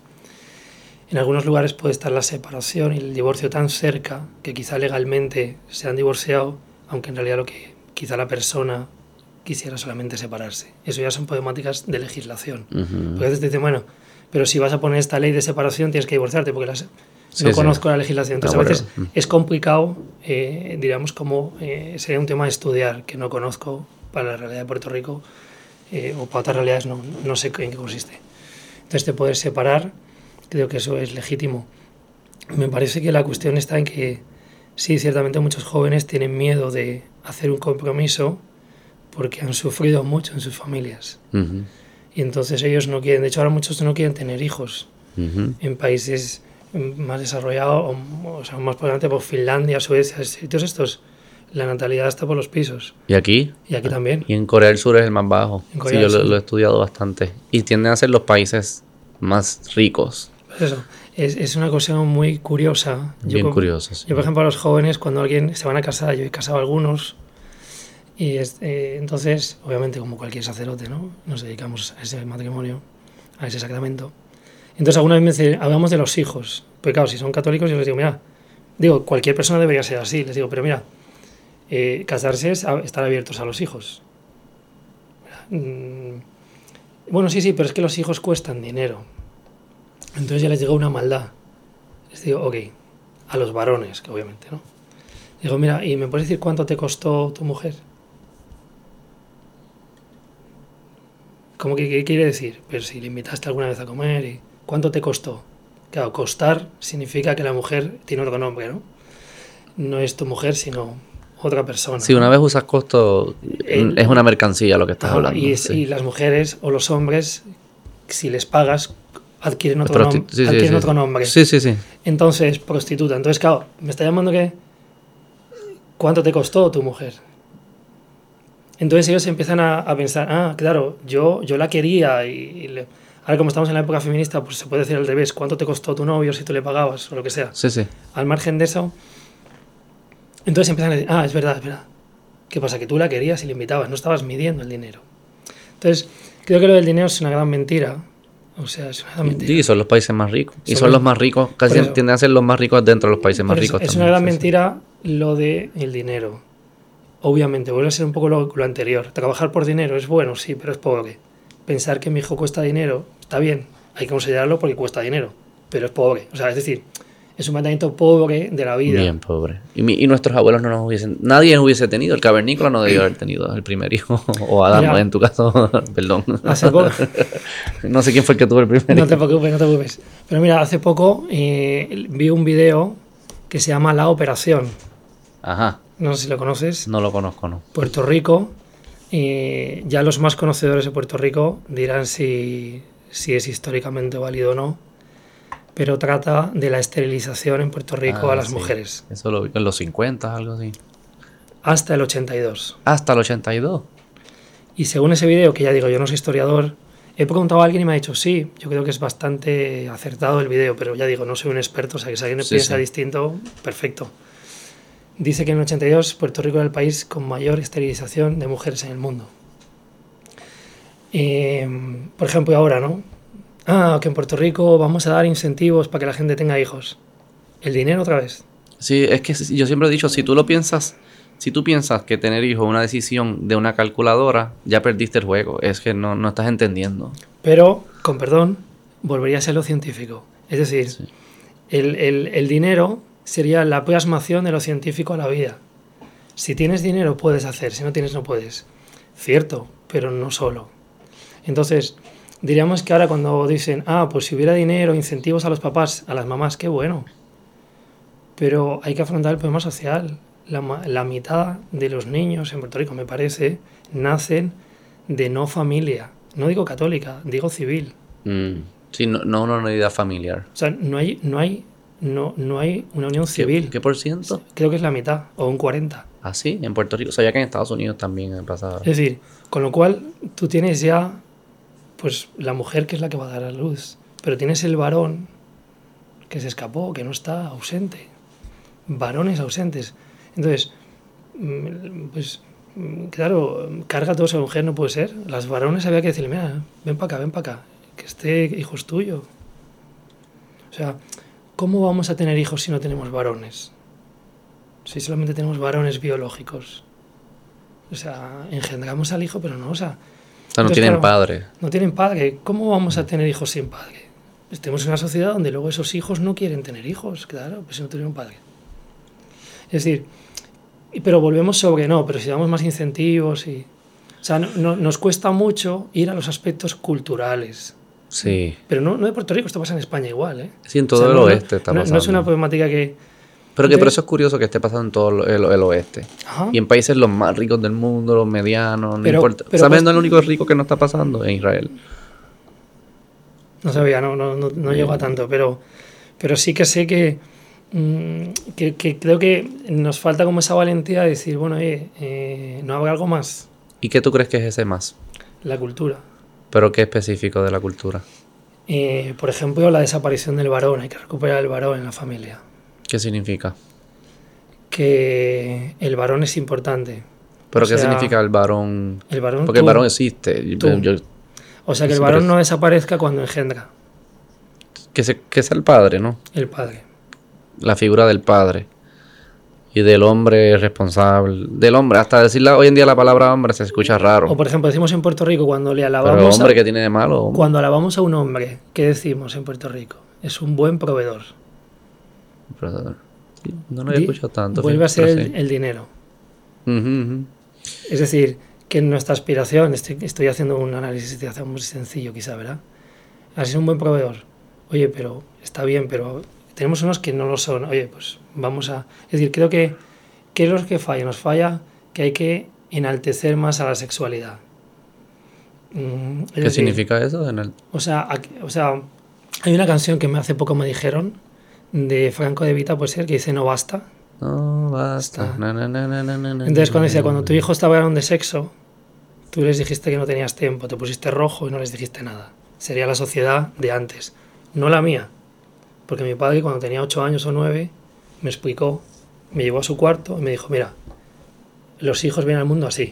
En algunos lugares puede estar la separación y el divorcio tan cerca que quizá legalmente se han divorciado, aunque en realidad lo que quizá la persona quisiera solamente separarse. Eso ya son problemáticas de legislación. Uh-huh. Porque a veces te dicen, bueno, pero si vas a poner esta ley de separación tienes que divorciarte, porque no conozco la legislación. Entonces a veces es complicado, diríamos, como sería un tema de estudiar, que no conozco para la realidad de Puerto Rico, o para otras realidades no sé en qué consiste. Entonces te puedes separar, creo que eso es legítimo. Me parece que la cuestión está en que sí, ciertamente muchos jóvenes tienen miedo de hacer un compromiso porque han sufrido mucho en sus familias. Uh-huh. Y entonces ellos no quieren, de hecho ahora muchos no quieren tener hijos. Uh-huh. En países más desarrollados, o sea, más por delante, por Finlandia, Suecia, sitios estos, la natalidad está por los pisos. ¿Y aquí? Y aquí también. Y en Corea del Sur es el más bajo. Sí, yo lo he estudiado bastante. Y tienden a ser los países más ricos. Pues eso, es una cosa muy curiosa. Bien curiosa, sí. Yo, por ejemplo, a los jóvenes, cuando alguien se van a casar, yo he casado a algunos, y entonces, obviamente, como cualquier sacerdote, ¿no? Nos dedicamos a ese matrimonio, a ese sacramento. Entonces, alguna vez hablamos de los hijos. Porque claro, si son católicos, yo les digo, mira, cualquier persona debería ser así. Les digo, pero mira, casarse es estar abiertos a los hijos. Bueno, sí, pero es que los hijos cuestan dinero. Entonces ya les llegó una maldad. Les digo, ok, a los varones, que obviamente, ¿no? Digo, mira, ¿y me puedes decir cuánto te costó tu mujer? ¿Cómo que qué quiere decir? Pero si le invitaste alguna vez a comer, ¿y cuánto te costó? Claro, costar significa que la mujer tiene otro nombre, ¿no? No es tu mujer, sino otra persona. Sí, una vez usas costo, es una mercancía lo que estás hablando. Y las mujeres o los hombres, si les pagas, adquieren otro nombre. Sí. Entonces, prostituta. Entonces, claro, me está llamando que ¿cuánto te costó tu mujer? Entonces ellos empiezan a pensar, claro, yo la quería ahora como estamos en la época feminista, pues se puede decir al revés, ¿cuánto te costó tu novio si tú le pagabas o lo que sea? Sí. Al margen de eso, entonces empiezan a decir, es verdad. ¿Qué pasa? Que tú la querías y le invitabas, no estabas midiendo el dinero. Entonces, creo que lo del dinero es una gran mentira. O sea, es una gran mentira. Sí, son los países más ricos. Y son los más ricos, casi tienden a ser los más ricos dentro de los países más ricos. Es una gran mentira lo del dinero. Obviamente, vuelve a ser un poco lo anterior. Trabajar por dinero es bueno, sí, pero es pobre. Pensar que mi hijo cuesta dinero, está bien, hay que considerarlo porque cuesta dinero, pero es pobre. O sea, es decir, es un planteamiento pobre de la vida. Bien pobre. Y nuestros abuelos nadie hubiese tenido, el cavernícola no debió haber tenido el primer hijo, o Adán, mira, en tu caso, perdón. Hace poco. No sé quién fue el que tuvo el primer hijo. No te preocupes. Pero mira, hace poco vi un video que se llama La Operación. Ajá. No sé si lo conoces. No lo conozco, no. Puerto Rico. Ya los más conocedores de Puerto Rico dirán si es históricamente válido o no, pero trata de la esterilización en Puerto Rico a las mujeres. Eso lo vi en los 50, algo así. Hasta el 82. ¿Hasta el 82? Y según ese video, que ya digo, yo no soy historiador, he preguntado a alguien y me ha dicho, sí, yo creo que es bastante acertado el video, pero ya digo, no soy un experto, o sea, que si alguien piensa distinto, perfecto. Dice que en el 82 Puerto Rico era el país con mayor esterilización de mujeres en el mundo. Por ejemplo, ahora, ¿no? Que en Puerto Rico vamos a dar incentivos para que la gente tenga hijos. ¿El dinero otra vez? Sí, es que yo siempre he dicho, si tú piensas que tener hijos es una decisión de una calculadora, ya perdiste el juego. Es que no estás entendiendo. Pero, con perdón, volvería a ser lo científico. Es decir, el dinero sería la plasmación de lo científico a la vida. Si tienes dinero puedes hacer, si no tienes no puedes. Cierto, pero no solo. Entonces, diríamos que ahora cuando dicen, pues si hubiera dinero, incentivos a los papás, a las mamás, qué bueno. Pero hay que afrontar el problema social. La mitad de los niños en Puerto Rico, me parece, nacen de no familia. No digo católica, digo civil. Sí, no una unidad familiar. O sea, no hay una unión civil. ¿Qué por ciento? Creo que es la mitad, o un 40%. Ah, sí, en Puerto Rico. Sabía que en Estados Unidos también pasaba. Es decir, con lo cual tú tienes ya, pues, la mujer que es la que va a dar a luz, pero tienes el varón que se escapó, que no está, ausente. Varones ausentes. Entonces, pues, claro, carga todo sobre la mujer, no puede ser. Las varones había que decirle, mira, ven para acá, que este hijo es tuyo. O sea, ¿cómo vamos a tener hijos si no tenemos varones? Si solamente tenemos varones biológicos. O sea, engendramos al hijo, pero no, o sea... no tienen padre. No tienen padre. ¿Cómo vamos a tener hijos sin padre? Estamos en una sociedad donde luego esos hijos no quieren tener hijos, claro, pues si no tuvieron padre. Es decir, pero volvemos sobre pero si damos más incentivos y... O sea, nos cuesta mucho ir a los aspectos culturales. Sí. Pero no de Puerto Rico, esto pasa en España igual, ¿eh? Sí, en todo el oeste está pasando. No es una problemática que... Pero que por eso es curioso que esté pasando en todo el oeste. Ajá. Y en países los más ricos del mundo, los medianos, no importa. Pero ¿Sabes dónde es el único rico que no está pasando? En Israel. No sabía, no llego a tanto, pero sí que sé que creo que nos falta como esa valentía de decir, bueno, ¿no habrá algo más? ¿Y qué tú crees que es ese más? La cultura. ¿Pero qué específico de la cultura? Por ejemplo, la desaparición del varón. Hay que recuperar el varón en la familia. ¿Qué significa? Que el varón es importante. ¿Pero qué significa el varón? El varón porque el varón existe. O sea, que el varón no desaparezca cuando engendra. Que es el padre, ¿no? El padre. La figura del padre. Y del hombre responsable. Del hombre. Hasta decirla hoy en día la palabra hombre se escucha raro. O por ejemplo, decimos en Puerto Rico cuando le alabamos... Pero hombre, ¿qué tiene de malo? Hombre? Cuando alabamos a un hombre, ¿qué decimos en Puerto Rico? Es un buen proveedor. No lo he escuchado tanto. Vuelve a ser el dinero. Es decir, que nuestra aspiración, estoy haciendo un análisis muy sencillo quizá, ¿verdad? Así es un buen proveedor. Oye, pero está bien, pero tenemos unos que no lo son. Oye, pues vamos a... Es decir, creo que ¿qué es lo que falla? Nos falla que hay que enaltecer más a la sexualidad. ¿Qué significa eso? O sea, hay una canción que hace poco me dijeron de Franco De Vita, puede ser, que dice no basta. No basta. Entonces cuando tu hijo estaba hablando de sexo, tú les dijiste que no tenías tiempo, te pusiste rojo y no les dijiste nada. Sería la sociedad de antes, no la mía. Porque mi padre cuando tenía 8 años o 9 me explicó, me llevó a su cuarto y me dijo, mira, los hijos vienen al mundo así.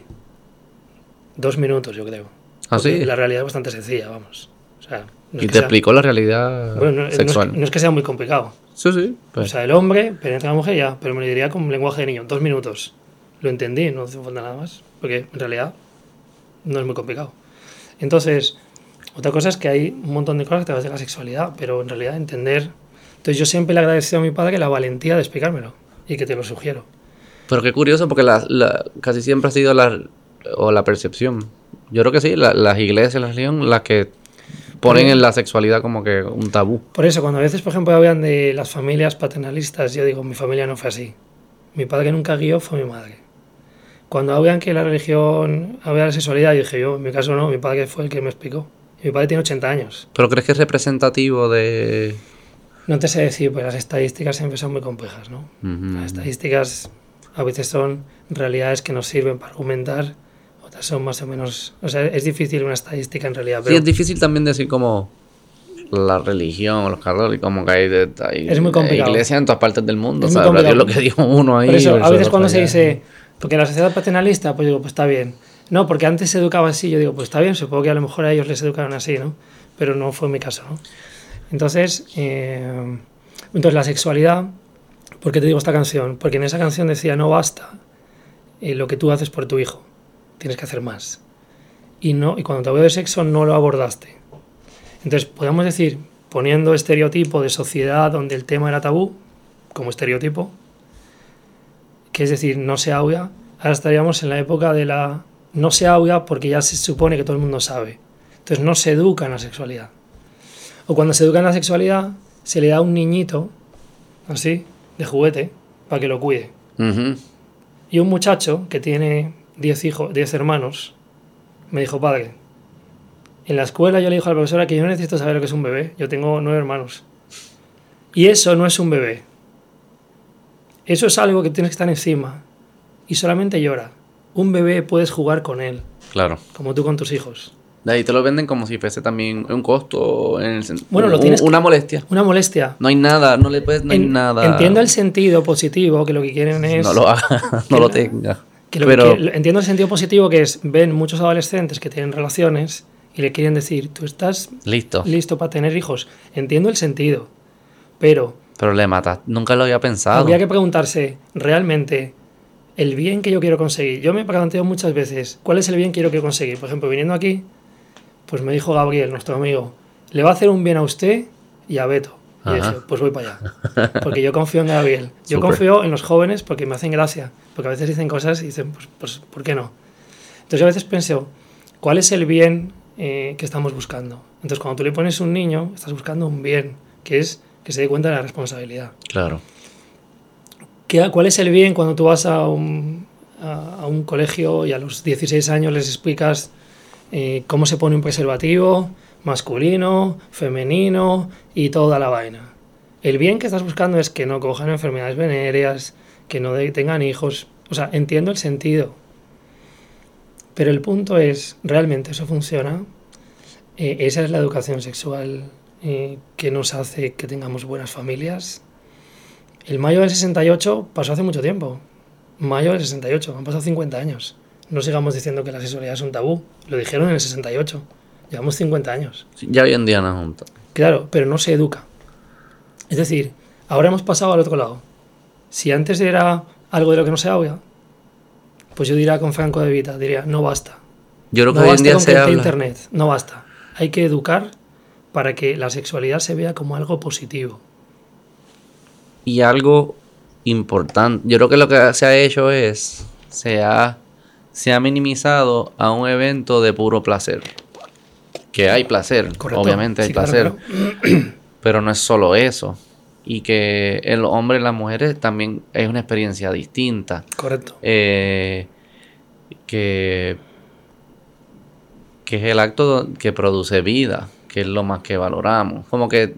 2 minutos, yo creo. ¿Ah, sí? La realidad es bastante sencilla, vamos. O sea, y te explicó la realidad sexual. No es que sea muy complicado. Sí. Pues. O sea, el hombre penetra a la mujer ya, pero me lo diría con lenguaje de niño, 2 minutos. Lo entendí, no hace falta nada más, porque en realidad no es muy complicado. Entonces, otra cosa es que hay un montón de cosas a través de la sexualidad, pero en realidad entender... Entonces yo siempre le agradecido a mi padre la valentía de explicármelo y que te lo sugiero. Pero qué curioso, porque casi siempre ha sido la percepción. Yo creo que sí, las iglesias, la religión, las que ponen en la sexualidad como que un tabú. Por eso, cuando a veces, por ejemplo, hablan de las familias paternalistas, yo digo, mi familia no fue así. Mi padre nunca guió, fue mi madre. Cuando hablan que la religión habla de la sexualidad, yo dije, en mi caso no, mi padre fue el que me explicó. Y mi padre tiene 80 años. ¿Pero crees que es representativo de...? No te sé decir, pues las estadísticas siempre son muy complejas, ¿no? Las estadísticas a veces son realidades que nos sirven para argumentar, otras son más o menos... O sea, es difícil una estadística en realidad, pero... Sí, es difícil también decir como la religión, los católicos, como que hay es muy complicado. Iglesias en todas partes del mundo, es ¿sabes? Es lo que dijo uno ahí. Por eso, a veces cuando se dice, porque la sociedad paternalista, pues digo, pues está bien. No, porque antes se educaba así, yo digo, pues está bien, supongo que a lo mejor a ellos les educaron así, ¿no? Pero no fue mi caso, ¿no? Entonces la sexualidad, ¿por qué te digo esta canción? Porque en esa canción decía, no basta lo que tú haces por tu hijo, tienes que hacer más. Y cuando te hablo de sexo no lo abordaste. Entonces podemos decir, poniendo estereotipo de sociedad donde el tema era tabú, como estereotipo, que es decir, no se ahoga. Ahora estaríamos en la época de la... No se ahoga porque ya se supone que todo el mundo sabe. Entonces no se educa en la sexualidad. O cuando se educa en la sexualidad, se le da a un niñito, así, de juguete, para que lo cuide. Y un muchacho que tiene 10 hermanos, me dijo, padre, en la escuela yo le dije a la profesora que yo no necesito saber lo que es un bebé, yo tengo 9 hermanos. Y eso no es un bebé. Eso es algo que tienes que estar encima. Y solamente llora. Un bebé puedes jugar con él. Claro. Como tú con tus hijos. De ahí te lo venden como si fuese también un costo, Bueno, lo tienes una molestia. Una molestia. No hay nada, no le puedes, no hay nada. Entiendo el sentido positivo, que lo que quieren es... No lo haga, no lo tenga. Entiendo el sentido positivo, que es, ven muchos adolescentes que tienen relaciones y le quieren decir, tú estás listo para tener hijos. Entiendo el sentido, pero le matas. Nunca lo había pensado. habría que preguntarse, realmente, el bien que yo quiero conseguir. Yo me he planteado muchas veces, ¿cuál es el bien que yo quiero conseguir? Por ejemplo, viniendo aquí, pues me dijo Gabriel, nuestro amigo, le va a hacer un bien a usted y a Beto. Y dije, pues voy para allá. Porque yo confío en Gabriel. Yo confío en los jóvenes porque me hacen gracia. Porque a veces dicen cosas y dicen, pues ¿por qué no? Entonces yo a veces pienso, ¿cuál es el bien que estamos buscando? Entonces cuando tú le pones un niño, estás buscando un bien, que es que se dé cuenta de la responsabilidad. Claro. ¿Cuál es el bien cuando tú vas a un colegio y a los 16 años les explicas cómo se pone un preservativo masculino, femenino y toda la vaina? El bien que estás buscando es que no cojan enfermedades venéreas, que no tengan hijos. O sea, entiendo el sentido. Pero el punto es, ¿realmente eso funciona? ¿Esa es la educación sexual que nos hace que tengamos buenas familias? El mayo del 68 pasó hace mucho tiempo. Mayo del 68, han pasado 50 años. No sigamos diciendo que la sexualidad es un tabú. Lo dijeron en el 68. Llevamos 50 años. Sí, ya hoy en día no es un tabú. Claro, pero no se educa. Es decir, ahora hemos pasado al otro lado. Si antes era algo de lo que no se habla, pues yo diría con Franco de Vita, diría, no basta. Yo creo que no hoy en basta día con se que habla. Internet, no basta. Hay que educar para que la sexualidad se vea como algo positivo. Y algo importante, yo creo que lo que se ha hecho es, se ha minimizado a un evento de puro placer. Que hay placer, Correcto. obviamente hay placer, claro. Pero no es solo eso. Y que el hombre y las mujeres también es una experiencia distinta. Correcto. Que es el acto que produce vida, que es lo más que valoramos. Como que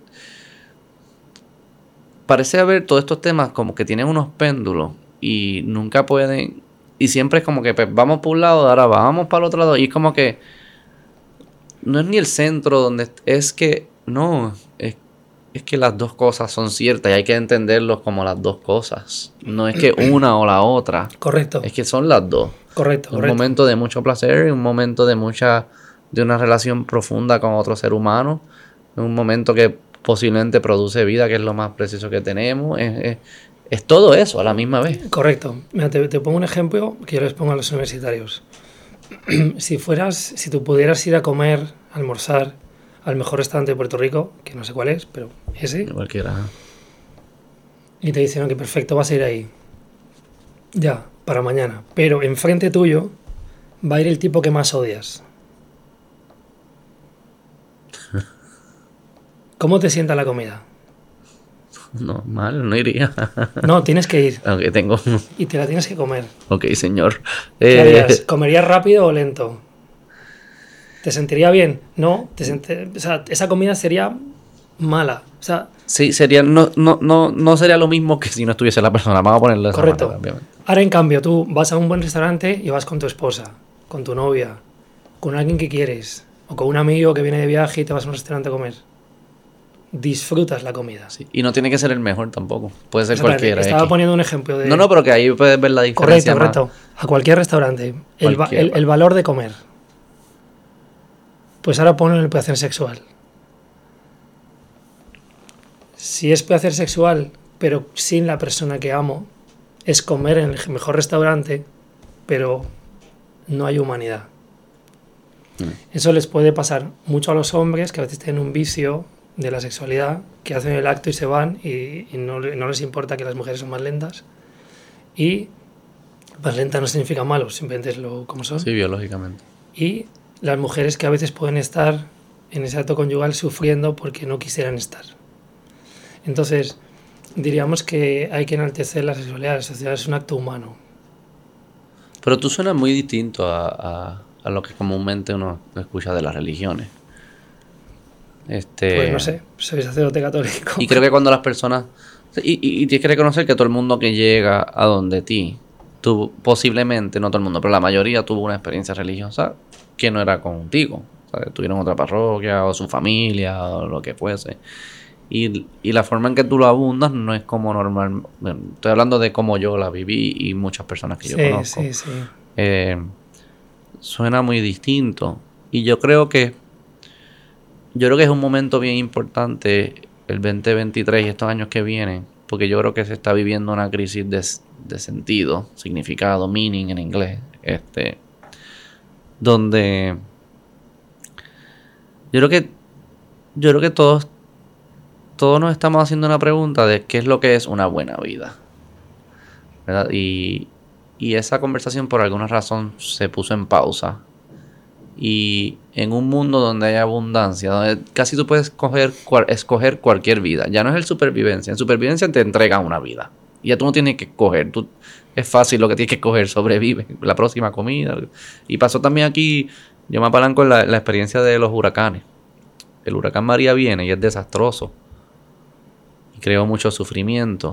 parece haber todos estos temas como que tienen unos péndulos y nunca pueden... Y siempre es como que pues, vamos por un lado, ahora vamos para el otro lado. Y es como que no es ni el centro donde... Es que no, es que las dos cosas son ciertas y hay que entenderlos como las dos cosas. No es que una o la otra. Correcto. Es que son las dos. Correcto. Un momento de mucho placer y un momento de una relación profunda con otro ser humano. Un momento que posiblemente produce vida, que es lo más preciso que tenemos. Es todo eso a la misma vez. Correcto. Mira, te pongo un ejemplo que yo les pongo a los universitarios. Si tú pudieras ir a comer, a almorzar al mejor restaurante de Puerto Rico, que no sé cuál es, pero ese. Cualquiera. Y te dicen, que perfecto, vas a ir ahí. Ya, para mañana. Pero enfrente tuyo va a ir el tipo que más odias. ¿Cómo te sienta la comida? No, mal, no iría. No, tienes que ir. Aunque tengo... Y te la tienes que comer. Ok, señor. ¿Qué harías? ¿Comerías rápido o lento? ¿Te sentiría bien? No. O sea, esa comida sería mala. O sea, sí, sería... No sería lo mismo que si no estuviese la persona. Vamos a ponerlo de esa correcto. manera, obviamente. Ahora, en cambio, tú vas a un buen restaurante y vas con tu esposa, con tu novia, con alguien que quieres, o con un amigo que viene de viaje y te vas a un restaurante a comer. Disfrutas la comida. Sí. Y no tiene que ser el mejor tampoco. Puede ser cualquiera. Estaba poniendo un ejemplo de... No, pero que ahí puedes ver la diferencia. Correcto. A cualquier restaurante. El valor de comer. Pues ahora ponlo en el placer sexual. Si es placer sexual, pero sin la persona que amo, es comer en el mejor restaurante, pero no hay humanidad. Eso les puede pasar mucho a los hombres, que a veces tienen un vicio de la sexualidad que hacen el acto y se van y no les importa que las mujeres son más lentas. Y más lenta no significa malo, simplemente es lo como son. Sí, biológicamente. Y las mujeres que a veces pueden estar en ese acto conyugal sufriendo porque no quisieran estar. Entonces, diríamos que hay que enaltecer la sexualidad. La sexualidad es un acto humano. Pero tú suenas muy distinto a lo que comúnmente uno escucha de las religiones. Pues no sé, soy sacerdote católico. Y creo que cuando las personas... Y tienes que reconocer que todo el mundo que llega a donde ti, tú posiblemente, no todo el mundo, pero la mayoría tuvo una experiencia religiosa que no era contigo. O sea, tuvieron otra parroquia o su familia o lo que fuese. Y la forma en que tú lo abundas no es como normal. Bueno, estoy hablando de cómo yo la viví y muchas personas que yo conozco. Sí. Suena muy distinto. Y yo creo que es un momento bien importante el 2023 y estos años que vienen, porque yo creo que se está viviendo una crisis de sentido, significado, meaning en inglés, donde yo creo que todos nos estamos haciendo una pregunta de qué es lo que es una buena vida, ¿verdad? Y esa conversación por alguna razón se puso en pausa. Y en un mundo donde hay abundancia, donde casi tú puedes escoger cualquier vida. Ya no es el supervivencia. En supervivencia te entregan una vida. Y ya tú no tienes que escoger. Es fácil lo que tienes que escoger. Sobrevive. La próxima comida. Y pasó también aquí, yo me apalanco en la experiencia de los huracanes. El huracán María viene y es desastroso. Y creó mucho sufrimiento.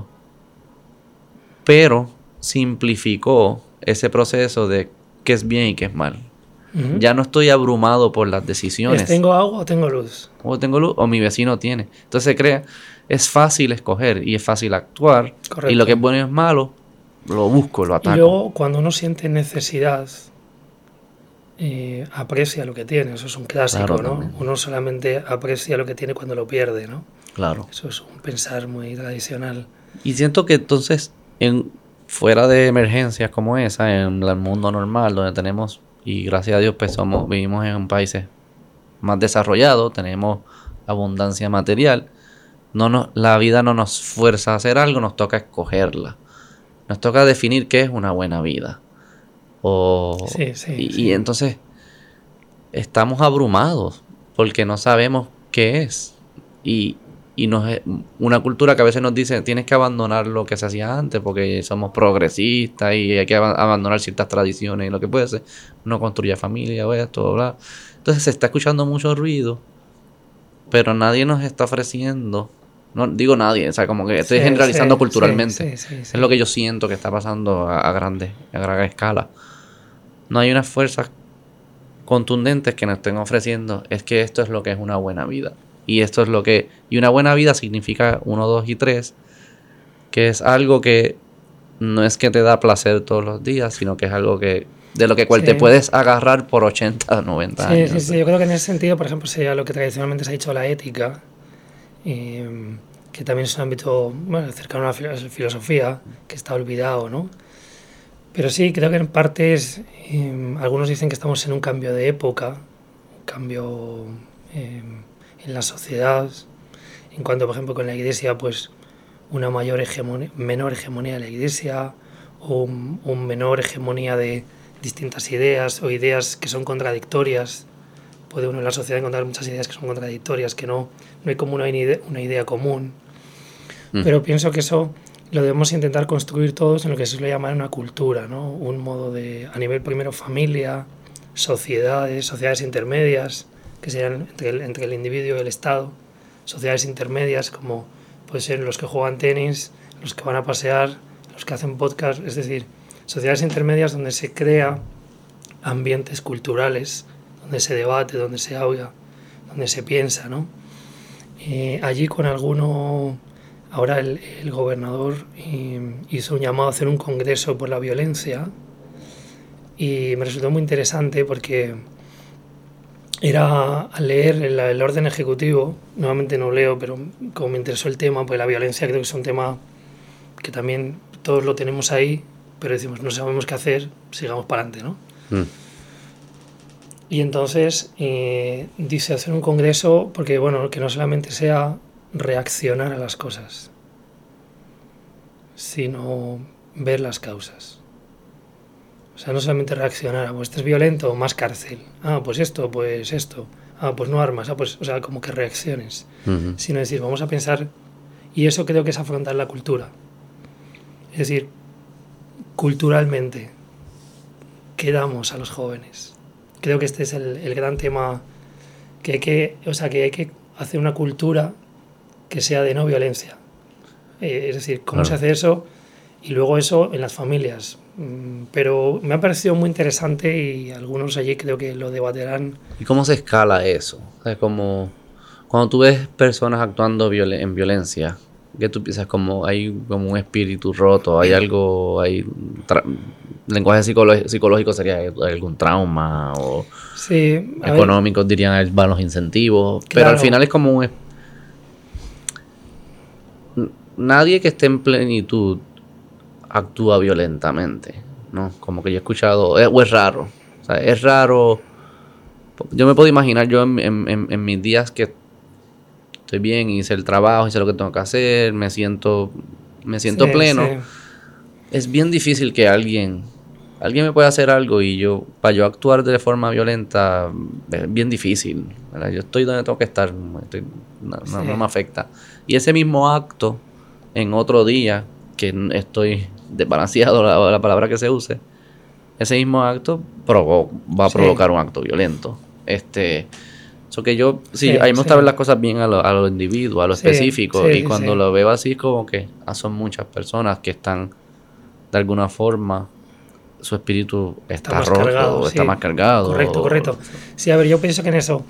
Pero simplificó ese proceso de qué es bien y qué es mal. Ya no estoy abrumado por las decisiones. ¿Tengo agua o tengo luz? O tengo luz o mi vecino tiene. Entonces es fácil escoger y es fácil actuar. Correcto. Y lo que es bueno y es malo, lo busco, lo ataco. Y luego, cuando uno siente necesidad, aprecia lo que tiene. Eso es un clásico, claro, ¿no? También. Uno solamente aprecia lo que tiene cuando lo pierde, ¿no? Claro. Eso es un pensar muy tradicional. Y siento que entonces, fuera de emergencias como esa, en el mundo normal, donde tenemos... Y gracias a Dios pues vivimos en un país más desarrollado, tenemos abundancia material. La vida no nos fuerza a hacer algo, nos toca escogerla. Nos toca definir qué es una buena vida. Y entonces estamos abrumados porque no sabemos qué es. Y es una cultura que a veces nos dice tienes que abandonar lo que se hacía antes porque somos progresistas y hay que abandonar ciertas tradiciones y lo que puede ser, no construye familia o esto, bla. Entonces se está escuchando mucho ruido, pero nadie nos está ofreciendo, no digo nadie, o sea, como que estoy generalizando culturalmente. Es lo que yo siento que está pasando a gran escala. No hay unas fuerzas contundentes que nos estén ofreciendo, es que esto es lo que es una buena vida. Y esto es lo que... Y una buena vida significa 1, 2 y 3, que es algo que no es que te da placer todos los días, sino que es algo que de lo que te puedes agarrar por 80, 90 años. Sí, yo creo que en ese sentido, por ejemplo, sería lo que tradicionalmente se ha dicho la ética, que también es un ámbito cercano a la filosofía, que está olvidado, ¿no? Pero sí, creo que en parte algunos dicen que estamos en un cambio de época, un cambio... en la sociedad, en cuanto, por ejemplo, con la Iglesia, pues una menor hegemonía de la Iglesia o un menor hegemonía de distintas ideas o ideas que son contradictorias. Puede uno en la sociedad encontrar muchas ideas que son contradictorias, que no hay como una idea común. Pero pienso que eso lo debemos intentar construir todos en lo que se suele llamar una cultura, ¿no? Un modo de, a nivel primero familia, sociedades intermedias, que serían entre el individuo y el Estado, sociedades intermedias como pueden ser los que juegan tenis, los que van a pasear, los que hacen podcast, es decir, sociedades intermedias donde se crea ambientes culturales, donde se debate, donde se habla, donde se piensa, ¿no? Allí con ahora el gobernador hizo un llamado a hacer un congreso por la violencia y me resultó muy interesante porque era al leer el orden ejecutivo, nuevamente no leo, pero como me interesó el tema, pues la violencia creo que es un tema que también todos lo tenemos ahí, pero decimos, no sabemos qué hacer, sigamos para adelante, ¿no? Y entonces dice hacer un congreso porque, bueno, que no solamente sea reaccionar a las cosas, sino ver las causas. O sea, no solamente reaccionar, pues esto es violento, más cárcel. Ah, pues esto, pues esto. Ah, pues no armas. Ah, pues, o sea, como que reacciones. Ujú. Sino decir, vamos a pensar, y eso creo que es afrontar la cultura. Es decir, culturalmente, ¿qué damos a los jóvenes? Creo que este es el gran tema que hay que, o sea, que hay que hacer una cultura que sea de no violencia. Es decir, ¿cómo se Claro. hace eso? Y luego eso en las familias. Pero me ha parecido muy interesante y algunos allí creo que lo debatirán. ¿Y cómo se escala eso? O sea, como cuando tú ves personas actuando en violencia, ¿qué tú piensas? Como hay como un espíritu roto, hay algo, lenguaje psicológico sería algún trauma o Sí, a ver, económicos dirían van los incentivos, pero al claro, final es como nadie que esté en plenitud actúa violentamente, ¿no? Como que yo he escuchado, o es raro, o sea, es raro. Yo me puedo imaginar yo en mis días que estoy bien, hice el trabajo, hice lo que tengo que hacer, me siento sí, sí, pleno. Es bien difícil que alguien me pueda hacer algo y para yo actuar de forma violenta, es bien difícil, ¿verdad? Yo estoy donde tengo que estar, no me sí, afecta. Y ese mismo acto, en otro día, que estoy desbalanceado, la palabra que se use, ese mismo acto va a sí, provocar un acto violento. Eso que sí, a sí, mí me sí, gusta ver las cosas bien a lo individuo, a lo sí, específico, sí, y sí, sí, cuando lo veo así es como que son muchas personas que están, de alguna forma, su espíritu está está más cargado, roto, está sí, más cargado, correcto, o lo correcto. que sea. Sí, a ver, yo pienso que en eso,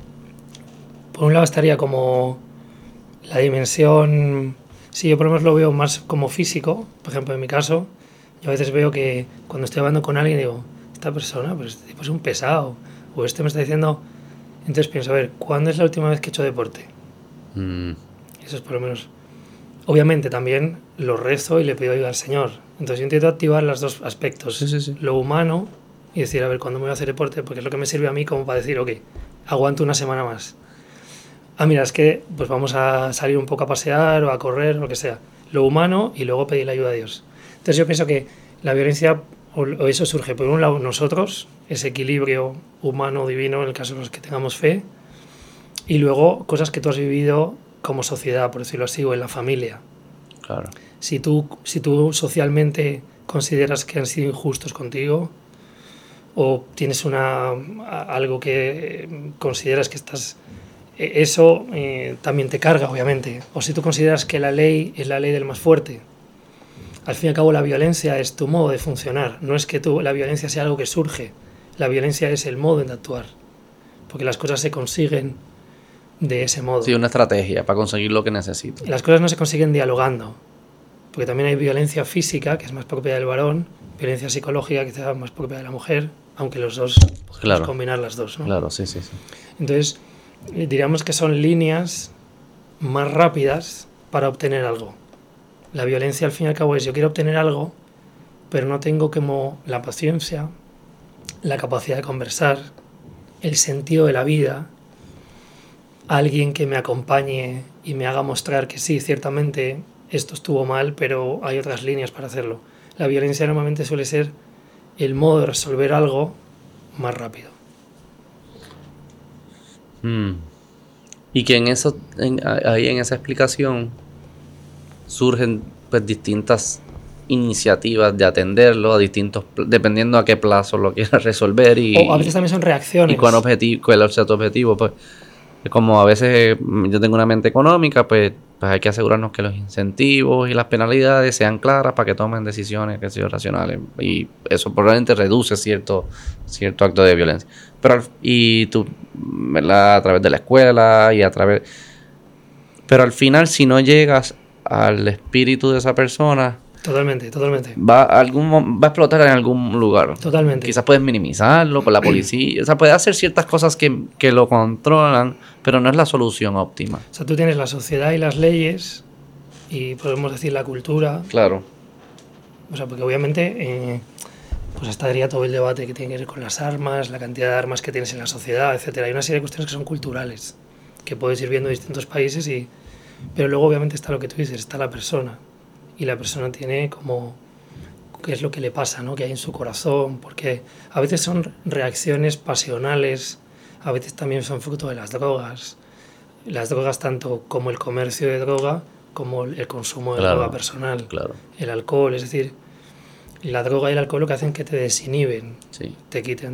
por un lado estaría como la dimensión, sí, yo por lo menos lo veo más como físico, por ejemplo, en mi caso, yo a veces veo que cuando estoy hablando con alguien digo, esta persona, pues este tipo es un pesado, o este me está diciendo, entonces pienso, a ver, ¿cuándo es la última vez que he hecho deporte? Mm, Eso es por lo menos. Obviamente también lo rezo y le pido ayuda al Señor. Entonces yo intento activar los dos sí, aspectos, sí, sí. lo humano y decir, a ver, ¿cuándo me voy a hacer deporte? Porque es lo que me sirve a mí como para decir, ok, aguanto una semana más. Ah, mira, es que pues vamos a salir un poco a pasear o a correr, lo que sea. Lo humano y luego pedir la ayuda a Dios. Entonces yo pienso que la violencia o eso surge por un lado nosotros, ese equilibrio humano-divino en el caso de los que tengamos fe, y luego cosas que tú has vivido como sociedad, por decirlo así, o en la familia. Claro. Si tú socialmente consideras que han sido injustos contigo o tienes algo que consideras que estás eso también te carga, obviamente. O si tú consideras que la ley es la ley del más fuerte. Al fin y al cabo, la violencia es tu modo de funcionar. No es que la violencia sea algo que surge. La violencia es el modo de actuar. Porque las cosas se consiguen de ese Sí, modo. una estrategia para conseguir lo que necesito. Y las cosas no se consiguen dialogando. Porque también hay violencia física, que es más propia del varón, violencia psicológica, que es más propia de la mujer, aunque los dos podemos Claro, combinar las dos, ¿no? claro, sí, sí, sí. Entonces, diríamos que son líneas más rápidas para obtener algo. La violencia al fin y al cabo es yo quiero obtener algo, pero no tengo como la paciencia, la capacidad de conversar, el sentido de la vida, alguien que me acompañe y me haga mostrar que sí, ciertamente esto estuvo mal, pero hay otras líneas para hacerlo. La violencia normalmente suele ser el modo de resolver algo más rápido. Mm. Y que ahí en esa explicación surgen pues distintas iniciativas de atenderlo a dependiendo a qué plazo lo quieras resolver O a veces también son y reacciones. cuál sea tu objetivo. Pues como a veces yo tengo una mente económica, pues hay que asegurarnos que los incentivos y las penalidades sean claras para que tomen decisiones que sean racionales. Y eso probablemente reduce cierto acto de violencia. Y tú, ¿verdad? A través de la escuela pero al final, si no llegas al espíritu de esa persona, Totalmente, totalmente. va a explotar en algún lugar. Totalmente. Quizás puedes minimizarlo con la policía. O sea, puedes hacer ciertas cosas que lo controlan, pero no es la solución óptima. O sea, tú tienes la sociedad y las leyes y podemos decir la cultura. Claro. O sea, porque obviamente pues estaría todo el debate que tiene que ver con las armas, la cantidad de armas que tienes en la sociedad, etcétera. Hay una serie de cuestiones que son culturales, que puedes ir viendo en distintos países, pero luego obviamente está lo que tú dices, está la persona. Y la persona tiene como qué es lo que le pasa, ¿no? Que hay en su corazón, porque a veces son reacciones pasionales, a veces también son fruto de las drogas tanto como el comercio de droga, como el consumo de droga personal, el alcohol, es decir, la droga y el alcohol lo que hacen que te desinhiben, te quitan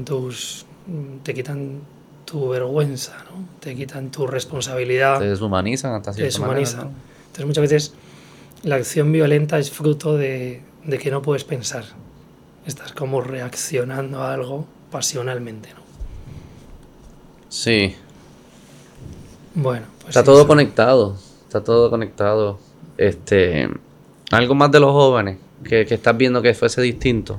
tu vergüenza, ¿no? Te quitan tu responsabilidad, te deshumanizan hasta cierta manera, ¿no? Entonces muchas veces la acción violenta es fruto de que no puedes pensar, estás como reaccionando a algo pasionalmente, ¿no? Sí. Bueno, pues está todo conectado, algo más de los jóvenes que estás viendo que fuese distinto.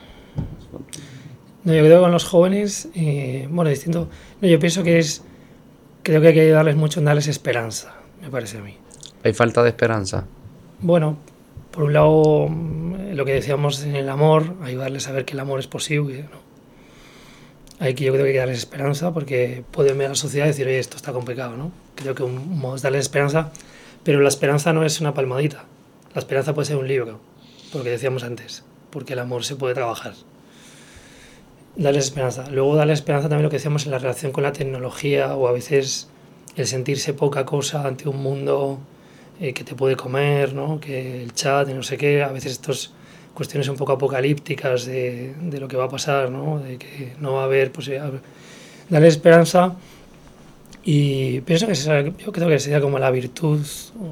No, yo creo que con los jóvenes, distinto. No, yo pienso que creo que hay que ayudarles mucho en darles esperanza, me parece a mí. ¿Hay falta de esperanza? Bueno, por un lado, lo que decíamos en el amor, ayudarles a ver que el amor es posible, ¿no? Yo creo que hay que darles esperanza porque pueden ver a la sociedad y decir, oye, esto está complicado, ¿no? Creo que un modo es darles esperanza, pero la esperanza no es una palmadita. La esperanza puede ser un libro, porque decíamos antes, porque el amor se puede trabajar. Darles esperanza. Luego darles esperanza también lo que decíamos en la relación con la tecnología o a veces el sentirse poca cosa ante un mundo que te puede comer, ¿no? Que el chat y no sé qué, a veces estas cuestiones un poco apocalípticas de lo que va a pasar, ¿no? De que no va a haber posibilidad. Darles esperanza y pienso que yo creo que sería como la virtud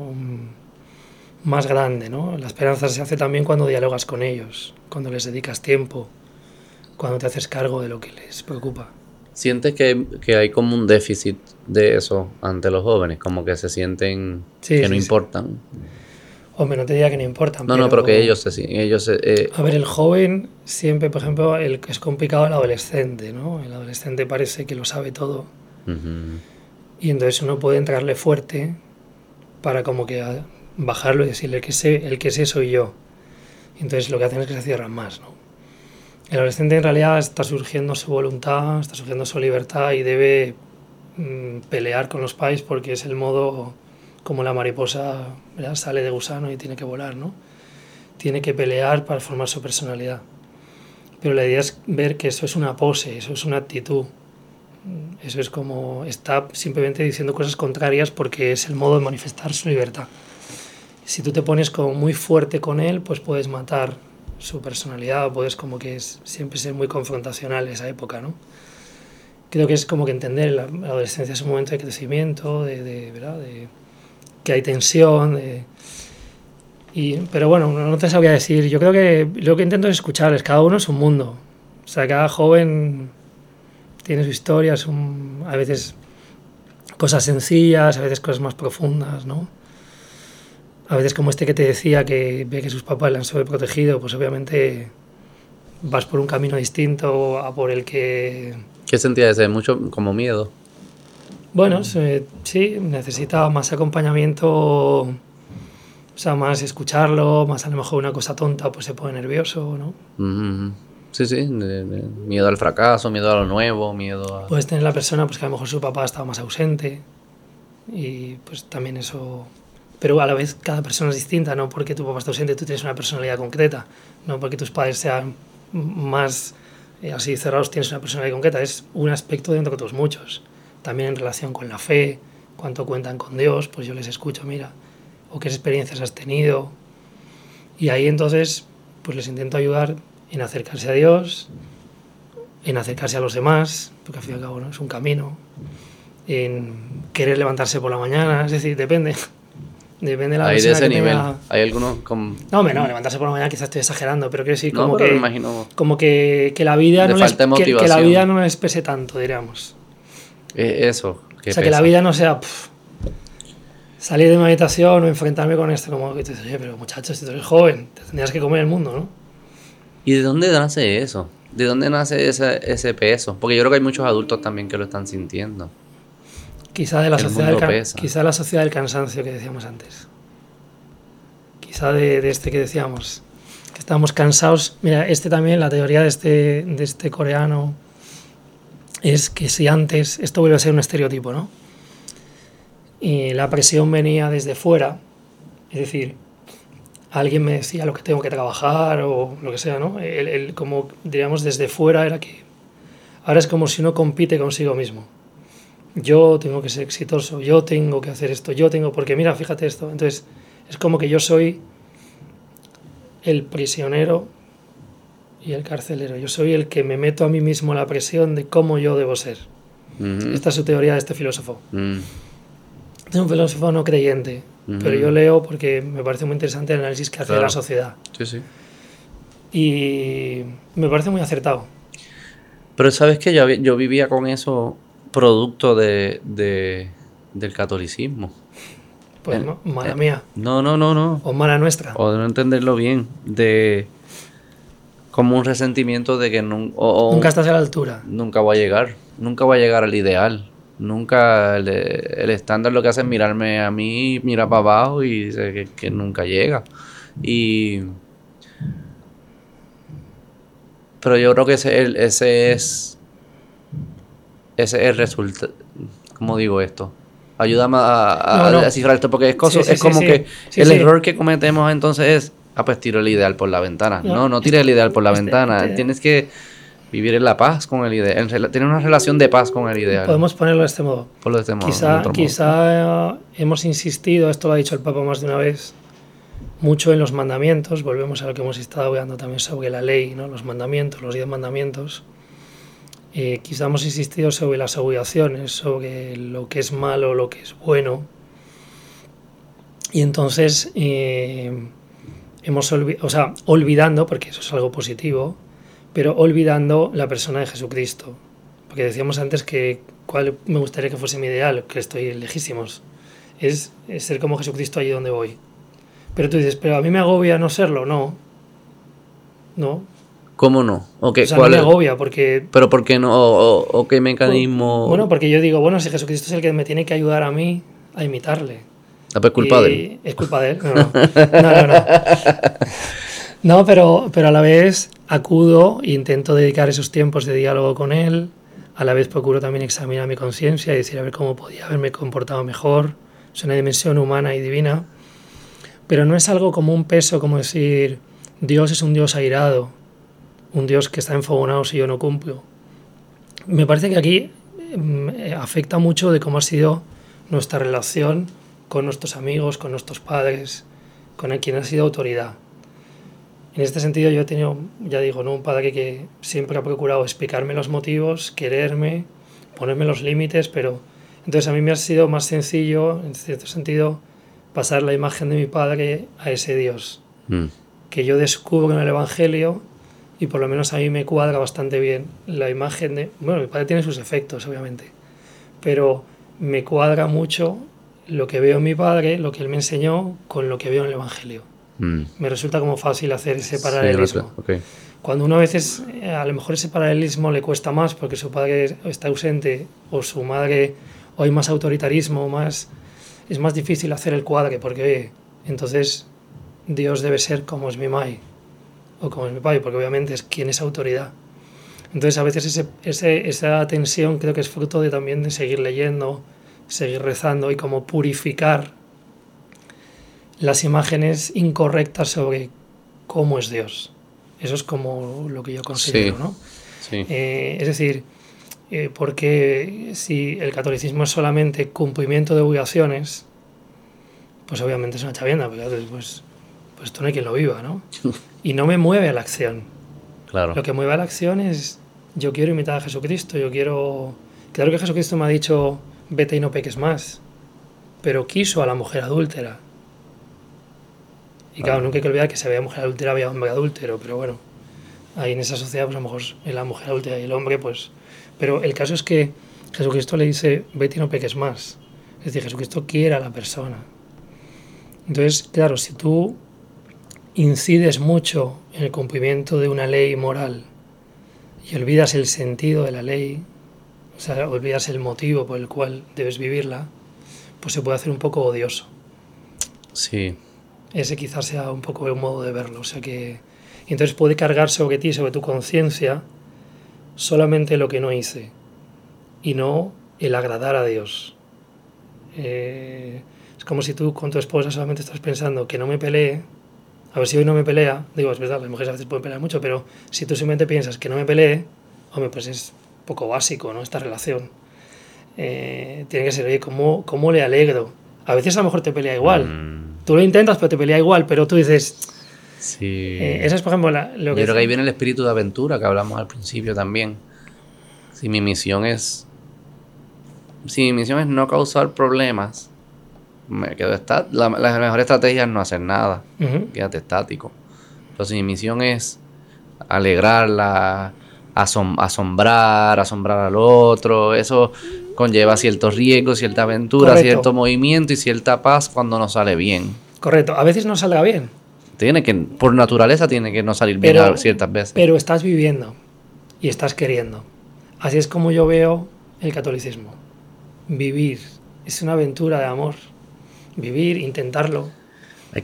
más grande, ¿no? La esperanza se hace también cuando dialogas con ellos, cuando les dedicas tiempo, cuando te haces cargo de lo que les preocupa. ¿Sientes que hay como un déficit de eso ante los jóvenes? Como que se sienten no importan. Hombre, no te diría que no importan. Pero que ellos a ver, el joven siempre, por ejemplo, es complicado el adolescente, ¿no? El adolescente parece que lo sabe todo. Uh-huh. Y entonces uno puede entrarle fuerte para como que bajarlo y decirle el que sé soy yo. Y entonces lo que hacen es que se cierran más, ¿no? El adolescente en realidad está surgiendo su voluntad, está surgiendo su libertad y debe pelear con los pais porque es el modo como la mariposa, ¿verdad? Sale de gusano y tiene que volar, ¿no? Tiene que pelear para formar su personalidad. Pero la idea es ver que eso es una pose, eso es una actitud. Eso es como está simplemente diciendo cosas contrarias porque es el modo de manifestar su libertad. Si tú te pones como muy fuerte con él, pues puedes matar su personalidad, puedes como que siempre ser muy confrontacional en esa época, ¿no? Creo que es como que entender la adolescencia es un momento de crecimiento, ¿verdad? Que hay tensión, pero bueno, no te sabría decir. Yo creo que lo que intento es escucharles, cada uno es un mundo. O sea, cada joven tiene su historia, a veces cosas sencillas, a veces cosas más profundas, ¿no? A veces como este que te decía que ve que sus papás le han sobreprotegido, pues obviamente vas por un camino distinto a por el que... ¿Qué sentía ese? Mucho como miedo. Bueno, sí, necesita más acompañamiento, o sea, más escucharlo, más a lo mejor una cosa tonta, pues se pone nervioso, ¿no? Uh-huh. Sí, miedo al fracaso, miedo a lo nuevo, miedo a... Puedes tener la persona pues que a lo mejor su papá estaba más ausente y pues también eso... Pero a la vez cada persona es distinta, no porque tu papá está ausente tú tienes una personalidad concreta, no porque tus padres sean más así cerrados tienes una personalidad concreta, es un aspecto dentro de otros muchos. También en relación con la fe, cuánto cuentan con Dios, pues yo les escucho, mira, o qué experiencias has tenido. Y ahí entonces pues les intento ayudar en acercarse a Dios, en acercarse a los demás, porque al fin y al cabo, ¿no? Es un camino, en querer levantarse por la mañana, es decir, depende de la persona de ese que nivel. Tenga... Hay algunos con... No, levantarse por la mañana quizás estoy exagerando, pero quiero decir como que... imagino... Como que la vida no que la vida no les pese tanto, diríamos. Eso. O sea, que la vida no sea salir de mi habitación o enfrentarme con esto, como que te dices, oye, pero muchachos, si tú eres joven, te tendrías que comer el mundo, ¿no? ¿Y de dónde nace eso? ¿De dónde nace ese peso? Porque yo creo que hay muchos adultos también que lo están sintiendo. Quizá de la quizá la sociedad del cansancio que decíamos antes. Quizá de este que decíamos. que estamos cansados. Mira, también, la teoría de este coreano es que si antes, esto vuelve a ser un estereotipo, ¿no? Y la presión venía desde fuera, es decir, alguien me decía lo que tengo que trabajar o lo que sea, ¿no? Como diríamos desde fuera era que ahora es como si uno compite consigo mismo. Yo tengo que ser exitoso, yo tengo que hacer esto, porque mira, fíjate esto. Entonces, es como que yo soy el prisionero y el carcelero. Yo soy el que me meto a mí mismo la presión de cómo yo debo ser. Esta es su teoría de este filósofo. Es un filósofo no creyente, pero yo leo porque me parece muy interesante el análisis que hace de la sociedad. Sí, sí. Y me parece muy acertado. Pero sabes que yo vivía con eso producto del catolicismo. Pues mala mía. No. O mala nuestra. O de no entenderlo bien. De como un resentimiento de que nunca estás a la altura. Nunca voy a llegar. Nunca voy a llegar al ideal. Nunca el estándar lo que hace es mirarme a mí, mira para abajo y dice que nunca llega. Pero yo creo que ese es el resultado. ¿Cómo digo esto? Ayúdame a descifrar esto, porque es como que el error que cometemos entonces es, pues tiro el ideal por la ventana. No tires el ideal por la ventana. Tienes que vivir en la paz con el ideal, tener una relación de paz con el ideal. Podemos ponerlo de este modo. Quizá hemos insistido, esto lo ha dicho el Papa más de una vez, mucho en los mandamientos. Volvemos a lo que hemos estado hablando también sobre la ley, ¿no? Los mandamientos, los 10 mandamientos. Quizá hemos insistido sobre las obligaciones, sobre lo que es malo, lo que es bueno. Y entonces hemos olvidando, porque eso es algo positivo, pero olvidando la persona de Jesucristo. Porque decíamos antes que cuál me gustaría que fuese mi ideal, que estoy lejísimos, es ser como Jesucristo allí donde voy. Pero tú dices, pero a mí me agobia no serlo. No. ¿Cómo no? Okay, no me agobia porque... ¿Pero por qué no? ¿O qué mecanismo? Bueno, porque yo digo, si Jesucristo es el que me tiene que ayudar a mí a imitarle. ¿Es culpa de él? Es culpa de él. No. No, pero a la vez acudo e intento dedicar esos tiempos de diálogo con él. A la vez procuro también examinar mi conciencia y decir a ver cómo podía haberme comportado mejor. Es una dimensión humana y divina. Pero no es algo como un peso, como decir, Dios es un Dios airado, un Dios que está enfogonado si yo no cumplo. Me parece que aquí afecta mucho de cómo ha sido nuestra relación con nuestros amigos, con nuestros padres, con quien ha sido autoridad. En este sentido yo he tenido, ya digo, un padre que siempre ha procurado explicarme los motivos, quererme, ponerme los límites, pero entonces a mí me ha sido más sencillo, en cierto sentido, pasar la imagen de mi padre a ese Dios, que yo descubro en el Evangelio, y por lo menos a mí me cuadra bastante bien la imagen de... Bueno, mi padre tiene sus efectos, obviamente, pero me cuadra mucho lo que veo en mi padre, lo que él me enseñó, con lo que veo en el Evangelio. Me resulta como fácil hacer ese paralelismo. Okay. Cuando uno a veces, a lo mejor ese paralelismo le cuesta más porque su padre está ausente o su madre, o hay más autoritarismo, es más difícil hacer el cuadre porque entonces Dios debe ser como es mi madre o como es mi padre, porque obviamente es quien es autoridad. Entonces a veces esa tensión creo que es fruto también de seguir leyendo, seguir rezando y como purificar las imágenes incorrectas sobre cómo es Dios. Eso es como lo que yo considero, ¿no? Sí. Es decir, porque si el catolicismo es solamente cumplimiento de obligaciones, pues obviamente es una chavienda, pues esto no hay quien lo viva, ¿no? Y no me mueve a la acción. Claro. Lo que mueve a la acción es, yo quiero imitar a Jesucristo, Claro que Jesucristo me ha dicho, vete y no peques más, pero quiso a la mujer adúltera. Y claro, nunca hay que olvidar que si había mujer adúltera, había hombre adúltero, pero bueno, ahí en esa sociedad, pues a lo mejor en la mujer adúltera y el hombre, pues... Pero el caso es que Jesucristo le dice, vete y no peques más. Es decir, Jesucristo quiere a la persona. Entonces, claro, si tú incides mucho en el cumplimiento de una ley moral y olvidas el sentido de la ley, o sea, olvidas el motivo por el cual debes vivirla, pues se puede hacer un poco odioso. Sí. Ese quizás sea un poco un modo de verlo. O sea que Y entonces puede cargar sobre ti, sobre tu conciencia, solamente lo que no hice y no el agradar a Dios. Es como si tú con tu esposa solamente estás pensando que no me pelee, a ver si hoy no me pelea. Digo, es verdad, las mujeres a veces pueden pelear mucho, pero si tú simplemente piensas que no me pelee, hombre, pues es poco básico, ¿no? Esta relación. Tiene que ser, oye, ¿cómo le alegro? A veces a lo mejor te pelea igual. Tú lo intentas, pero te pelea igual, pero tú dices... Sí. Esa es, por ejemplo, lo que... Yo creo que ahí viene el espíritu de aventura que hablamos al principio también. Si mi misión es no causar problemas, me quedo estático. La mejor estrategia es no hacer nada. Quédate estático. Pero si mi misión es alegrarla, asombrar al otro, eso conlleva ciertos riesgos, cierta aventura, Correcto. cierto movimiento y cierta paz cuando no sale bien. Correcto. A veces no salga bien. Por naturaleza tiene que no salir bien ciertas veces. Pero estás viviendo y estás queriendo. Así es como yo veo el catolicismo. Vivir. Es una aventura de amor. Vivir, intentarlo. Hay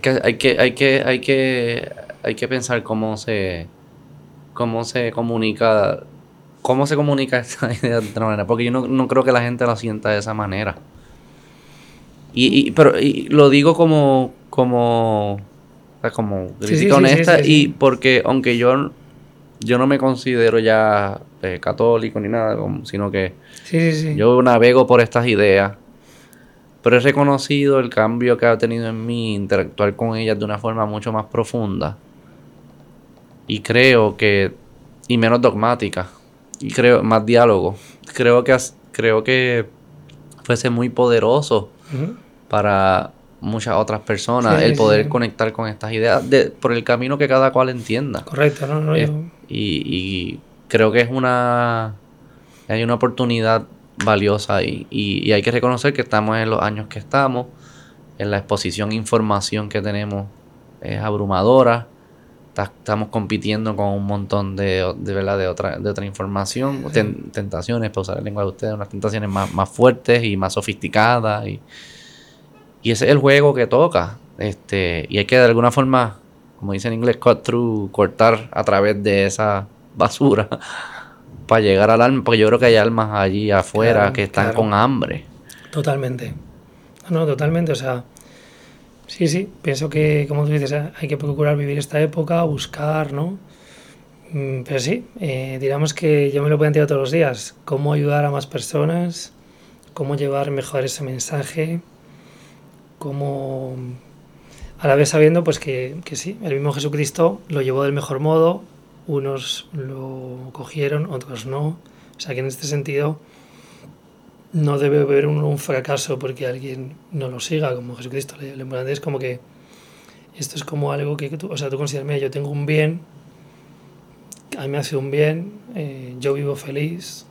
que pensar cómo se comunica esta idea de otra manera, porque yo no creo que la gente lo sienta de esa manera. Pero lo digo como crítica honesta, sí. Y porque aunque yo no me considero ya católico ni nada, sino que yo navego por estas ideas, pero he reconocido el cambio que ha tenido en mí interactuar con ellas de una forma mucho más profunda y y menos dogmática, y creo más diálogo. Creo que fuese muy poderoso para muchas otras personas el poder conectar con estas ideas por el camino que cada cual entienda. Correcto, y creo que hay una oportunidad valiosa y hay que reconocer que estamos en los años que estamos, en la exposición e información que tenemos es abrumadora. Estamos compitiendo con un montón de otra información, tentaciones, para usar el lenguaje de ustedes, unas tentaciones más fuertes y más sofisticadas, y ese es el juego que toca, y hay que de alguna forma, como dice en inglés, cortar a través de esa basura para llegar al alma, porque yo creo que hay almas allí afuera que están con hambre. Totalmente. No, totalmente, o sea, sí, pienso que, como tú dices, hay que procurar vivir esta época, buscar, ¿no? Pero sí, digamos que yo me lo planteo todos los días, cómo ayudar a más personas, cómo llevar mejor ese mensaje, cómo, a la vez sabiendo pues que sí, el mismo Jesucristo lo llevó del mejor modo, unos lo cogieron, otros no, o sea que en este sentido no debe haber un fracaso porque alguien no lo siga como Jesucristo. Lo importante es como que esto es como algo que tú consideras, mira, yo tengo un bien, a mí me hace un bien, yo vivo feliz,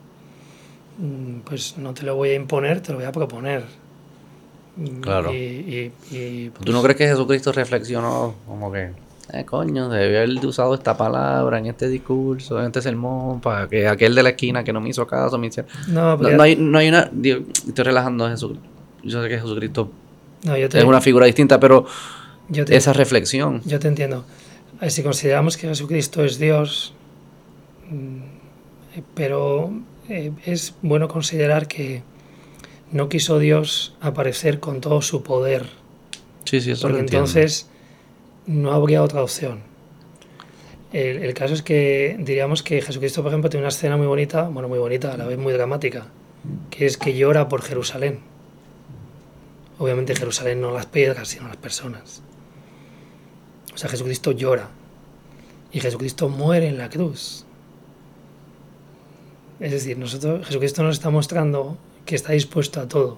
pues no te lo voy a imponer, te lo voy a proponer. Claro. Pues, ¿tú no crees que Jesucristo reflexionó como que coño, debió haber usado esta palabra en este discurso, en este sermón, para que aquel de la esquina que no me hizo caso me hiciera? No hay una... Estoy relajando a Jesucristo. Yo sé que Jesucristo es una figura distinta, pero esa reflexión... Yo te entiendo. Si consideramos que Jesucristo es Dios, pero es bueno considerar que no quiso Dios aparecer con todo su poder. Sí, eso porque lo entiendo. Entonces no habría otra opción. El caso es que diríamos que Jesucristo, por ejemplo, tiene una escena muy bonita, a la vez muy dramática, que es que llora por Jerusalén. Obviamente Jerusalén no las piedras, sino las personas. O sea, Jesucristo llora. Y Jesucristo muere en la cruz. Es decir, Jesucristo nos está mostrando que está dispuesto a todo.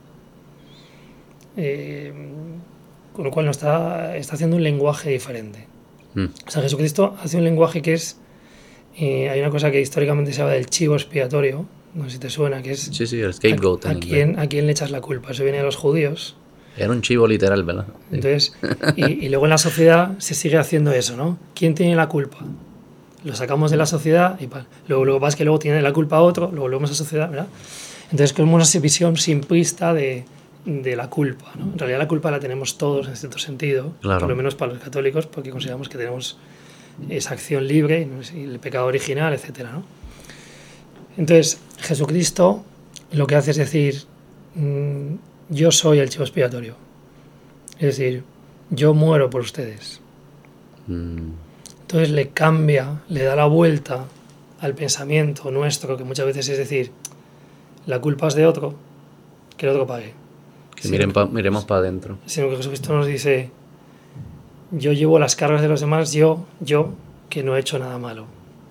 Con lo cual nos está haciendo un lenguaje diferente. O sea, Jesucristo hace un lenguaje que es... hay una cosa que históricamente se llama del chivo expiatorio, no sé si te suena, que es... Sí, el scapegoat. ¿A quién le echas la culpa? Eso viene de los judíos. Era un chivo literal, ¿verdad? Sí. Entonces, y luego en la sociedad se sigue haciendo eso, ¿no? ¿Quién tiene la culpa? Lo sacamos de la sociedad y luego pasa que luego tiene la culpa otro, luego volvemos a la sociedad, ¿verdad? Entonces, como una visión simplista de la culpa, ¿no? En realidad la culpa la tenemos todos en cierto sentido, claro. Por lo menos para los católicos, porque consideramos que tenemos es acción libre, ¿no? Y el pecado original, etcétera, ¿no? Entonces, Jesucristo lo que hace es decir, yo soy el chivo expiatorio. Es decir, yo muero por ustedes. Entonces le cambia, le da la vuelta al pensamiento nuestro, que muchas veces es decir, la culpa es de otro, que el otro pague. Que miremos para adentro. Sino que Jesucristo nos dice, yo llevo las cargas de los demás, yo, que no he hecho nada malo.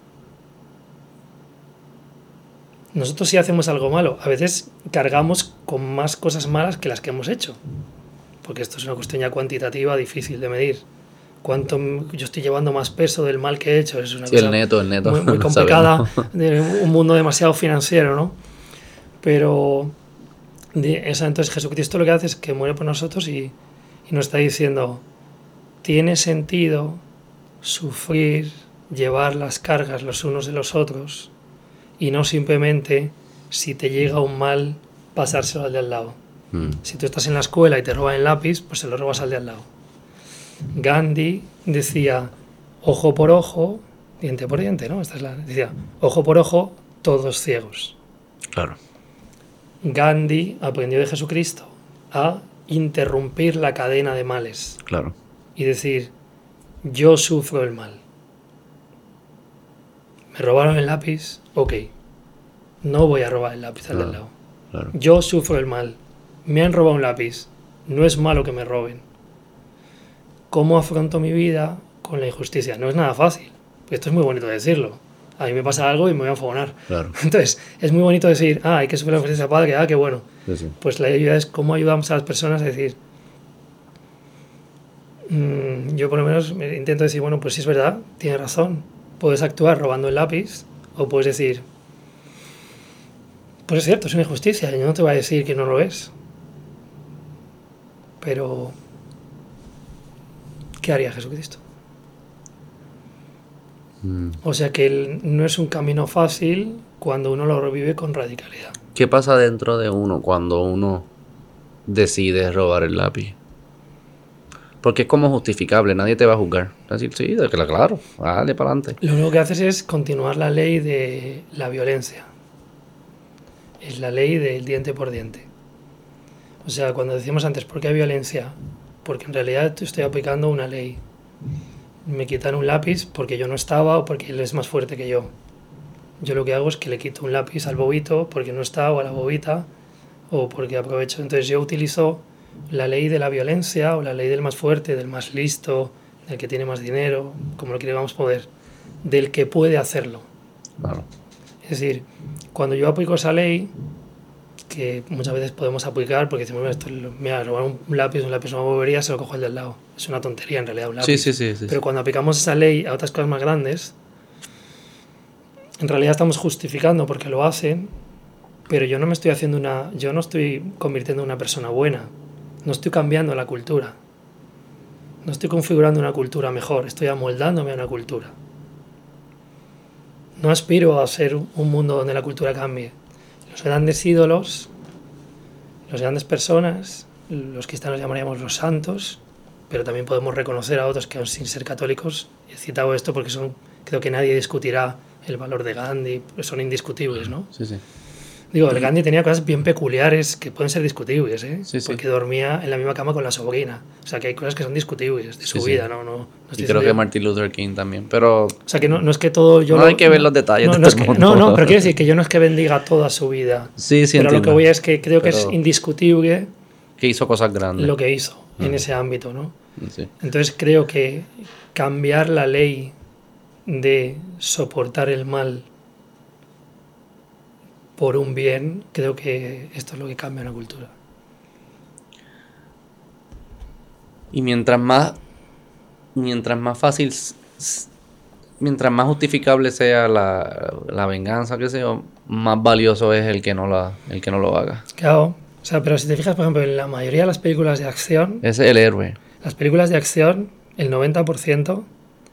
Nosotros sí hacemos algo malo, a veces cargamos con más cosas malas que las que hemos hecho, porque esto es una cuestión ya cuantitativa difícil de medir. Cuánto yo estoy llevando más peso del mal que he hecho, es una cosa el neto. muy, muy complicada, de un mundo demasiado financiero, ¿no? Pero entonces Jesucristo lo que hace es que muere por nosotros y nos está diciendo, tiene sentido sufrir, llevar las cargas los unos de los otros, y no simplemente, si te llega un mal, pasárselo al de al lado. Si tú estás en la escuela y te roban el lápiz, pues se lo robas al de al lado. Gandhi decía, ojo por ojo, diente por diente, ¿no? Decía, ojo por ojo, todos ciegos. Claro. Gandhi aprendió de Jesucristo a interrumpir la cadena de males. Claro. Y decir, yo sufro el mal. Me robaron el lápiz, ok. No voy a robar el lápiz al del lado. Claro. Yo sufro el mal. Me han robado un lápiz. No es malo que me roben. ¿Cómo afronto mi vida con la injusticia? No es nada fácil. Esto es muy bonito decirlo. A mí me pasa algo y me voy a enfogonar. Claro. Entonces, es muy bonito decir, hay que sufrir la injusticia, padre, qué bueno. Sí. Pues la ayuda es cómo ayudamos a las personas a decir, yo por lo menos intento decir, bueno, pues sí es verdad, tienes razón. Puedes actuar robando el lápiz o puedes decir, pues es cierto, es una injusticia, yo no te voy a decir que no lo es. Pero, ¿qué haría Jesucristo? O sea que no es un camino fácil cuando uno lo revive con radicalidad. ¿Qué pasa dentro de uno cuando uno decide robar el lápiz? Porque es como justificable, nadie te va a juzgar. Es decir, sí, claro, dale para adelante. Lo único que haces es continuar la ley de la violencia. Es la ley del diente por diente. O sea, cuando decíamos antes, ¿por qué hay violencia? Porque en realidad estoy aplicando una ley. Me quitan un lápiz porque yo no estaba o porque él es más fuerte que yo. Yo lo que hago es que le quito un lápiz al bobito porque no está, o a la bobita, o porque aprovecho. Entonces yo utilizo la ley de la violencia o la ley del más fuerte, del más listo, del que tiene más dinero, como lo queramos poder, del que puede hacerlo. Claro. Es decir, cuando yo aplico esa ley, que muchas veces podemos aplicar porque decimos, mira, robar un lápiz una bobería, se lo cojo al de al lado. Es una tontería en realidad un lápiz. Sí. Pero cuando aplicamos esa ley a otras cosas más grandes, en realidad estamos justificando porque lo hacen, pero yo no estoy convirtiendo en una persona buena, no estoy cambiando la cultura, no estoy configurando una cultura mejor, estoy amoldándome a una cultura. No aspiro a ser un mundo donde la cultura cambie. Los grandes ídolos, las grandes personas, los cristianos llamaríamos los santos, pero también podemos reconocer a otros que sin ser católicos, he citado esto porque creo que nadie discutirá el valor de Gandhi, son indiscutibles, ¿no? Sí. Digo, el Gandhi tenía cosas bien peculiares que pueden ser discutibles, ¿eh? Sí. Porque dormía en la misma cama con la sobrina. O sea, que hay cosas que son discutibles de su vida, ¿no? Y creo que Martin Luther King también, pero... O sea, que no es que todo... hay que ver los detalles no, pero quiero decir que yo no es que bendiga toda su vida. Sí, pero entiendo. Lo que voy es que creo que es indiscutible... Que hizo cosas grandes. Lo que hizo en ese ámbito, ¿no? Sí. Entonces creo que cambiar la ley de soportar el mal por un bien, creo que esto es lo que cambia una cultura. Y mientras más fácil, mientras más justificable sea la venganza, qué sé yo, más valioso es el que no lo haga. Claro, o sea, pero si te fijas, por ejemplo, en la mayoría de las películas de acción... Ese es el héroe. Las películas de acción, el 90%,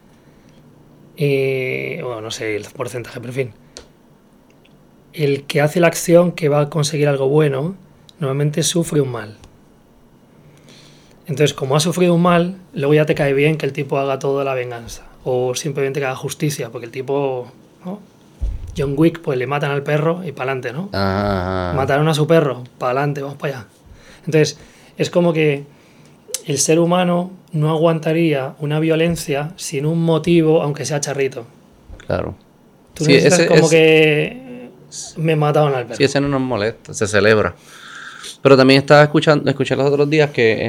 bueno, no sé el porcentaje, pero en fin, el que hace la acción que va a conseguir algo bueno, normalmente sufre un mal. Entonces, como ha sufrido un mal, luego ya te cae bien que el tipo haga toda la venganza. o simplemente que haga justicia, porque el tipo, ¿no? John Wick, pues le matan al perro y para adelante, ¿no? Ajá. Mataron a su perro, para adelante, vamos para allá. Entonces, es como que el ser humano no aguantaría una violencia sin un motivo, aunque sea charrito. Claro. Tú Sí, necesitas como ese- que me mataron al perro. Sí, ese no nos molesta, se celebra. Pero también estaba escuché los otros días que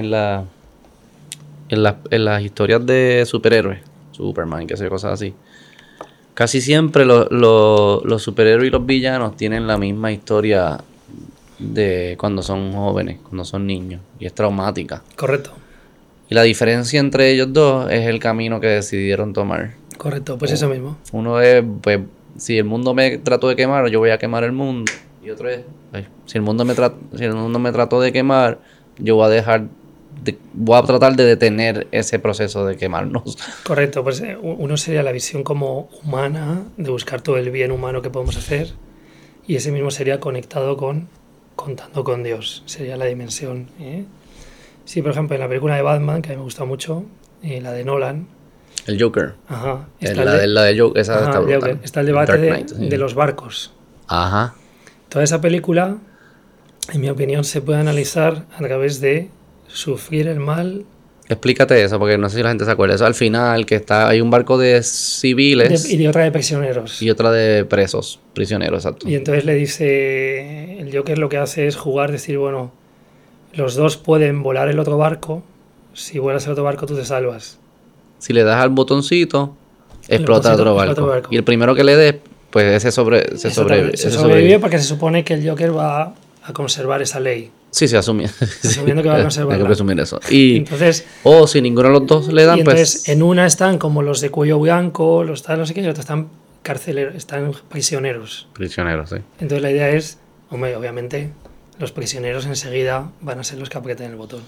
en las historias de superhéroes, Superman, que sé, cosas así, casi siempre los superhéroes y los villanos tienen la misma historia de cuando son jóvenes, cuando son niños, y es traumática. Correcto, Y la diferencia entre ellos dos es el camino que decidieron tomar. correcto, pues eso mismo. Uno es, pues, si el mundo me trató de quemar, yo voy a quemar el mundo. Y otro es, ay, si el mundo me trató de quemar, yo voy a voy a tratar de detener ese proceso de quemarnos. Correcto, pues uno sería la visión como humana, de buscar todo el bien humano que podemos hacer, y ese mismo sería conectado con, contando con Dios, sería la dimensión. ¿Eh? Sí, por ejemplo, en la película de Batman, que a mí me gusta mucho, la de Nolan, El Joker. ajá, La de Joker, esa ajá, está el brutal. Joker, está el debate Dark Knight, sí. de los barcos. Ajá. Toda esa película, en mi opinión, se puede analizar a través de sufrir el mal Explícate eso, porque no sé si la gente se acuerda. Eso al final, que hay un barco de civiles y de otra de prisioneros. y otra de presos, prisioneros, exacto. Y entonces le dice, el Joker lo que hace es jugar, decir, bueno, los dos pueden volar el otro barco, si vuelas el otro barco tú te salvas. Si le das al botoncito, explota botoncito, otro explota barco. otro barco. Y el primero que le dé, pues ese Se sobrevive porque se supone que el Joker va a conservar esa ley. Sí, se asume. Asumiendo que va a conservarla. Hay que presumir eso. Y entonces, o si ninguno de los dos le dan, y entonces pues... en una están como los de cuello blanco, los tal, no sé qué, y otros están están prisioneros. Prisioneros, sí. Entonces la idea es, hombre, obviamente, los prisioneros enseguida van a ser los que aprieten el botón.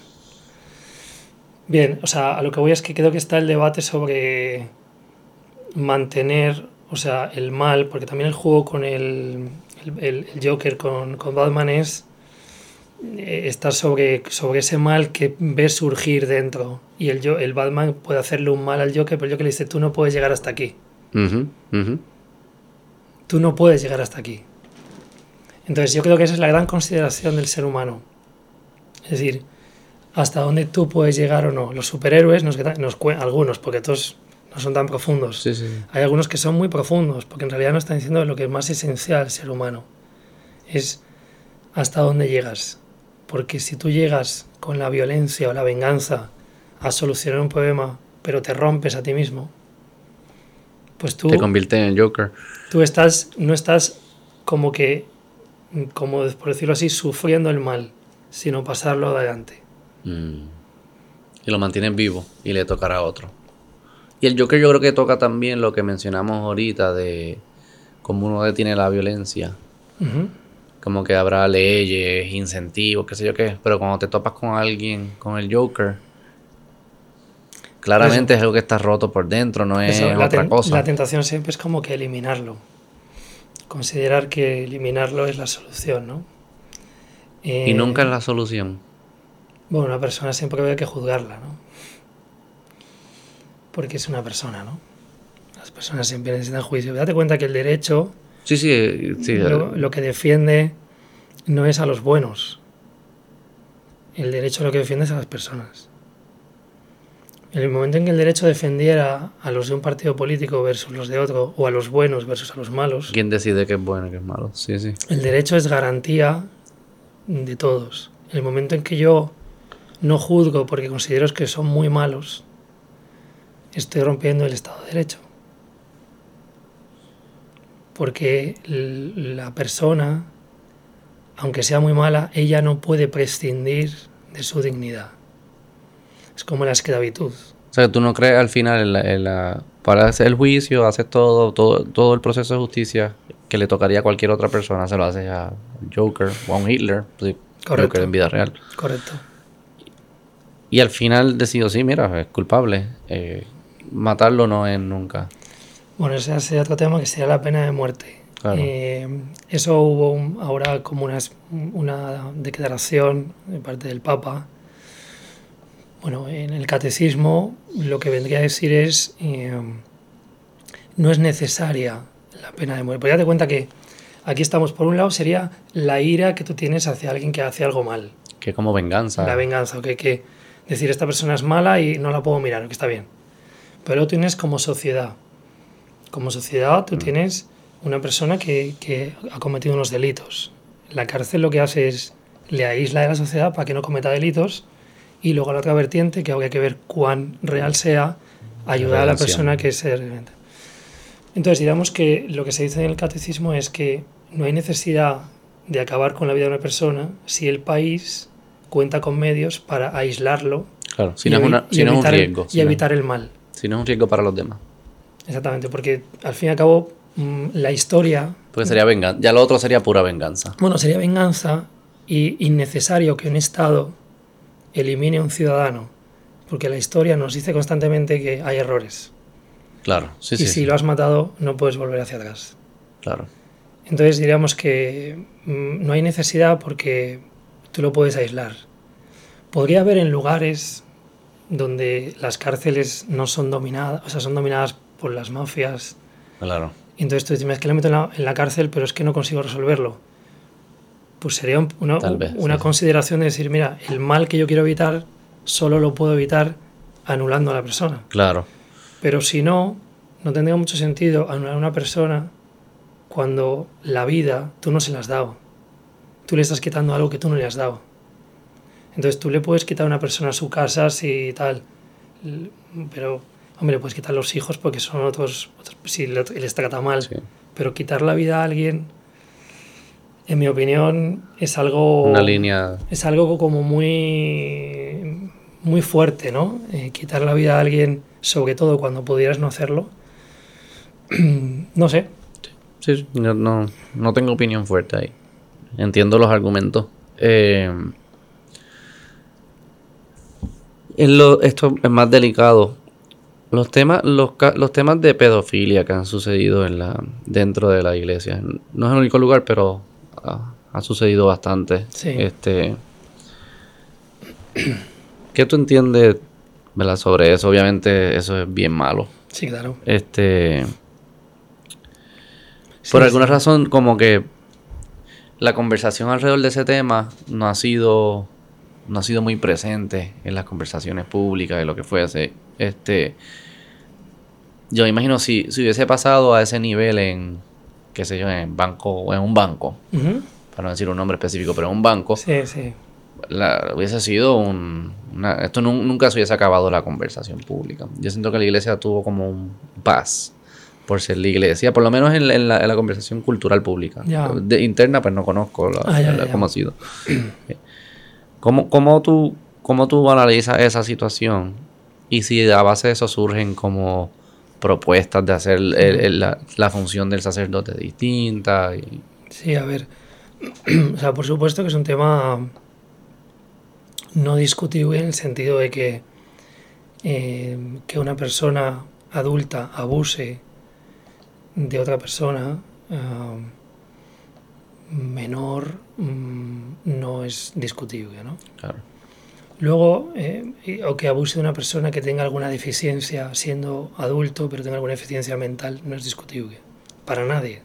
Bien, o sea, a lo que voy es que creo que está el debate sobre mantener, o sea, el mal, porque también el juego con el Joker, con Batman es estar sobre ese mal que ves surgir dentro. Y el Batman puede hacerle un mal al Joker, pero el Joker le dice, tú no puedes llegar hasta aquí. Ujú, ujú. Tú no puedes llegar hasta aquí. Entonces yo creo que esa es la gran consideración del ser humano. Es decir, hasta dónde tú puedes llegar o no. Los superhéroes, algunos, porque todos no son tan profundos. Sí, sí. Hay algunos que son muy profundos, porque en realidad nos están diciendo lo que es más esencial al ser humano. Es hasta dónde llegas. Porque si tú llegas con la violencia o la venganza a solucionar un problema, pero te rompes a ti mismo, pues tú... Te convierte en Joker. Tú no estás como que, como por decirlo así, sufriendo el mal, sino pasarlo adelante. Y lo mantienen vivo y le tocará a otro. Y el Joker yo creo que toca también lo que mencionamos ahorita de cómo uno detiene la violencia. Uh-huh. Como que habrá leyes, incentivos, qué sé yo qué. Pero cuando te topas con alguien, con el Joker, claramente es algo que está roto por dentro, no es otra cosa. La tentación siempre es como que eliminarlo. Considerar que eliminarlo es la solución, ¿no? Y nunca es la solución. Bueno, una persona siempre hay que juzgarla, ¿no? Porque es una persona, ¿no? Las personas siempre necesitan juicio. Date cuenta que el derecho... Sí, sí, sí. Lo que defiende no es a los buenos. El derecho lo que defiende es a las personas. En el momento en que el derecho defendiera a los de un partido político versus los de otro, o a los buenos versus a los malos, ¿Quién decide qué es bueno y qué es malo? Sí, sí. el derecho es garantía de todos. En el momento en que yo no juzgo porque considero que son muy malos, estoy rompiendo el Estado de Derecho. Porque la persona, aunque sea muy mala, ella no puede prescindir de su dignidad. Es como la esclavitud. O sea, tú no crees al final para hacer el juicio, haces todo el proceso de justicia que le tocaría a cualquier otra persona, se lo haces a Joker o a un Hitler, pues, Correcto. Joker en vida real. Correcto. Y al final decido, sí, mira, es culpable. Matarlo no es nunca. Bueno, ese sería otro tema que sería la pena de muerte. Claro. Eso hubo ahora como una declaración de parte del Papa. Bueno, en el catecismo lo que vendría a decir es no es necesaria la pena de muerte. Porque date cuenta que aquí estamos, por un lado, sería la ira que tú tienes hacia alguien que hace algo mal. Que como venganza. La venganza, que decir, esta persona es mala y no la puedo mirar, que está bien. Pero lo tienes como sociedad. Como sociedad tú tienes una persona que ha cometido unos delitos. La cárcel lo que hace es le aísla de la sociedad para que no cometa delitos, y luego la otra vertiente, que hay que ver cuán real sea, ayudar a la persona que se reventa. Entonces, digamos que lo que se dice en el catecismo es que no hay necesidad de acabar con la vida de una persona si el país cuenta con medios para aislarlo, claro, si no es un riesgo. Y evitar el mal. Si no es un riesgo para los demás. Exactamente, porque al fin y al cabo la historia... Porque sería venganza. Ya lo otro sería pura venganza. Bueno, sería venganza y innecesario que un Estado elimine a un ciudadano, porque la historia nos dice constantemente que hay errores. Claro, sí, y si lo has matado, no puedes volver hacia atrás. Claro. Entonces diríamos que no hay necesidad porque tú lo puedes aislar. Podría haber en lugares donde las cárceles no son dominadas, o sea, son dominadas por las mafias. Claro. Y entonces tú dices, es que le meto en la cárcel, pero es que no consigo resolverlo. Pues sería una consideración de decir, mira, el mal que yo quiero evitar solo lo puedo evitar anulando a la persona. Claro. Pero si no, no tendría mucho sentido anular a una persona cuando la vida tú no se la has dado. Tú le estás quitando algo que tú no le has dado. Entonces tú le puedes quitar a una persona su casa si tal, pero hombre, le puedes quitar los hijos porque son otros si les trata mal. Sí. Pero quitar la vida a alguien, en mi opinión, es algo... Una línea... Es algo como muy fuerte, ¿no? Quitar la vida a alguien, sobre todo cuando pudieras no hacerlo. No sé. Sí, no tengo opinión fuerte ahí. Entiendo los argumentos. Esto es más delicado. Los temas de pedofilia que han sucedido dentro de la iglesia. No es el único lugar, pero ha sucedido bastante. Sí. ¿Qué tú entiendes, ¿verdad, sobre eso? Obviamente eso es bien malo. Sí, claro. Por alguna razón, como que la conversación alrededor de ese tema no ha sido muy presente en las conversaciones públicas de lo que fuese. Yo me imagino si hubiese pasado a ese nivel en, qué sé yo, en un banco, Uh-huh. para no decir un nombre específico, pero en un banco, Sí. Hubiese sido esto nunca se hubiese acabado la conversación pública. Yo siento que la iglesia tuvo como un paz por ser la iglesia, por lo menos en la conversación cultural pública. Ya. Interna, pues no conozco cómo ha sido. ¿Cómo tú analizas esa situación? Y si a base de eso surgen como propuestas de hacer la función del sacerdote distinta. Sí, a ver. O sea, por supuesto que es un tema no discutible en el sentido de que una persona adulta abuse de otra persona menor no es discutible, ¿no? Claro. Luego, o que abuse de una persona que tenga alguna deficiencia siendo adulto, pero tenga alguna deficiencia mental, no es discutible. Para nadie.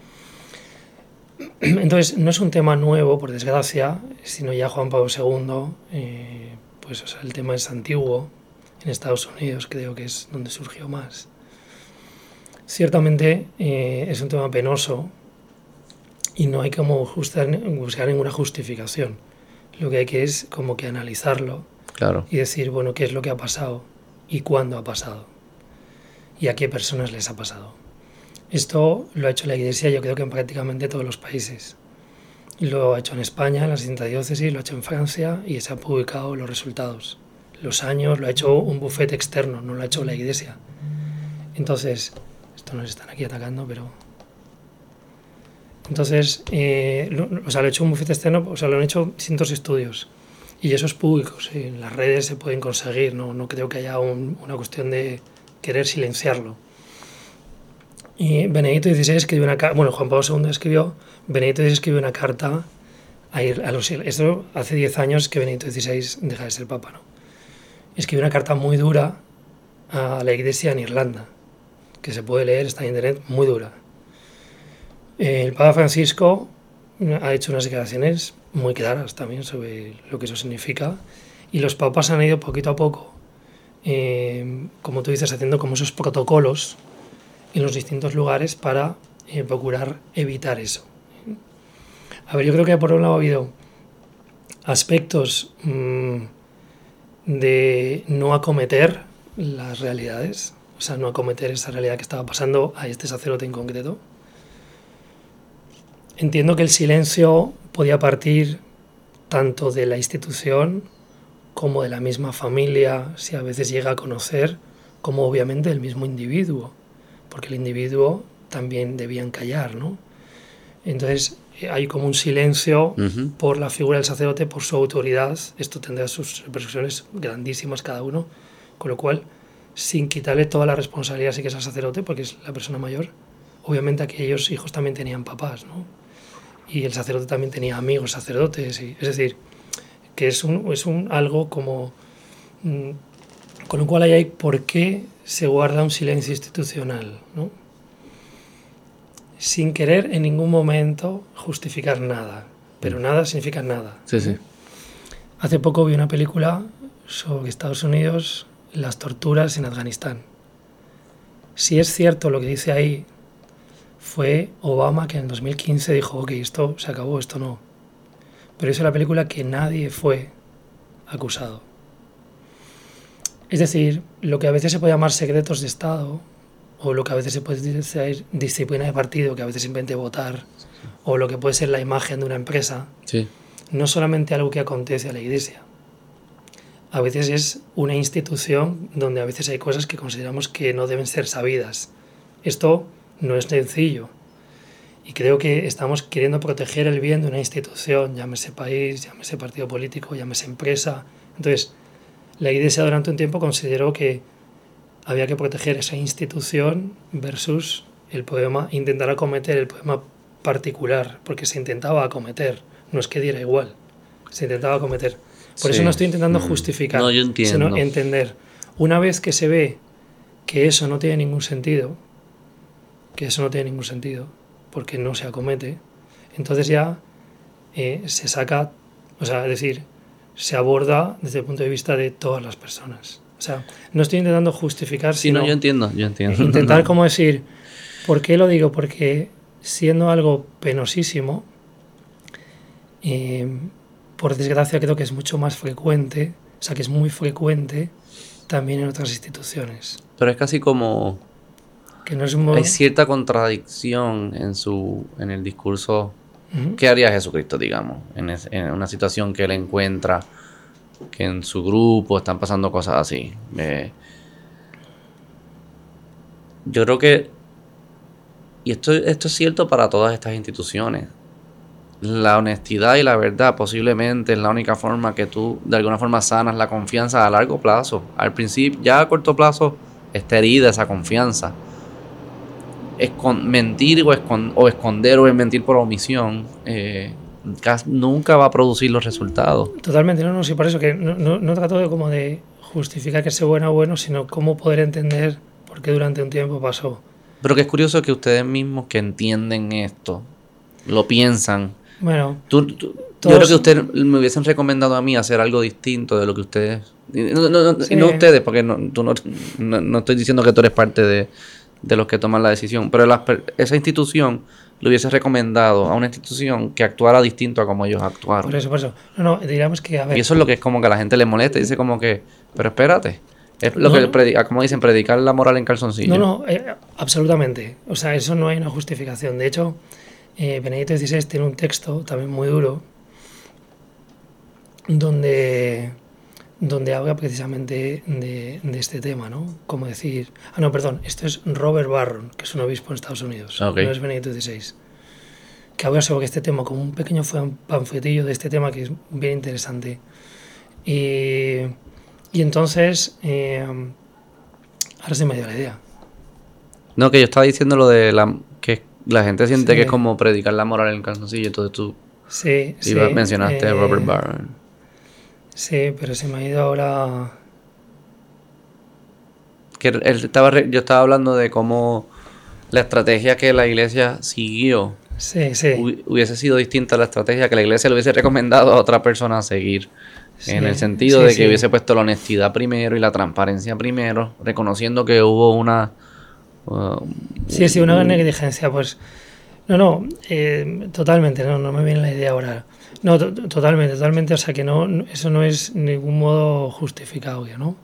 Entonces, no es un tema nuevo, por desgracia, sino ya Juan Pablo II, pues o sea, el tema es antiguo. En Estados Unidos creo que es donde surgió más. Ciertamente es un tema penoso y no hay como buscar ninguna justificación. Lo que hay que es como que analizarlo. Claro. Y decir, bueno, qué es lo que ha pasado y cuándo ha pasado y a qué personas les ha pasado. Esto lo ha hecho la Iglesia, yo creo que en prácticamente todos los países. Lo ha hecho en España, en las distintas diócesis, lo ha hecho en Francia y se han publicado los resultados. Los años lo ha hecho un bufete externo, no lo ha hecho la Iglesia. Entonces, esto nos están aquí atacando, pero... Entonces, lo ha hecho un bufete externo, o sea, lo han hecho distintos estudios. Y eso es público, sí, en las redes se pueden conseguir, no creo que haya una cuestión de querer silenciarlo. Y Benedicto XVI escribió una carta, bueno, Juan Pablo II escribió, Benedicto XVI escribió una carta a los... Esto hace 10 años que Benedicto XVI deja de ser papa, ¿no? Escribió una carta muy dura a la Iglesia en Irlanda, que se puede leer, está en internet, muy dura. El Papa Francisco ha hecho unas declaraciones muy claras también sobre lo que eso significa, y los papas han ido poquito a poco, como tú dices, haciendo como esos protocolos en los distintos lugares para procurar evitar eso. A ver, yo creo que por un lado ha habido aspectos de no acometer las realidades, o sea, no acometer esa realidad que estaba pasando a este sacerdote en concreto. Entiendo que el silencio podía partir tanto de la institución como de la misma familia, si a veces llega a conocer, como obviamente del mismo individuo, porque el individuo también debían callar, ¿no? Entonces hay como un silencio por la figura del sacerdote, por su autoridad. Esto tendrá sus repercusiones grandísimas cada uno, con lo cual, sin quitarle toda la responsabilidad sí que es al sacerdote, porque es la persona mayor, obviamente aquellos hijos también tenían papás, ¿no? Y el sacerdote también tenía amigos sacerdotes, es decir, que es un algo como... con lo cual ahí hay por qué se guarda un silencio institucional, ¿no? Sin querer en ningún momento justificar nada, pero nada significa nada. Sí, sí. Hace poco vi una película sobre Estados Unidos, las torturas en Afganistán. Si es cierto lo que dice ahí, fue Obama que en 2015 dijo, ok, esto se acabó, esto no. Pero hizo la película que nadie fue acusado. Es decir, lo que a veces se puede llamar secretos de Estado, o lo que a veces se puede decir disciplina de partido, que a veces simplemente votar, o lo que puede ser la imagen de una empresa, Sí. no solamente algo que acontece a la Iglesia. A veces es una institución donde a veces hay cosas que consideramos que no deben ser sabidas. Esto no es sencillo. Y creo que estamos queriendo proteger el bien de una institución, llámese país, llámese partido político, llámese empresa. Entonces, la Iglesia durante un tiempo consideró que había que proteger esa institución versus el problema, intentar acometer el problema particular, porque se intentaba acometer, no es que diera igual, se intentaba acometer. Por eso no estoy intentando justificar, No, yo entiendo. sino entender. Una vez que se ve que eso no tiene ningún sentido, porque no se acomete, entonces ya se saca, o sea, es decir, se aborda desde el punto de vista de todas las personas. O sea, no estoy intentando justificar, Sí, sino no, yo entiendo. intentar como decir, ¿por qué lo digo? Porque siendo algo penosísimo, por desgracia creo que es mucho más frecuente, o sea, que es muy frecuente también en otras instituciones. Pero es casi como... Que no es un modo... Hay cierta contradicción en el discurso. ¿Qué haría Jesucristo, digamos? En una situación que él encuentra, que en su grupo están pasando cosas así. Yo creo que, y esto es cierto para todas estas instituciones, la honestidad y la verdad posiblemente es la única forma que tú de alguna forma sanas la confianza a largo plazo. Al principio, ya a corto plazo está herida esa confianza. Mentir o esconder o mentir por omisión nunca va a producir los resultados. Totalmente, no, sí, por eso que no trato de como de justificar que sea bueno o bueno, sino cómo poder entender por qué durante un tiempo pasó. Pero que es curioso que ustedes mismos que entienden esto, lo piensan. Bueno, yo creo que ustedes me hubiesen recomendado a mí hacer algo distinto de lo que ustedes... No ustedes, porque no estoy diciendo que tú eres parte de los que toman la decisión, pero esa institución le hubiese recomendado a una institución que actuara distinto a como ellos actuaron. Por eso. No, diríamos que, a ver... Y eso es lo que es como que a la gente le molesta, dice como que, pero espérate, es lo que, como dicen, predicar la moral en calzoncillo. No, absolutamente. O sea, eso no hay una justificación. De hecho, Benedicto XVI tiene un texto también muy duro donde habla precisamente de este tema, ¿no? Como decir... esto es Robert Barron, que es un obispo en Estados Unidos, okay. No es Benedicto XVI, que habla sobre este tema, como un pequeño panfletillo de este tema que es bien interesante. Y entonces, ahora se me dio la idea. No, que yo estaba diciendo lo de que la gente siente que es como predicar la moral en el calzoncillo, entonces tú mencionaste a Robert Barron. Sí, pero se me ha ido ahora... Que yo estaba hablando de cómo la estrategia que la iglesia siguió Sí. hubiese sido distinta a la estrategia que la iglesia le hubiese recomendado a otra persona seguir. Sí, En el sentido sí, de que sí. hubiese puesto la honestidad primero y la transparencia primero, reconociendo que hubo una... Sí, una gran negligencia, pues... No, totalmente, no me viene la idea ahora. No, totalmente, o sea que eso no es ningún modo justificado, ¿no?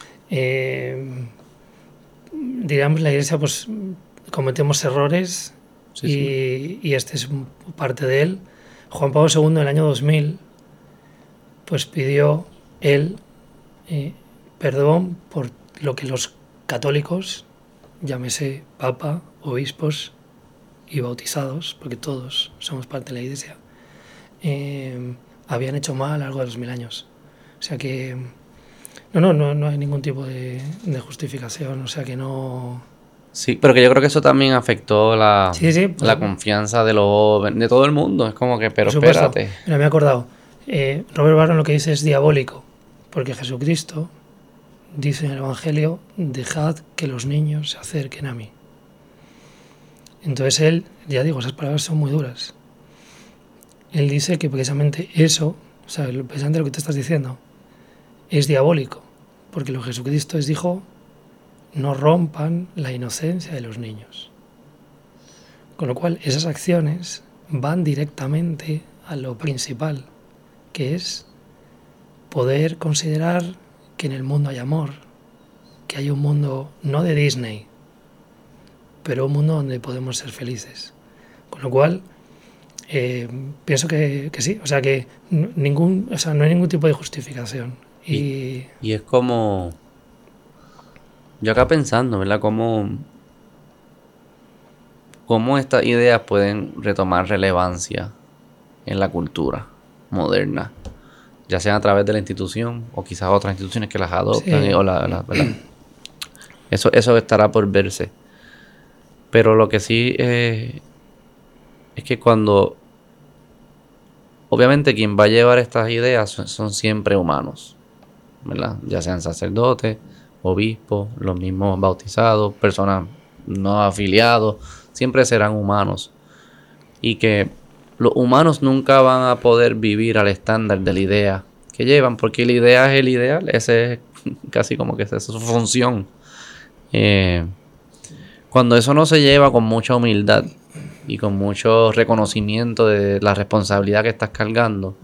Digamos, la iglesia, pues cometemos errores Sí. y este es parte de él. Juan Pablo II en el año 2000 pues pidió él perdón por lo que los católicos, llámese papa, obispos y bautizados, porque todos somos parte de la iglesia, habían hecho mal a lo largo de los 1000 años. O sea que no hay ningún tipo de justificación, o sea que no... Sí, pero que yo creo que eso también afectó la Pues, confianza de todo el mundo. Es como que, pero por supuesto. espérate. Mira, me he acordado. Robert Barron lo que dice es diabólico, porque Jesucristo dice en el Evangelio: dejad que los niños se acerquen a mí. Entonces él, ya digo, esas palabras son muy duras. Él dice que precisamente eso, o sea, precisamente lo que te estás diciendo, es diabólico, porque lo que Jesucristo les dijo: no rompan la inocencia de los niños. Con lo cual, esas acciones van directamente a lo principal, que es poder considerar que en el mundo hay amor, que hay un mundo no de Disney, pero un mundo donde podemos ser felices. Con lo cual, pienso que sí, o sea que no hay ningún tipo de justificación. Y es como... Yo acá pensando, ¿verdad? Cómo estas ideas pueden retomar relevancia en la cultura moderna, ya sea a través de la institución o quizás otras instituciones que las adoptan, Sí. ¿verdad? Eso estará por verse. Pero lo que sí es que cuando... Obviamente quien va a llevar estas ideas son siempre humanos, ¿verdad? Ya sean sacerdotes, obispos, los mismos bautizados, personas no afiliados, siempre serán humanos. Y que los humanos nunca van a poder vivir al estándar de la idea que llevan, porque la idea es el ideal, ese es casi como que esa es su función. Cuando eso no se lleva con mucha humildad y con mucho reconocimiento de la responsabilidad que estás cargando,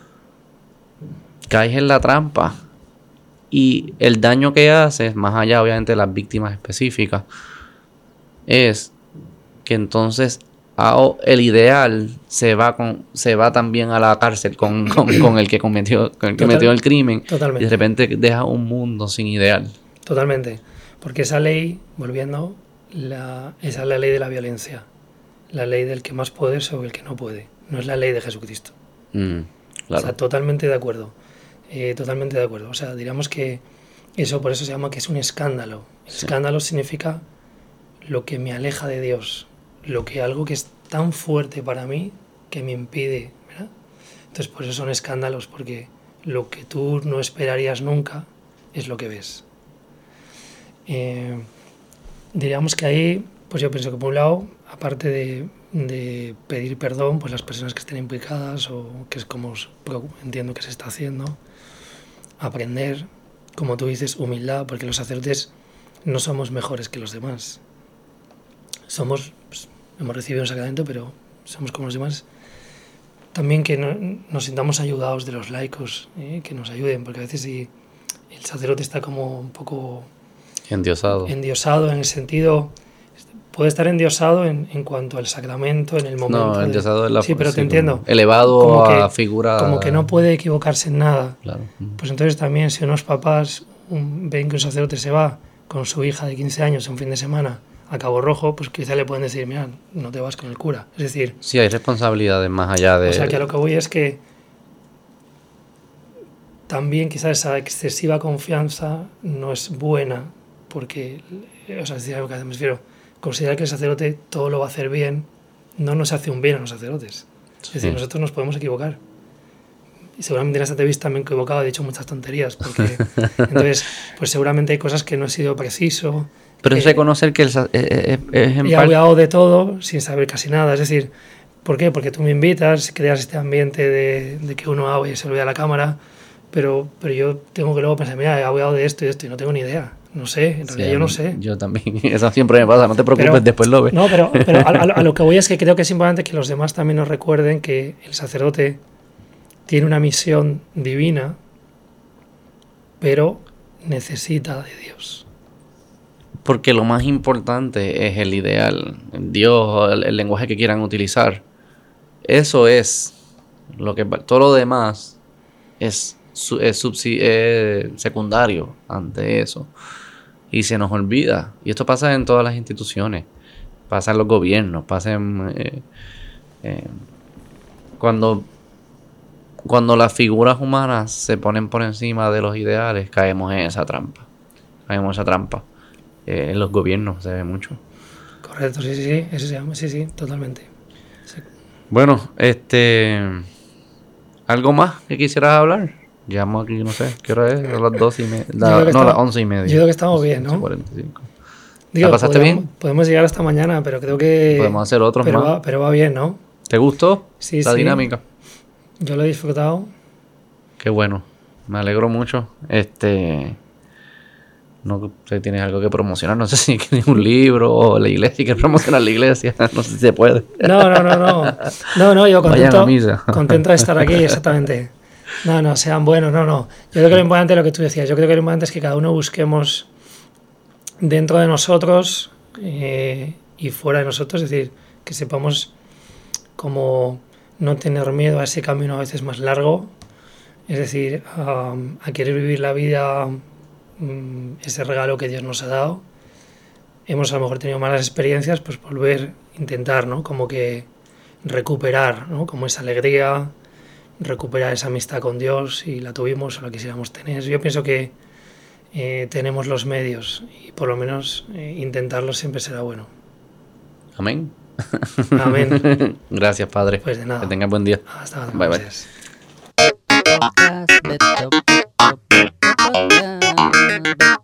caes en la trampa. Y el daño que haces, más allá obviamente de las víctimas específicas, es que entonces el ideal se va también a la cárcel con el que cometió el crimen. Totalmente. Y de repente deja un mundo sin ideal. Totalmente. Porque esa ley, volviendo, esa es la ley de la violencia. La ley del que más puede sobre el que no puede. No es la ley de Jesucristo. Claro. O sea, totalmente de acuerdo. Totalmente de acuerdo. O sea, diríamos que eso por eso se llama que es un escándalo. El escándalo significa lo que me aleja de Dios. Algo que es tan fuerte para mí que me impide, ¿verdad? Entonces por eso son escándalos, porque lo que tú no esperarías nunca es lo que ves. Diríamos que ahí, pues yo pienso que por un lado, aparte de pedir perdón, pues las personas que estén implicadas, o que es como entiendo que se está haciendo, aprender, como tú dices, humildad, porque los sacerdotes no somos mejores que los demás. Somos, pues, hemos recibido un sacramento, pero somos como los demás. También que nos sintamos ayudados de los laicos, que nos ayuden, porque a veces si el sacerdote está como un poco endiosado en el sentido, puede estar endiosado en cuanto al sacramento, en el momento. No, endiosado es la... Sí, pero te entiendo. Elevado como que, a figura... Como que no puede equivocarse en nada. Claro. Pues entonces también si unos papás ven que un sacerdote se va con su hija de 15 años un fin de semana a Cabo Rojo, pues quizá le pueden decir: mira, no te vas con el cura. Es decir... Sí, hay responsabilidades más allá de... O sea, que a lo que voy es que también quizás esa excesiva confianza no es buena, porque, o sea, es decir, algo que me refiero, considerar que el sacerdote todo lo va a hacer bien, no nos hace un bien a los sacerdotes. Es decir, nosotros nos podemos equivocar. Y seguramente en esta entrevista me he equivocado, he dicho muchas tonterías, porque entonces, pues seguramente hay cosas que no he sido preciso. Pero es reconocer que es en he hablado de todo sin saber casi nada. Es decir, ¿por qué? Porque tú me invitas, creas este ambiente de que uno habla y se lo ve a la cámara, pero yo tengo que luego pensar, mira, he hablado de esto y no tengo ni idea. No sé, en realidad yo no sé. Yo también, eso siempre me pasa, no te preocupes, Pero, después lo ves. No, pero a lo que voy es que creo que es importante que los demás también nos recuerden que el sacerdote tiene una misión divina, pero necesita de Dios. Porque lo más importante es el ideal, Dios, el lenguaje que quieran utilizar. Eso es lo que todo lo demás es secundario ante eso. Y se nos olvida. Y esto pasa en todas las instituciones. Pasa en los gobiernos. Pasa en... cuando las figuras humanas se ponen por encima de los ideales, caemos en esa trampa. En los gobiernos se ve mucho. Correcto, sí, eso se llama, sí, totalmente. Sí. Bueno, ¿algo más que quisieras hablar? Llamo aquí, no sé, ¿qué hora es? A las 12:30. Las 11:30. Yo creo que estamos bien, ¿no? 45. Digo, ¿La pasaste bien? Podemos llegar hasta mañana, pero creo que... Podemos hacer otros más. Pero va bien, ¿no? ¿Te gustó Sí, la dinámica? Yo lo he disfrutado. Qué bueno. Me alegro mucho. No sé si tienes algo que promocionar. No sé si tienes un libro o la iglesia. ¿Quieres promocionar la iglesia? No sé si se puede. No, yo contento de estar aquí, exactamente. No, sean buenos, no. Yo creo que lo importante es lo que tú decías. Yo creo que lo importante es que cada uno busquemos dentro de nosotros y fuera de nosotros. Es decir, que sepamos cómo no tener miedo a ese camino a veces más largo. Es decir, a querer vivir la vida, ese regalo que Dios nos ha dado. Hemos a lo mejor tenido malas experiencias, pues volver, intentar, ¿no? Como que recuperar, ¿no? Como esa alegría, recuperar esa amistad con Dios, y la tuvimos o la quisiéramos tener. Yo pienso que tenemos los medios y por lo menos intentarlo siempre será bueno. Amén. Amén. Gracias, Padre. Pues de nada. Que tengas buen día. Hasta luego. Bye.